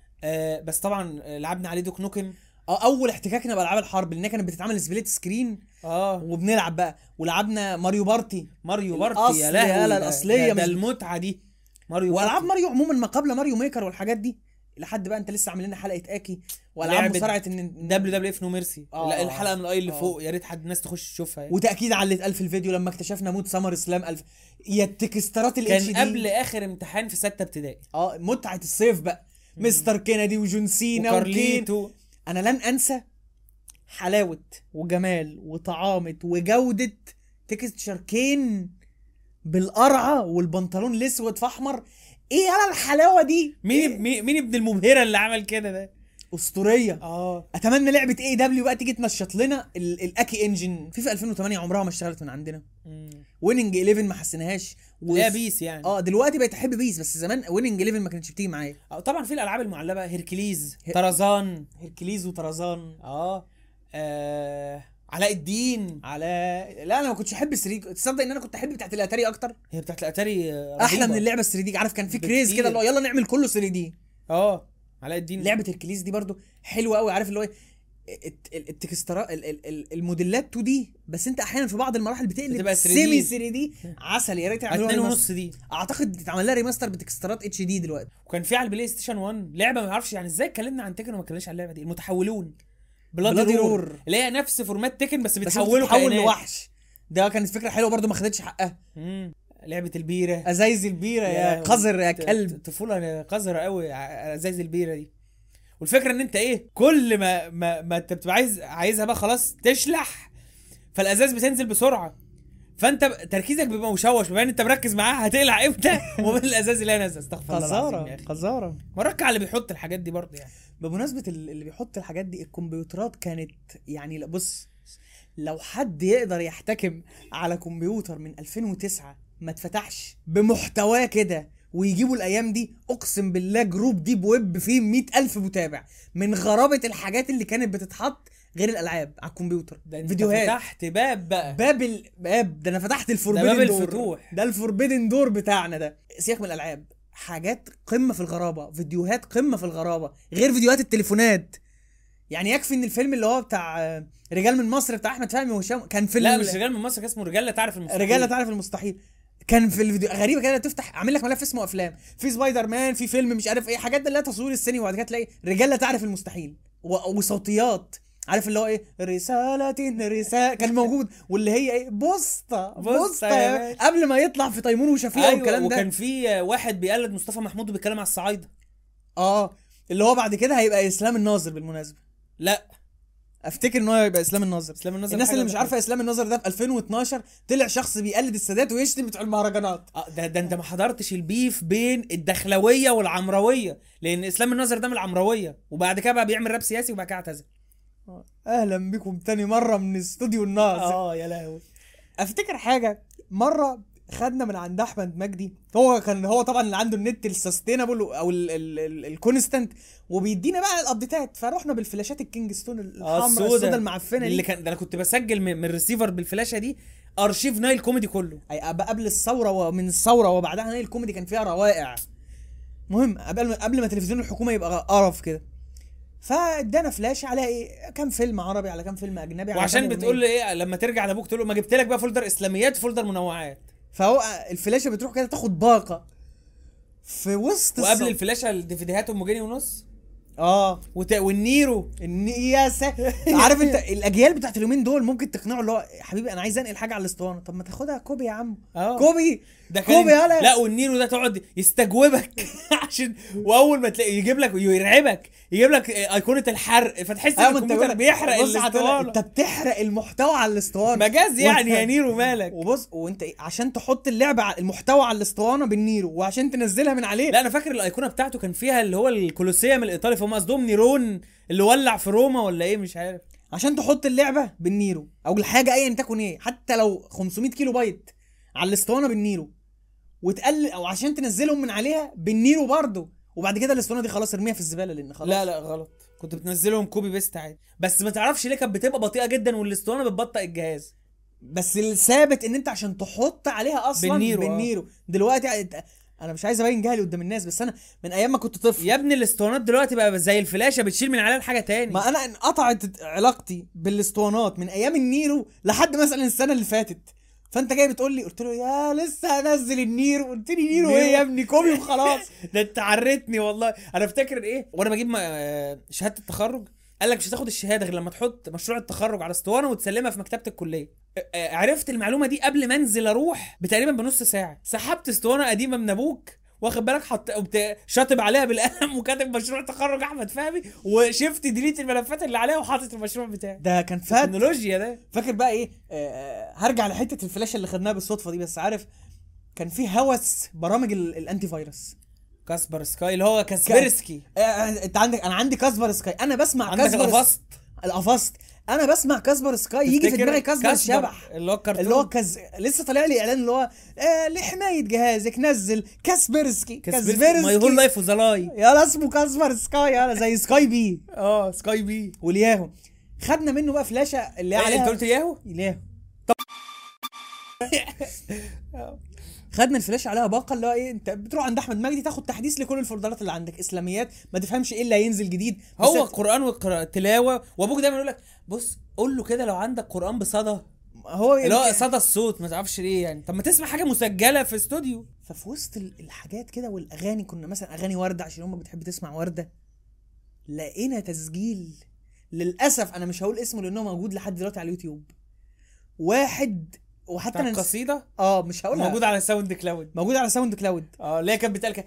بس طبعا لعبنا عليه دوك نوكم. اول احتكاكنا بالعاب الحرب لان كانت بتتعمل سبليت سكرين. وبنلعب بقى ولعبنا ماريو بارتي يا لهوي الاصليه ده المتعه دي. والعاب ماريو عموما ما قبل ماريو ميكر والحاجات دي لحد بقى انت لسه عامل لنا حلقه اكي والعاب مصارعه دبليو اف نو ميرسي. الحلقه من اللي فوق يا ريت حد الناس تخش تشوفها يعني. وتاكيد علت 1000 الفيديو لما اكتشفنا مود سمر سلام 1000 يا التكسترات كان قبل اخر امتحان في 6 ابتدائي. متعه الصيف بقى. مستر كينيدي وجون سينا وكارليتو. انا لن انسى حلاوه وجمال وطعامه وجوده تكستشر كين بالقرعه والبنطلون الاسود في احمر. ايه على الحلاوه دي؟ مين ابن المبهره اللي عمل كده ده؟ اسطوريه. اتمنى لعبه اي دبليو بقى تيجي تنشط لنا الاكي انجن في 2008 عمرها ما اشتغلت من عندنا. ويننج 11 ما حسناهاش لا بيس يعني. دلوقتي بقيت احب بيس، بس زمان ويننج 11 ما كانتش بتيجي معايا. طبعا في الالعاب المعلبه هيركليز طرزان. هيركليز وطرزان. علاء الدين. لا انا ما كنتش احب 3 تصدق ان انا كنت احب بتاعت الاتاري اكتر. هي بتاعت الاتاري احلى من اللعبه 3 دي. عارف كان في كريز كده اللي هو يلا نعمل كله 3 دي. علاء الدين. لعبه هيركليز دي برضو حلوه قوي. عارف اللي هو التكسترا الموديلات 2 دي، بس انت احيانا في بعض المراحل بتقلب سيمي 3 دي. عسل. يا ريت يعملوها 2.5 دي. اعتقد اتعمل لها ريماستر بتكسترات اتش دي دلوقتي. وكان في على البلاي ستيشن 1 لعبه ما اعرفش يعني ازاي اتكلمنا عن تكن وما اتكلمناش عن اللعبه دي، المتحولون. بلادي رور اللي هي نفس فورمات تكن بس بتحول لوحش. ده كانت فكره حلوه برضو ما خدتش حقها. لعبه البيره، ازايز البيره يا قذر يا كلب. طفوله قذره قوي ازايز البيره دي. والفكره ان انت كل ما انت بتبقى عايزها بقى خلاص تشلح، فالازاز بتنزل بسرعه، فانت تركيزك بيبقى مشوش بما ان انت مركز معاها هتقلع امتى ومن الازاز اللي نازل. استغفر الله العظيم يا اخي. قذاره. مركز على اللي بيحط الحاجات دي برضه يعني. بمناسبه اللي بيحط الحاجات دي، الكمبيوترات كانت يعني بص، لو حد يقدر يحتكم على كمبيوتر من 2009 ما اتفتحش بمحتواه كده ويجيبوا الايام دي، اقسم بالله جروب ديب ويب فيه 100,000 متابع من غرابه الحاجات اللي كانت بتتحط غير الالعاب على الكمبيوتر. ده فيديوهات. فتحت باب بقى، باب ده انا فتحت الفوربيدن دور. ده الفوربيدن دور بتاعنا ده. سيبك من الالعاب، حاجات قمه في الغرابه، فيديوهات قمه في الغرابه غير فيديوهات التليفونات. يعني يكفي ان الفيلم اللي هو بتاع رجال من مصر بتاع احمد فهمي وهشام كان فيلم. لا مش رجال من مصر، كان اسمه رجال لا تعرف المستحيل. رجال لا تعرف المستحيل كان في الفيديو غريبه كده، تفتح اعمل لك ملف اسمه افلام، في سبايدر مان، في فيلم مش عارف ايه، حاجات اللي هي تصوير السينما، وبعد كده تلاقي رجال لا تعرف المستحيل وصوتيات. عارف اللي هو رساله كان موجود، واللي هي بوسطه قبل ما يطلع في تيمور وشفيقه. أيوة والكلام ده. وكان في واحد بيقلد مصطفى محمود وبيتكلم على الصعايده. اللي هو بعد كده هيبقى اسلام الناظر بالمناسبه. لا افتكر ان هو يبقى اسلام الناظر. الناس اللي مش عارفه اسلام الناظر ده في 2012 طلع شخص بيقلد السادات ويشتم بتوع المهرجانات. ده انت ما حضرتش البيف بين الدخلويه والعمرويه، لان اسلام الناظر ده من العمرويه وبعد كده بقى بيعمل راب سياسي وبعد كده اعتزل. اهلا بكم تاني مره من استوديو الناظر. يا لهوي. افتكر حاجه مره خدنا من عند احمد مجدي، هو طبعا اللي عنده النت السستينابل او الكونستانت، وبيدينا بقى الابديتات، فروحنا بالفلاشات الكينجستون الحمراء السوداء المعفنه اللي كان ده انا كنت بسجل من الريسيفر بالفلاشه دي ارشيف نايل كوميدي كله. قبل الثوره ومن الثوره وبعدها نايل كوميدي كان فيها روائع. مهم قبل ما تلفزيون الحكومه يبقى قرف كده، فادانا فلاشه على كام فيلم عربي على كام فيلم اجنبي. وعشان بتقول لي لما ترجع لابوك تقول له ما جبت لك بقى فولدر اسلاميات فولدر منوعات، فهو الفلاشه بتروح كده تاخد باقه في وسط وقبل الفلاشه الديفيديهات ام جنيه ونص. والنيرو عارف انت الاجيال بتاعت اليومين دول ممكن تقنعه اللي هو حبيبي انا عايز انقل حاجه على الاسطوانه، طب ما تاخدها كوبي يا عم. كوبي ده كوبي لا والنيرو ده تقعد يستجوبك عشان واول ما تلاقي يجيب لك يرعبك، يجيب لك ايقونه الحرق، فتحس ان الكمبيوتر بيحرق الاسطوانه. انت بتحرق المحتوى على الاسطوانه مجاز يعني يا نيرو مالك. وبص وانت عشان تحط اللعبه على المحتوى على الاسطوانه بالنيرو وعشان تنزلها من عليه. لا انا فاكر الايقونه بتاعته كان فيها اللي هو الكولوسيوم الايطالي، فهم قصدهم نيرون اللي ولع في روما ولا ايه مش عارف. عشان تحط اللعبه بالنيرو او الحاجه ايا تكن ايه، حتى لو 500 كيلو بايت على الاسطوانه بالنيرو، وتقلل او عشان تنزلهم من عليها بالنيرو برضه، وبعد كده الاسطوانه دي خلاص ارميها في الزباله لان خلاص. لا غلط، كنت بتنزلهم كوبي بيست عادي، بس ما تعرفش ليه كانت بتبقى بطيئه جدا والاسطوانه بتبطئ الجهاز. بس الثابت ان انت عشان تحط عليها اصلا بالنيرو. دلوقتي انا مش عايز ابين جهلي قدام الناس، بس انا من ايام ما كنت طفل يا ابني الاسطوانات دلوقتي بقى زي الفلاشه بتشيل من عليها الحاجه تاني. ما انا انقطعت علاقتي بالاسطوانات من ايام النيرو لحد مثلا السنه اللي فاتت، فانت جاي بتقول لي، قلت له يا لسه هنزل النيرو، قلت لي نيرو ايه يا ابني كوبي وخلاص. ده انت عرتني والله. انا افتكر وانا بجيب شهاده التخرج قال لك مش هتاخد الشهاده غير لما تحط مشروع التخرج على اسطوانه وتسلمها في مكتبه الكليه. عرفت المعلومه دي قبل ما انزل اروح بتقريبا بنص ساعه، سحبت اسطوانه قديمه من ابوك واخد بالك، شاطب عليها بالقلم وكاتب مشروع تخرج احمد فهمي، وشفت ديليت الملفات اللي عليها وحاطط المشروع بتاعي. ده كان فات تكنولوجيا ده. فاكر بقى ايه؟ هرجع لحته الفلاشه اللي خدناها بالصدفه دي، بس عارف كان في هوس برامج الانتي فيروس. كاسبر سكاي اللي هو كاسبرسكي. انت عندك، انا عندي كاسبر سكاي، انا بسمع كاسبر الافاست انا بسمع كاسبر سكاي يجي في دماغي كاسبر الشبح اللي هو الكرتون، اللي هو لسه طالع لي اعلان اللي هو لحمايه جهازك نزل كاسبرسكي ماي هول لايف وذا لاي، يلا اسمه كاسبر سكاي، يلا زي سكاي بي. سكاي بي والياهو خدنا منه بقى فلاشه اللي عليها. انت قلت ياهو خدنا الفلاش عليها باقه اللي هو ايه، انت بتروح عند احمد مجدي تاخد تحديث لكل الفولدرات اللي عندك، اسلاميات ما تفهمش ايه اللي هينزل جديد، هو القران والتلاوه. وابوك دايما يقول لك بص قول له كده لو عندك قران بصدى، هو اللي هو صدى الصوت ما تعرفش ليه يعني، طب ما تسمع حاجه مسجله في استوديو. ففي وسط الحاجات كده والاغاني، كنا مثلا اغاني ورده عشان هم بتحب تسمع ورده، لقينا تسجيل للاسف انا مش هقول اسمه لانه موجود لحد دلوقتي على اليوتيوب، واحد وحتى انا قصيده مش هقولها، موجود على ساوند كلاود، اللي هي كانت بتقال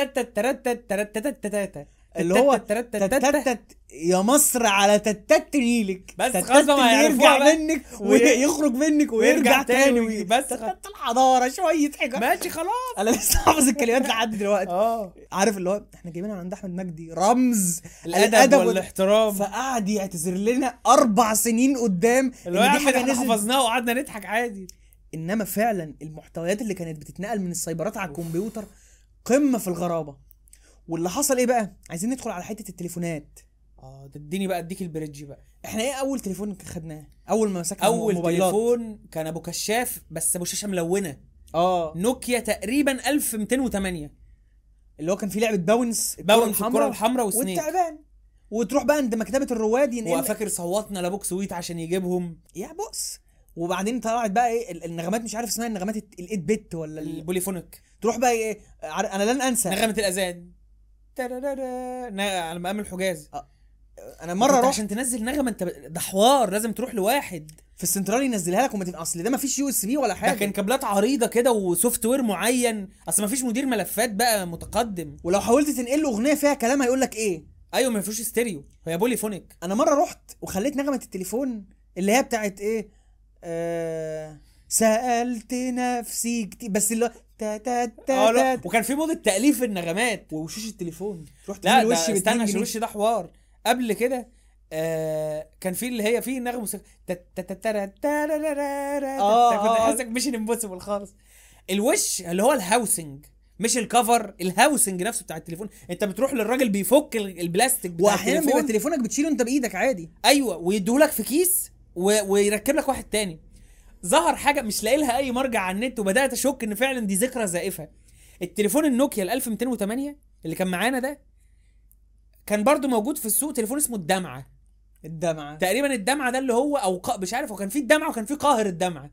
اللي هو يا مصر على تتت نيلك، بس خلاص ما يرجع منك ويخرج منك ويرجع تاني، بس الحضاره شويه حاجه ماشي خلاص. انا لسه حافظ الكلمات لحد دلوقتي. عارف اللي هو احنا جايبينها عند احمد مجدي رمز الادب والاحترام، فقعد يعتذر لنا 4 سنين قدام ان دي حاجه حفظناها وقعدنا نضحك عادي. انما فعلا المحتويات اللي كانت بتتنقل من السايبرات على الكمبيوتر قمه في الغرابه. واللي حصل ايه بقى؟ عايزين ندخل على حته التليفونات. اديني بقى، اديك البريدج بقى. احنا ايه اول تليفون خدناه؟ اول ما مسكنا اول تليفون كان ابو كشاف بس ابو شاشه ملونه، نوكيا تقريبا 1208، اللي هو كان فيه لعبه باونس الكره الحمراء وسنيك والتعبان، وتروح بقى عند مكتبه الرواد وفاكر صوتنا لابوك سويت عشان يجيبهم يا بص. وبعدين طلعت بقى ايه النغمات، مش عارف اسمها النغمات ال8 بت ولا البوليفونيك، تروح بقى ايه، انا لن انسى نغمه الاذان على مقام الحجاز. انا مره رحت عشان تنزل نغمه، انت ده حوار لازم تروح لواحد في السنترال ينزلها لك، وما اصل ده ما فيش USB ولا حاجه، ده كان كابلات عريضه كده وسوفت وير معين، اصل ما فيش مدير ملفات بقى متقدم، ولو حاولت تنقل له اغنيه فيها كلام هيقول لك ايه. ايوه ما فيش ستيريو، هي بوليفونيك. انا مره رحت وخليت نغمه التليفون اللي هي بتاعت ايه، سألت نفسي كتير، بس اللي وكان في مود التأليف النغمات وشوش التليفون، رحت لا ده استنى عشان الوش ده حوار. قبل كده كان في اللي هي في نغمه موسيقى كنت حاسك مش امبوسيبل خالص. الوش اللي هو الهاوسنج مش الكفر، الهاوسنج نفسه بتاع التليفون، انت بتروح للراجل بيفك البلاستيك بتاع واحيانا بيبقى تليفونك بتشيله انت بايدك عادي. ايوه ويديهولك في كيس ويركب لك واحد تاني. ظهر حاجه مش لاقي لها اي مرجع على النت، وبدات اشك ان فعلا دي ذكرى زائفه. التليفون النوكيا ال 1208 اللي كان معانا ده كان برضو موجود في السوق، تليفون اسمه الدمعه تقريبا. الدمعه ده اللي هو او مش عارف، وكان في الدمعه وكان في قاهر الدمعه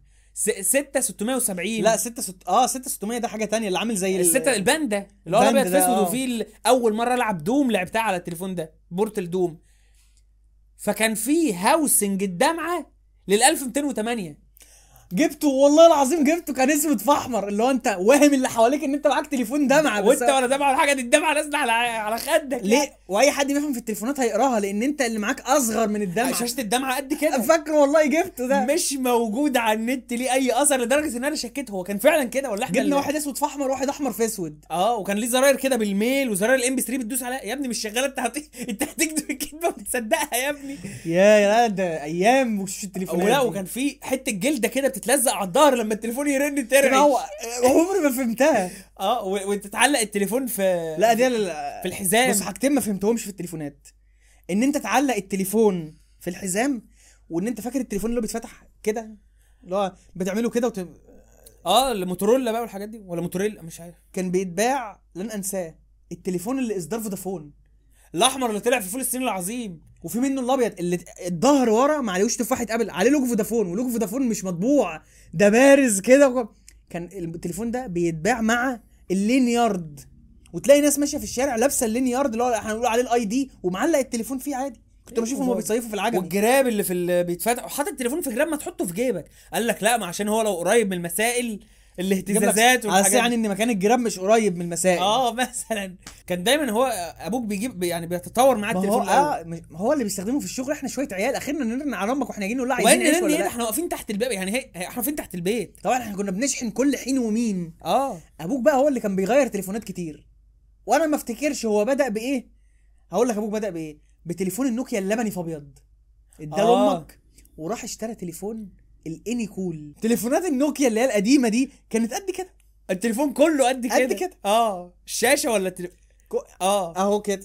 6670. لا 6600 ده حاجه تانية اللي عامل زي الباندا اللي هو ابيض في اسود. وفي اول مره العب دوم لعبتها على التليفون ده، بورتل دوم. فكان في هاوسنج الدمعه لل 1208 جبته والله العظيم، جبته كان اسود في احمر، اللي هو انت واهم اللي حواليك ان انت معاك تليفون دمعه، وانت ولا دمعه ولا حاجه، دي الدمعه نازله على خدك ليه يعني. واي حد بيفهم في التليفونات هيقراها لان انت اللي معاك اصغر من الدمعه، شاشه الدمعه قد كده. فاكر والله جبته ده مش موجود على النت ليه اي اثر، لدرجه ان انا شكيت هو كان فعلا كده ولا احنا جبنا واحد اسود في احمر وواحد احمر في اسود. وكان ليه زراير كده بالميل وزراير الام بي 3 بتدوس عليها. يا ابني مش شغاله، انت هتكتب الكلمه وتصدقها يا ابني. يا ده ايام وش التليفونات. ولا وكان في حته جلده كده بتتلزق على الظهر لما التليفون يرن ترعش. عمري ما فهمتها. وتتعلق التليفون في لا دي في الحزام. بس حاجتين ما فهمتهمش في التليفونات، ان انت تعلق التليفون في الحزام، وان انت فاكر التليفون اللي بيتفتح كده اللي هو بتعمله كده الموتورولا بقى والحاجات دي، ولا موتوريلا مش عارف. كان بيتباع لن انساه التليفون اللي اصدار فودافون الاحمر اللي طلع في فول الصين العظيم، وفي منه الابيض اللي الظهر ورا ما عليهوش تفاحه ابل، عليه لوجو فودافون، ولوجو فودافون مش مطبوع، ده بارز كده. كان التليفون ده بيتباع مع اللينيارد، وتلاقي ناس ماشيه في الشارع لابسه اللينيارد اللي هو احنا بنقول عليه الاي دي ومعلق التليفون فيه عادي. كنت بشوفهم وهو بيصيفوا في العجل، والجراب اللي بيتفتح وحاطط التليفون في جراب ما تحطه في جيبك. قال لك لا، ما عشان هو لو قريب من المسائل الاهتزازات والحاجات يعني ان مكان الجراب مش قريب من المسائل. مثلا كان دايما هو ابوك بيجيب يعني بيتطور معاه التليفون. هو اللي بيستخدمه في الشغل. احنا شويه عيال اخرنا نرن على امك واحنا جايين نقول لها عايزين ايش ولا لا. احنا واقفين تحت الباب يعني احنا واقفين تحت البيت. طبعا احنا كنا بنشحن كل حين ومين. ابوك بقى هو اللي كان بيغير تليفونات كتير، وانا ما افتكرش هو بدأ بايه. هقول لك ابوك بدأ بايه. بتليفون النوكيا اللبني فابيض، اداله امك وراح اشترى تليفون الاني كول. تليفونات النوكيا اللي هي القديمه دي كانت قد كده، التليفون كله قد كده. الشاشه ولا اهو كده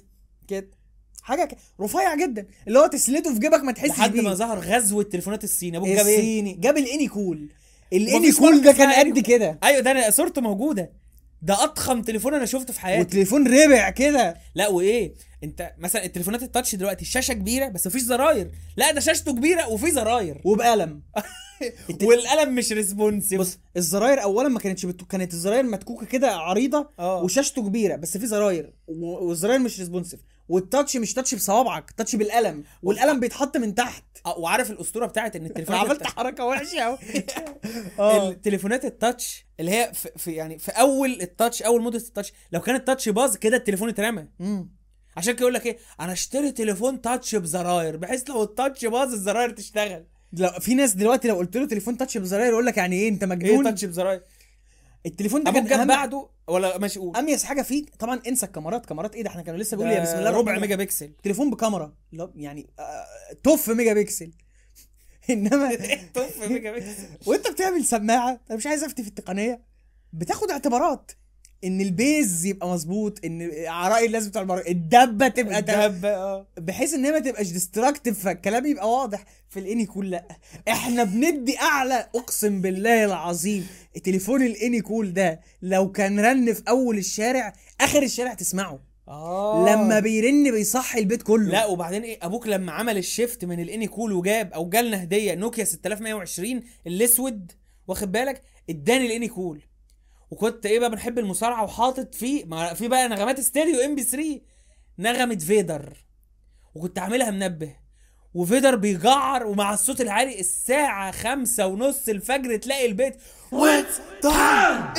حاجه رفيع جدا، اللي هو تسلته في جيبك ما تحسش بيه. لحد ما ظهر غزو التليفونات الصيني. ابوك جاب ايه؟ جاب الاني كول. الاني كول ده كان قد كده. ايوه ده انا صورته موجوده، ده اضخم تليفون انا شفته في حياتي. والتليفون ربع كده. لا وايه، انت مثلا التليفونات التاتش دلوقتي الشاشه كبيره بس مفيش زراير، لا ده شاشته كبيره وفي زراير وبقلم والقلم مش ريسبونسيف. بص الزراير اولا ما كانتش كانت الزراير متكوكه كده عريضه وشاشته كبيره بس في زراير والزراير مش ريسبونسيف، والتاتش مش تاتش بصوابعك، تاتش بالقلم والقلم بيتحط من تحت. وعارف الاسطوره بتاعت ان التليفون عملت حركه وحشه قوي. التليفونات التاتش اللي هي في يعني في اول التاتش، اول موديل التاتش، لو كان التاتش باظ كده التليفون اترمى. عشان كده يقول لك ايه، انا اشتري تليفون تاتش بزراير بحيث لو التاتش باظ الزراير تشتغل. لا في ناس دلوقتي لو قلت له تليفون تاتش بزراير يقول لك يعني ايه انت مجنون؟ ايه تاتش بزراير؟ التليفون ده كان بعده ولا ماشي قول. اميز حاجه فيه طبعا انسى الكاميرات ايه ده، احنا كانوا لسه بيقول يا بسم الله ربع ميجا بكسل تليفون بكاميرا يعني توف ميجا بكسل. انما توف ميجا بكسل وانت بتعمل سماعه، انا مش عايز افتي في التقنيه، بتاخد اعتبارات ان البيز يبقى مظبوط، ان عراء الناس بتوع الدبه تبقى بحيث ان هي ما تبقاش ديستراكتيف، فالكلام يبقى واضح. في الاني كول لا، احنا بندي اعلى. اقسم بالله العظيم التليفون الاني كول ده لو كان رن في اول الشارع اخر الشارع تسمعه. لما بيرن بيصحي البيت كله. لا وبعدين ايه، ابوك لما عمل الشيفت من الاني كول وجاب او جالنا هديه نوكيا 6120 الاسود، واخد بالك، اداني الاني كول. وكنت ايه بقى بنحب المصارعه وحاطط فيه في بقى نغمات ستيريو ام بي 3 نغمه فيدر، وكنت عاملها منبه وفيدر بيجعر ومع الصوت العالي الساعه 5:30 الفجر تلاقي البيت It's time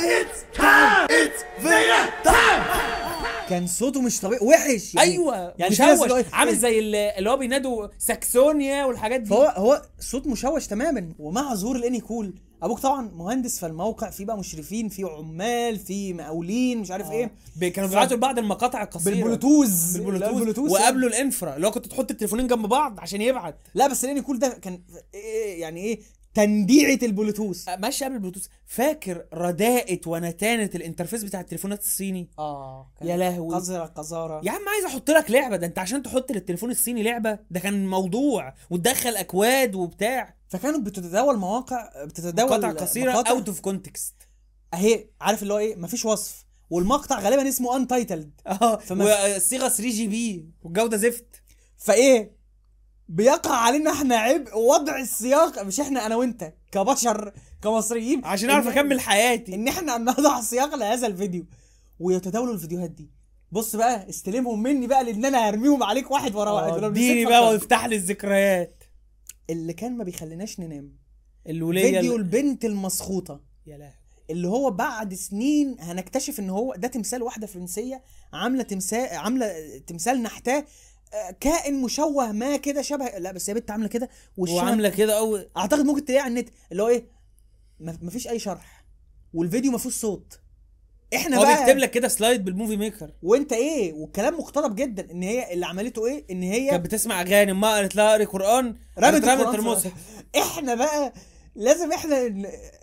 Vader time. كان صوته مش طبيعي وحش يعني. ايوه يعني مشوش عامل زي اللي هو بينادوا ساكسونيا والحاجات دي. هو صوت مشوش تماما. ومع ظهور الاني كول ابوك طبعا مهندس، فالموقع فيه بقى مشرفين، فيه عمال، فيه مقاولين، مش عارف ايه، كانوا بيبعتوا لبعض المقاطع القصيره بالبلوتوز وقبلوا الانفرا اللي هو كنت تحط التليفونين جنب بعض عشان يبعت. لا بس الاني كول ده كان يعني ايه تنديعه البلوتوث ماشي قبل البلوتوث. فاكر رداءة ونتانة الانترفيس بتاع التليفونات الصيني؟ يا لهوي قذاره يا عم عايز احط لك لعبه، ده انت عشان تحط للتليفون الصيني لعبه ده كان موضوع، وتدخل اكواد وبتاع. فكانوا بتتداول مقاطع قصيره اوت اوف كونتكست اهي، عارف اللي هو ايه، مفيش وصف، والمقطع غالبا اسمه انتايتلد والصيغه 3 جي بي والجوده زفت. فايه بيقع علينا احنا عبء وضع السياق، مش احنا انا وانت كبشر كمصريين عشان اعرف اكمل حياتي ان احنا نضع سياق لهذا الفيديو ويتداولوا الفيديوهات دي. بص بقى استلمهم مني بقى لان انا هرميهم عليك واحد ورا واحد. اديني بقى وافتح لي الذكريات. اللي كان ما بيخليناش ننام الوليه فيديو البنت المسخوطه، يا لهوي، اللي هو بعد سنين هنكتشف ان هو ده تمثال واحده فرنسيه عامله تمثال نحتاه كائن مشوه ما كده شبه، لا بس هي بنت عامله كده وعامله كده او اعتقد ممكن تلاقيه على النت، اللي هو ايه مفيش اي شرح والفيديو مفيهوش صوت. احنا هو بقى بيكتب لك كده سلايد بالموفي ميكر وانت ايه، والكلام مقتضب جدا ان هي اللي عملته ايه، ان هي كانت بتسمع اغاني، ما قالت لها اقري قران رمت المصحف. احنا بقى لازم احنا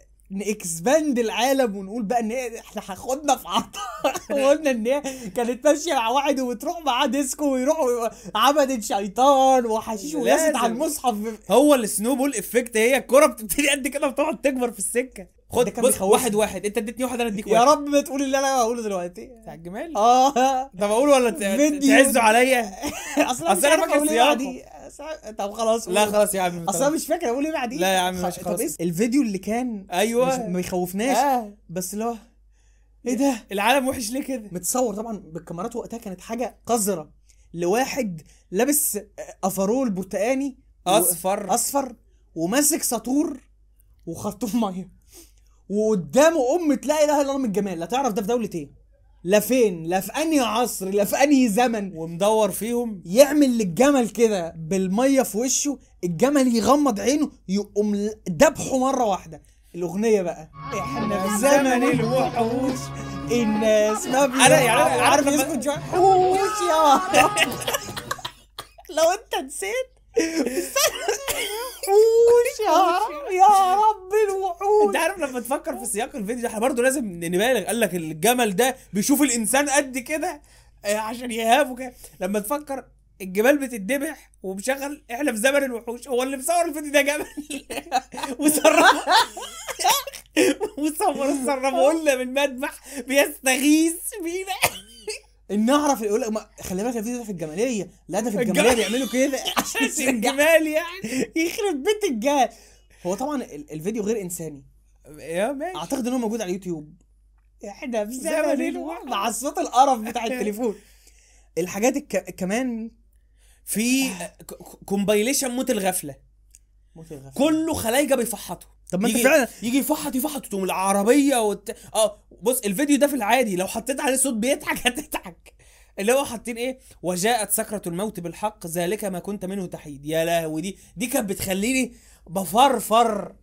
نكسباند العالم ونقول بقى ان احنا هاخدنا في عطا. وقلنا ان هي كانت ماشيه مع واحد وبتروح معاه ديسكو ويروحوا عبدت شيطان وحشيش ولازت على المصحف. هو السنوبول افكت، هي الكره بتبتدي قد كده وبتقعد تكبر في السكه. خد بص واحد انت اديتني واحد انا اديك واحد. يا رب ما تقول اللي انا هقوله دلوقتي بتاع الجمال. طب اقول ولا تعزوا عليا؟ اصلا انا فاكر السياق. طب خلاص لا خلاص يا عم، اصلا مش فاكر اقول ايه بعدين. لا يا عم ماشي خلاص. طب الفيديو اللي كان ايوه ما يخوفناش بس اللي هو ايه ده، العالم وحش ليه كده. متصور طبعا بالكاميرات وقتها كانت حاجه قذره، لواحد لابس افرول برتقاني اصفر وماسك ساطور وخرطوم ميه وقدامه لا اله الا الله من الجمال. لا تعرف ده في دولة ايه، لا فين، لا في انهي عصر، لا في انهي زمن، ومدور فيهم. يعمل للجمل كده بالميه في وشه، الجمل يغمض عينه يقوم ذبحه مره واحده. الاغنيه بقى احنا في زمن الوحوش، الناس ما عارف يسكت شويه وحوش يا لو انت نسيت وحوش يا رب الوحوش. انت عارف لما تفكر في سياق الفيديو ده احنا برضه لازم نبالغ. قال لك الجمل ده بيشوف الانسان قد كده عشان يهابه كده. لما تفكر الجمال بتتذبح ومشغل احنا في زمن الوحوش، هو اللي مصور الفيديو ده جمل وصرفه لنا من مذبح بيستغيث بينا. ان اعرف يقول لك خلي بالك الفيديو ده في الجماليه، لا ده في الجماليه بيعملوا كده عشان الجمال يعني يخرب بيت الجمال. هو طبعا الفيديو غير انساني يا ماشي، اعتقد ان هو موجود على اليوتيوب. احنا في زمن الوحدة مع الصوت القرف بتاع التليفون. الحاجات كمان في كومبايليشن موت الغفله كله خلايجه بيفحطوا. طب ما انت فعلا يجي يفحط تقوم العربيه بص الفيديو ده في العادي لو حطيت عليه صوت بيضحك هتضحك. اللي هو حاطين ايه، وجاءت سكرة الموت بالحق ذلك ما كنت منه تحيد. يا لهوي دي كانت بتخليني بفرفر.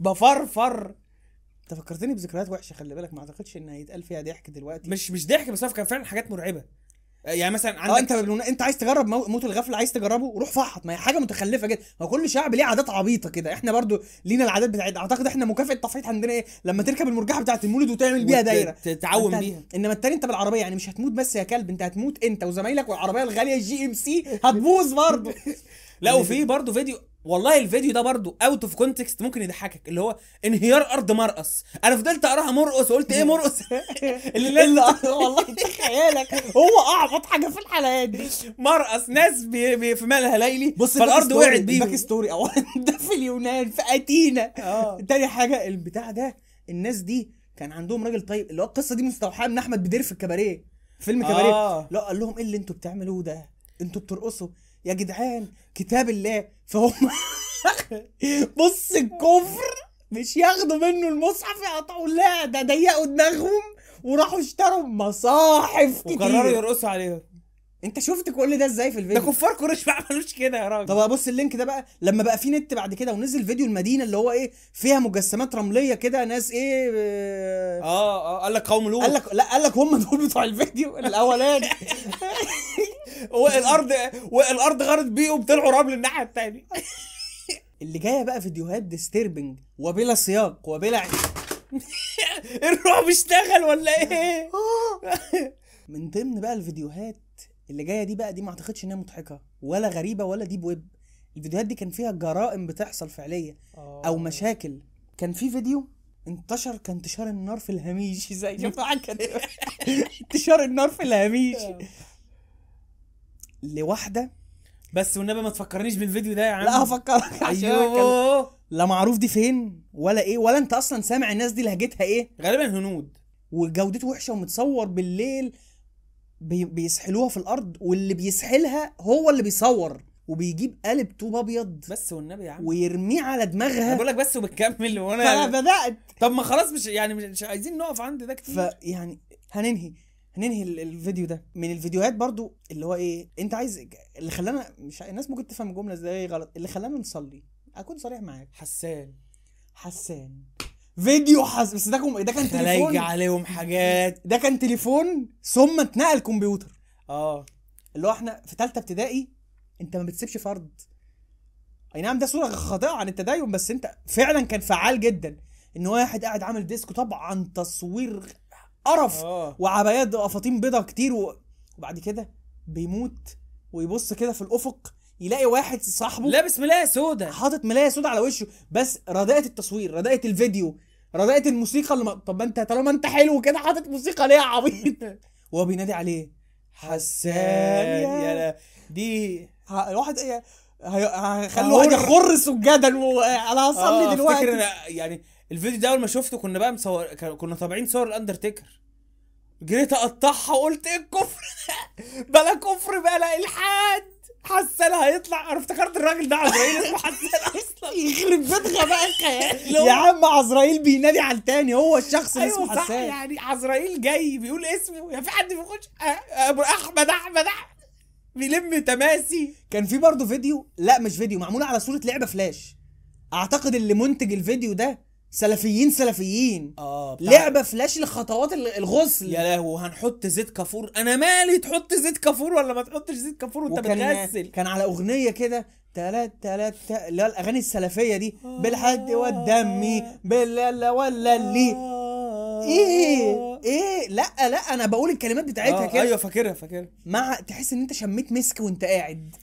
انت فكرتني بذكريات وحشه، خلي بالك ما اعتقدش ان هيتقال فيها ضحك دلوقتي. مش ضحك، بس كان فعلا حاجات مرعبه. يعني مثلا عندك انت عايز تجرب موت الغفله، عايز تجربه روح فحط. ما هي حاجه متخلفه جدا. هو كل شعب ليه عادات عبيطه كده، احنا برضو لينا العادات بتاعتنا. اعتقد احنا مكافاه التفحيط عندنا ايه، لما تركب المرجحه بتاعه المولد وتعمل بيها دايره تتعوم بيها. انما التاني انت بالعربيه يعني مش هتموت بس يا كلب، انت هتموت انت وزمايلك، والعربيه الغاليه GMC هتبوظ برضو. لا وفي برضو فيديو، والله الفيديو ده برضو اوت اوف كونتكست ممكن يضحكك، اللي هو انهيار ارض مرقص. انا فضلت اقراها مرقص وقلت ايه مرقص اللي والله خيالك هو اعبط حاجه في الحلقات دي. مرقص ناس في مالها ليلي، فالارض وقعت بيهم. باك ستوري اولا ده في اليونان في اثينا. تاني حاجه البتاع ده الناس دي كان عندهم راجل طيب، اللي هو القصه دي مستوحاه من احمد بدير في الكباريه، فيلم كباريه. لا قال لهم ايه اللي انتوا بتعملوه ده، انتوا بترقصوا يا جدعان كتاب الله. فهم بص الكفر مش ياخدوا منه المصحف يقطعوا، لا ده ضيقوا دماغهم وراحوا اشتروا مصاحف كتير وقرروا يرقصوا عليهم. انت شفت كل ده ازاي في الفيديو؟ ده كفار قريش ما عملوش كده يا راجل. طب بص اللينك ده بقى لما بقى في نت بعد كده ونزل فيديو المدينه اللي هو ايه فيها مجسمات رمليه كده، ناس ايه قال لك قوم لوط. قال لك هم دول بتوع الفيديو الاولاني. والارض غارت بيهم طلعوا رمل الناحيه الثانيه. اللي جايه بقى فيديوهات ديستربنج وبلا سياق وبلا الرعب اشتغل ولا ايه؟ من ضمن بقى الفيديوهات اللي جايه دي بقى، دي ما اعتقدش انها مضحكه ولا غريبه ولا ديب ويب. الفيديوهات دي كان فيها جرائم بتحصل فعليه او مشاكل. كان في فيديو انتشر كانتشار النار في الهميش، زي شفت حاجه انتشار النار في الهميش لواحده. بس والنبي ما تفكرنيش بالفيديو ده يا عم. لا هفكرك عشان لا معروف دي فين ولا ايه، ولا انت اصلا سامع الناس دي لهجتها ايه. غالبا هنود وجودته وحشه ومتصور بالليل، بيسحلوها في الارض، واللي بيسحلها هو اللي بيصور وبيجيب قالب طوب ابيض بس والنبي يا عم ويرميه على دماغها. بقول لك بس وبتكمل وانا بدات. طب ما خلاص مش عايزين نقف عند ده كتير. فيعني هننهي الفيديو ده. من الفيديوهات برضو اللي هو ايه، انت عايز اللي خلانا الناس ممكن تفهم الجمله ازاي غلط، اللي خلانا نصلي. اكون صريح معاك، حسان فيديو بس ده كان تليفون عليهم حاجات. ده كان تليفون ثم اتنقل كمبيوتر. اللي هو احنا في ثالثه ابتدائي، انت ما بتسيبش فرد. اي نعم ده صوره خاطئه عن التدين، بس انت فعلا كان فعال جدا. ان واحد قاعد عامل ديسك، طبعا تصوير قرف وعبايات وقفاطين بيضه كتير وبعد كده بيموت ويبص كده في الافق يلاقي واحد صاحبه لابس ملايه سودا، حاطط ملايه سودا على وشه. بس رداءة التصوير، رداءة الفيديو، رداءة الموسيقى طب انت طالما انت حلو كده حاطط موسيقى ليه يا عبيط؟ وهو بينادي عليه حسان يا دي واحد هخلي واحد يخر سجادا انا هصلي دلوقتي. يعني الفيديو ده اول ما شفته كنا بقى كنا طابعين صور الاندرتيكر، جريت اقطعها وقلت ايه الكفر بلا كفر بلا الحاد. حسان هيطلع. انا افتكرت الراجل ده عزرائيل اسمه حسان اصلا. يخرب بيت غبائك يا عم. عزرائيل بينادي على التاني، هو الشخص اللي اسمه حسان. يعني عزرائيل جاي بيقول اسمه، يا في حد بيخش ابو احمد بيلم تماسي. كان في برضه فيديو، لا مش فيديو، معمول على صورة لعبة فلاش. اعتقد اللي منتج الفيديو ده سلفيين. لعبة فلاش لخطوات الغسل. يا لهوي، هنحط زيت كافور. انا مالي تحط زيت كافور ولا ما تحطش زيت كافور وانت بتغسل. كان على اغنية كده تلات اللي هو الاغاني السلفية دي، بالحد والدمي بالله ولا اللي ايه لا انا بقول الكلمات بتاعتها كده. ايوه فاكرها مع تحس ان انت شميت مسك وانت قاعد.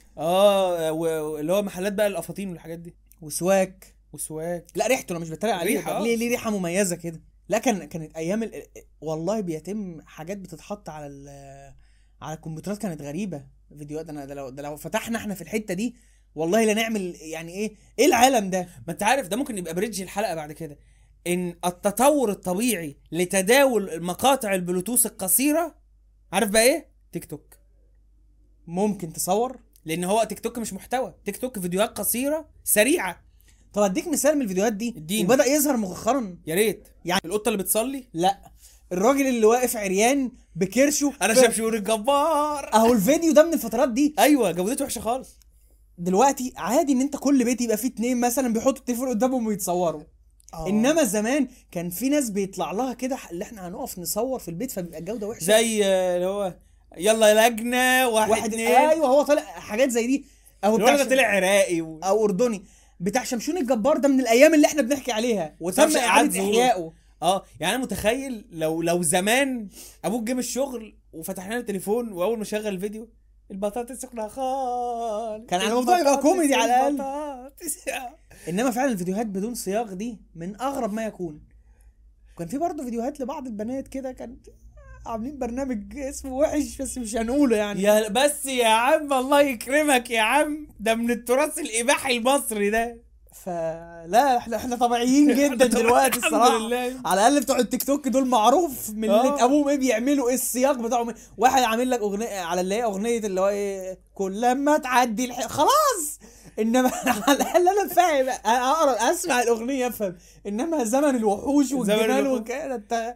اللي هو محلات بقى الافاطين والحاجات دي، وسواك. لا ريحته انا مش بتريق عليه، ليه ريحه مميزه كده. لا كانت ايام والله بيتم حاجات بتتحط على الكمبيوترات كانت غريبه. فيديوهات انا ده لو فتحنا احنا في الحته دي والله لا نعمل يعني ايه العالم ده. ما انت عارف ده ممكن يبقى بريدج الحلقه بعد كده، ان التطور الطبيعي لتداول مقاطع البلوتوث القصيره، عارف بقى ايه؟ تيك توك. ممكن تصور، لان هو تيك توك مش محتوى، تيك توك فيديوهات قصيره سريعه. طب اديك مثال من الفيديوهات دي وبدا يظهر مؤخرا. يا ريت. يعني القطه اللي بتصلي، لا الراجل اللي واقف عريان بكرشه، انا شبشور الجبار. اهو الفيديو ده من الفترات دي. ايوه جودته وحشه خالص. دلوقتي عادي ان انت كل بيت يبقى فيه 2 مثلا بيحطوا التليفون قدامهم ويتصوروا. انما زمان كان في ناس بيطلع لها كده اللي احنا هنقف نصور في البيت فبيبقى الجوده وحشه، زي اللي هو يلا لجنه واحد اتنين. ايوه هو طلع حاجات زي دي. او بتاع طلع عراقي او اردني بتاع شمشون الجبار ده من الايام اللي احنا بنحكي عليها وتم اعاده احيائه. يعني انا متخيل لو زمان ابوك جه من الشغل وفتحنا له التليفون واول ما شغل الفيديو البطاطس سخنه خالص، كان على الموضوع يبقى كوميدي على الاقل. انما فعلا الفيديوهات بدون سياق دي من اغرب ما يكون. كان في برضه فيديوهات لبعض البنات كده كان عاملين برنامج اسمه وحش بس مش هنقوله يعني. بس يا عم الله يكرمك يا عم، ده من التراث الاباحي المصري ده. فلا احنا طبيعيين جدا دلوقتي الصراحه. على الاقل بتوع التيك توك دول معروف من اللي ابوهم ايه بيعملوا، ايه السياق بتاعهم. واحد عامل لك اغنيه على اللي هي اغنيه اللي هو ايه كل ما تعدي خلاص. انما على الاقل انا فاهم اقرا اسمع الاغنيه افهم. انما زمن الوحوش والجمال وكده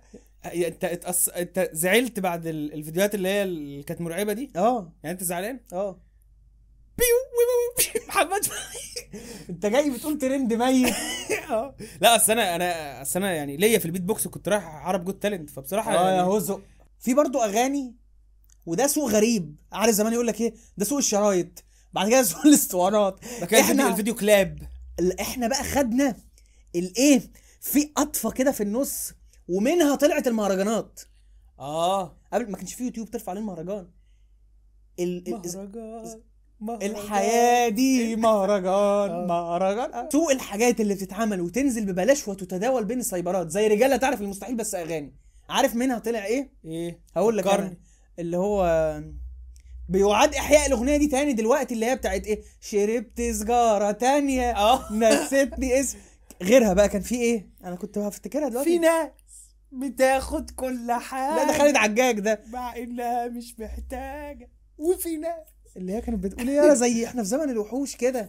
انت زعلت بعد الفيديوهات اللي كانت مرعبه دي. يعني انت زعلان. محمد انت جاي بتقول ترند ميت. لا اصل انا يعني ليا في البيت بوكس وكنت رايح عرب جوت تالنت فبصراحه يعني يا هوزو في برضو اغاني وده سوق غريب. عارف زمان يقول لك ايه ده سوق الشرايط، بعد كده سوق الاسطوانات، احنا الفيديو كلاب. احنا بقى خدنا الايه في قطفه كده في النص ومنها طلعت المهرجانات. قبل ما كانش في يوتيوب ترفع عليه المهرجان. الحياة دي مهرجان. سوق الحاجات اللي بتتعمل وتنزل ببلاش وتتداول بين السايبرات زي رجالة تعرف المستحيل بس اغاني. عارف منها طلع ايه هقول لك أنا. اللي هو بيعاد احياء الاغنيه دي تاني دلوقتي اللي هي بتاعت ايه شربت سجاره تانية نسيتني اسم غيرها. بقى كان في ايه انا كنت هفتكرها دلوقتي. في ناس بتاخد كل حاجه. لا ده خالد عجاج ده. مع انها مش محتاجه. وفي ناس اللي هي كانت بتقول ايه زي احنا في زمن الوحوش كده.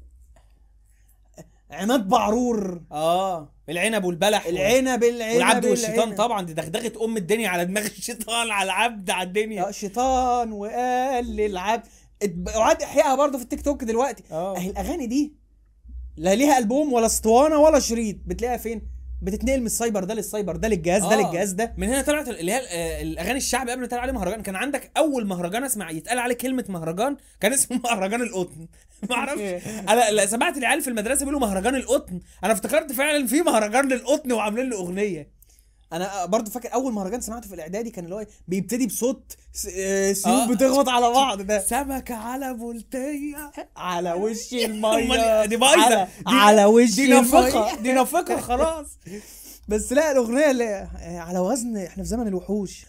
عماد بعرور. العنب والبلح العنب والعبد والشيطان. طبعا دي دغدغه الدنيا على دماغ الشيطان على العبد على الدنيا. شيطان وقال للعبد. اعاد احيائها برضه في التيك توك دلوقتي. اهي الاغاني دي لا ليها البوم ولا اسطوانه ولا شريط. بتلاقيها فين؟ بتتنقل من السايبر ده للسايبر ده للجهاز ده للجهاز ده. من هنا طلعت اللي هي الاغاني الشعبي قبل ما يتقال عليه مهرجان. كان عندك اول مهرجان اسمع يتقال عليه كلمه مهرجان كان اسمه مهرجان القطن. ما اعرفش انا سمعت العيال في المدرسه بيقولوا مهرجان القطن، انا افتكرت فعلا في مهرجان للقطن وعاملين له اغنيه. انا برضو فاكر اول مهرجان سمعته في الاعدادي كان اللي هو بيبتدي بصوت سيوف بتخبط على بعض ده. سمكه على بولتيه على وش الميه دي بايظه على وش دي نفقه خلاص. بس لا الاغنيه اللي على وزن احنا في زمن الوحوش.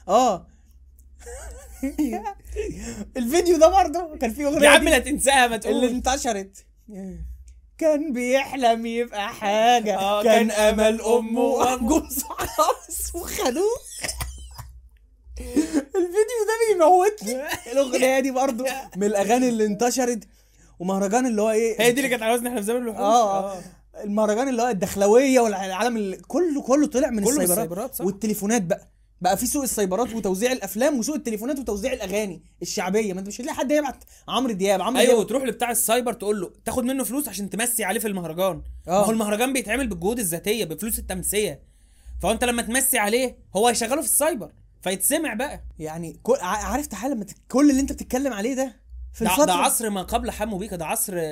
الفيديو ده برضه كان فيه اغنيه يا عم لا تنساها ما تقول اللي انتشرت. كان بيحلم يبقى حاجه كان امل امه وابوه خلاص وخدوه. الفيديو ده بيموتني. الاغنيه دي برضو من الاغاني اللي انتشرت. ومهرجان اللي هو ايه، هي دي اللي كانت على وزن احنا في زمن الوحوش. المهرجان اللي هو الدخلويه والعالم كله طلع من السايبرات والتليفونات بقى في سوق السايبرات وتوزيع الافلام وسوق التليفونات وتوزيع الاغاني الشعبيه. ما انت مش هتلاقي حد يبعت عمرو دياب ايوه وتروح لبتاع السايبر تقول له تاخد منه فلوس عشان تمسي عليه في المهرجان. ما هو المهرجان بيتعمل بالجهود الذاتيه بفلوس التمسيه، فانت لما تمسي عليه هو هيشغله في السايبر فيتسمع بقى. يعني عارف تعالى لما كل اللي انت بتتكلم عليه ده في الفتره ده عصر ما قبل حمو بيكا، ده عصر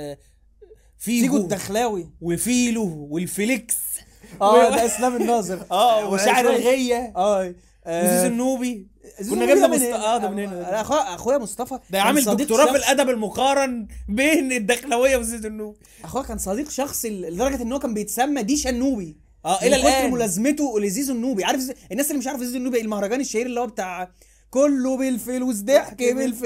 فيجو الدخلاوي وفيلو والفليكس ده اسلام الناظر وشاعر الغيه وزيزو النوبي. كنا جبنا ده من هنا. اخويا مصطفى ده عامل دكتوراه في الادب المقارن بين الدخلاويه وزيزو النوبي. اخويا كان صديق شخصي لدرجه ان هو كان بيتسمى ديشا النوبي الى الان ملازمته لزيزو النوبي. عارف الناس اللي مش عارف زيزو النوبي، المهرجان الشهير اللي هو بتاع كله بالفلوس ضحك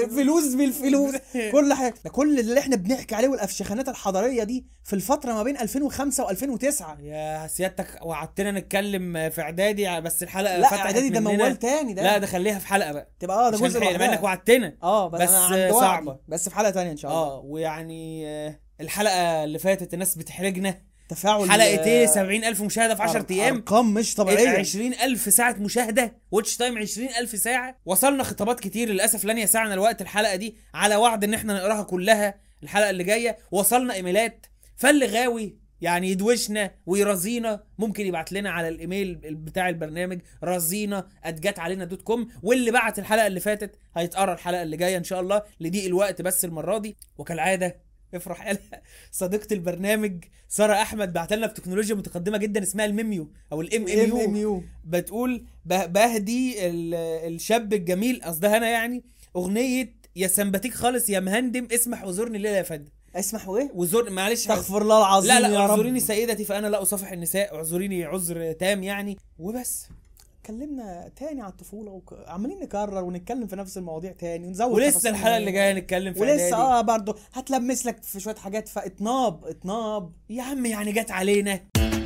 بالفلوس كل حاجه ده، كل اللي احنا بنحكي عليه والافشخانات الحضاريه دي في الفتره ما بين 2005 و2009. يا سيادتك وعدتنا نتكلم في اعدادي بس الحلقه لا اعدادي ده موال تاني ده. لا ده خليها في حلقه بقى تبقى ده جزء بما انك وعدتنا بس صعبه بس في حلقه تانية ان شاء الله. ويعني الحلقه اللي فاتت الناس بتحرجنا تفاعل حلقه ايه 70,000 مشاهده في 10 ايام، ارقام مش طبيعيه. 20,000 ساعه مشاهده، واتش تايم 20,000 ساعه. وصلنا خطابات كتير للاسف لن يسعنا الوقت الحلقه دي على وعد ان احنا نقراها كلها الحلقه اللي جايه. وصلنا ايميلات، فاللي غاوي يعني يدوشنا ويرازينا ممكن يبعت لنا على الايميل بتاع البرنامج razina@جاتعلينا.com. واللي بعت الحلقه اللي فاتت هيتقرا الحلقه اللي جايه ان شاء الله لضيق الوقت بس المره دي. وكالعاده افرح يا صديقه البرنامج ساره احمد بعت لنا بتكنولوجيا متقدمه جدا اسمها الميميو او الام يو. بتقول بهدي الشاب الجميل قصدها انا يعني اغنيه يا سمباتيك خالص يا مهندم اسمح وزورني الليله يا فندم. اسمح وايه وزور معلش استغفر الله العظيم. لا اعذريني سيدتي فانا لا اصافح النساء، اعذريني عذر تام يعني. وبس اتكلمنا تاني على الطفوله عمالين نكرر ونتكلم في نفس المواضيع تاني ونزود ولسه الحلقه اللي جايه نتكلم في ولسه برضه هتلمس لك في شويه حاجات فاطناب يا عم يعني جت علينا.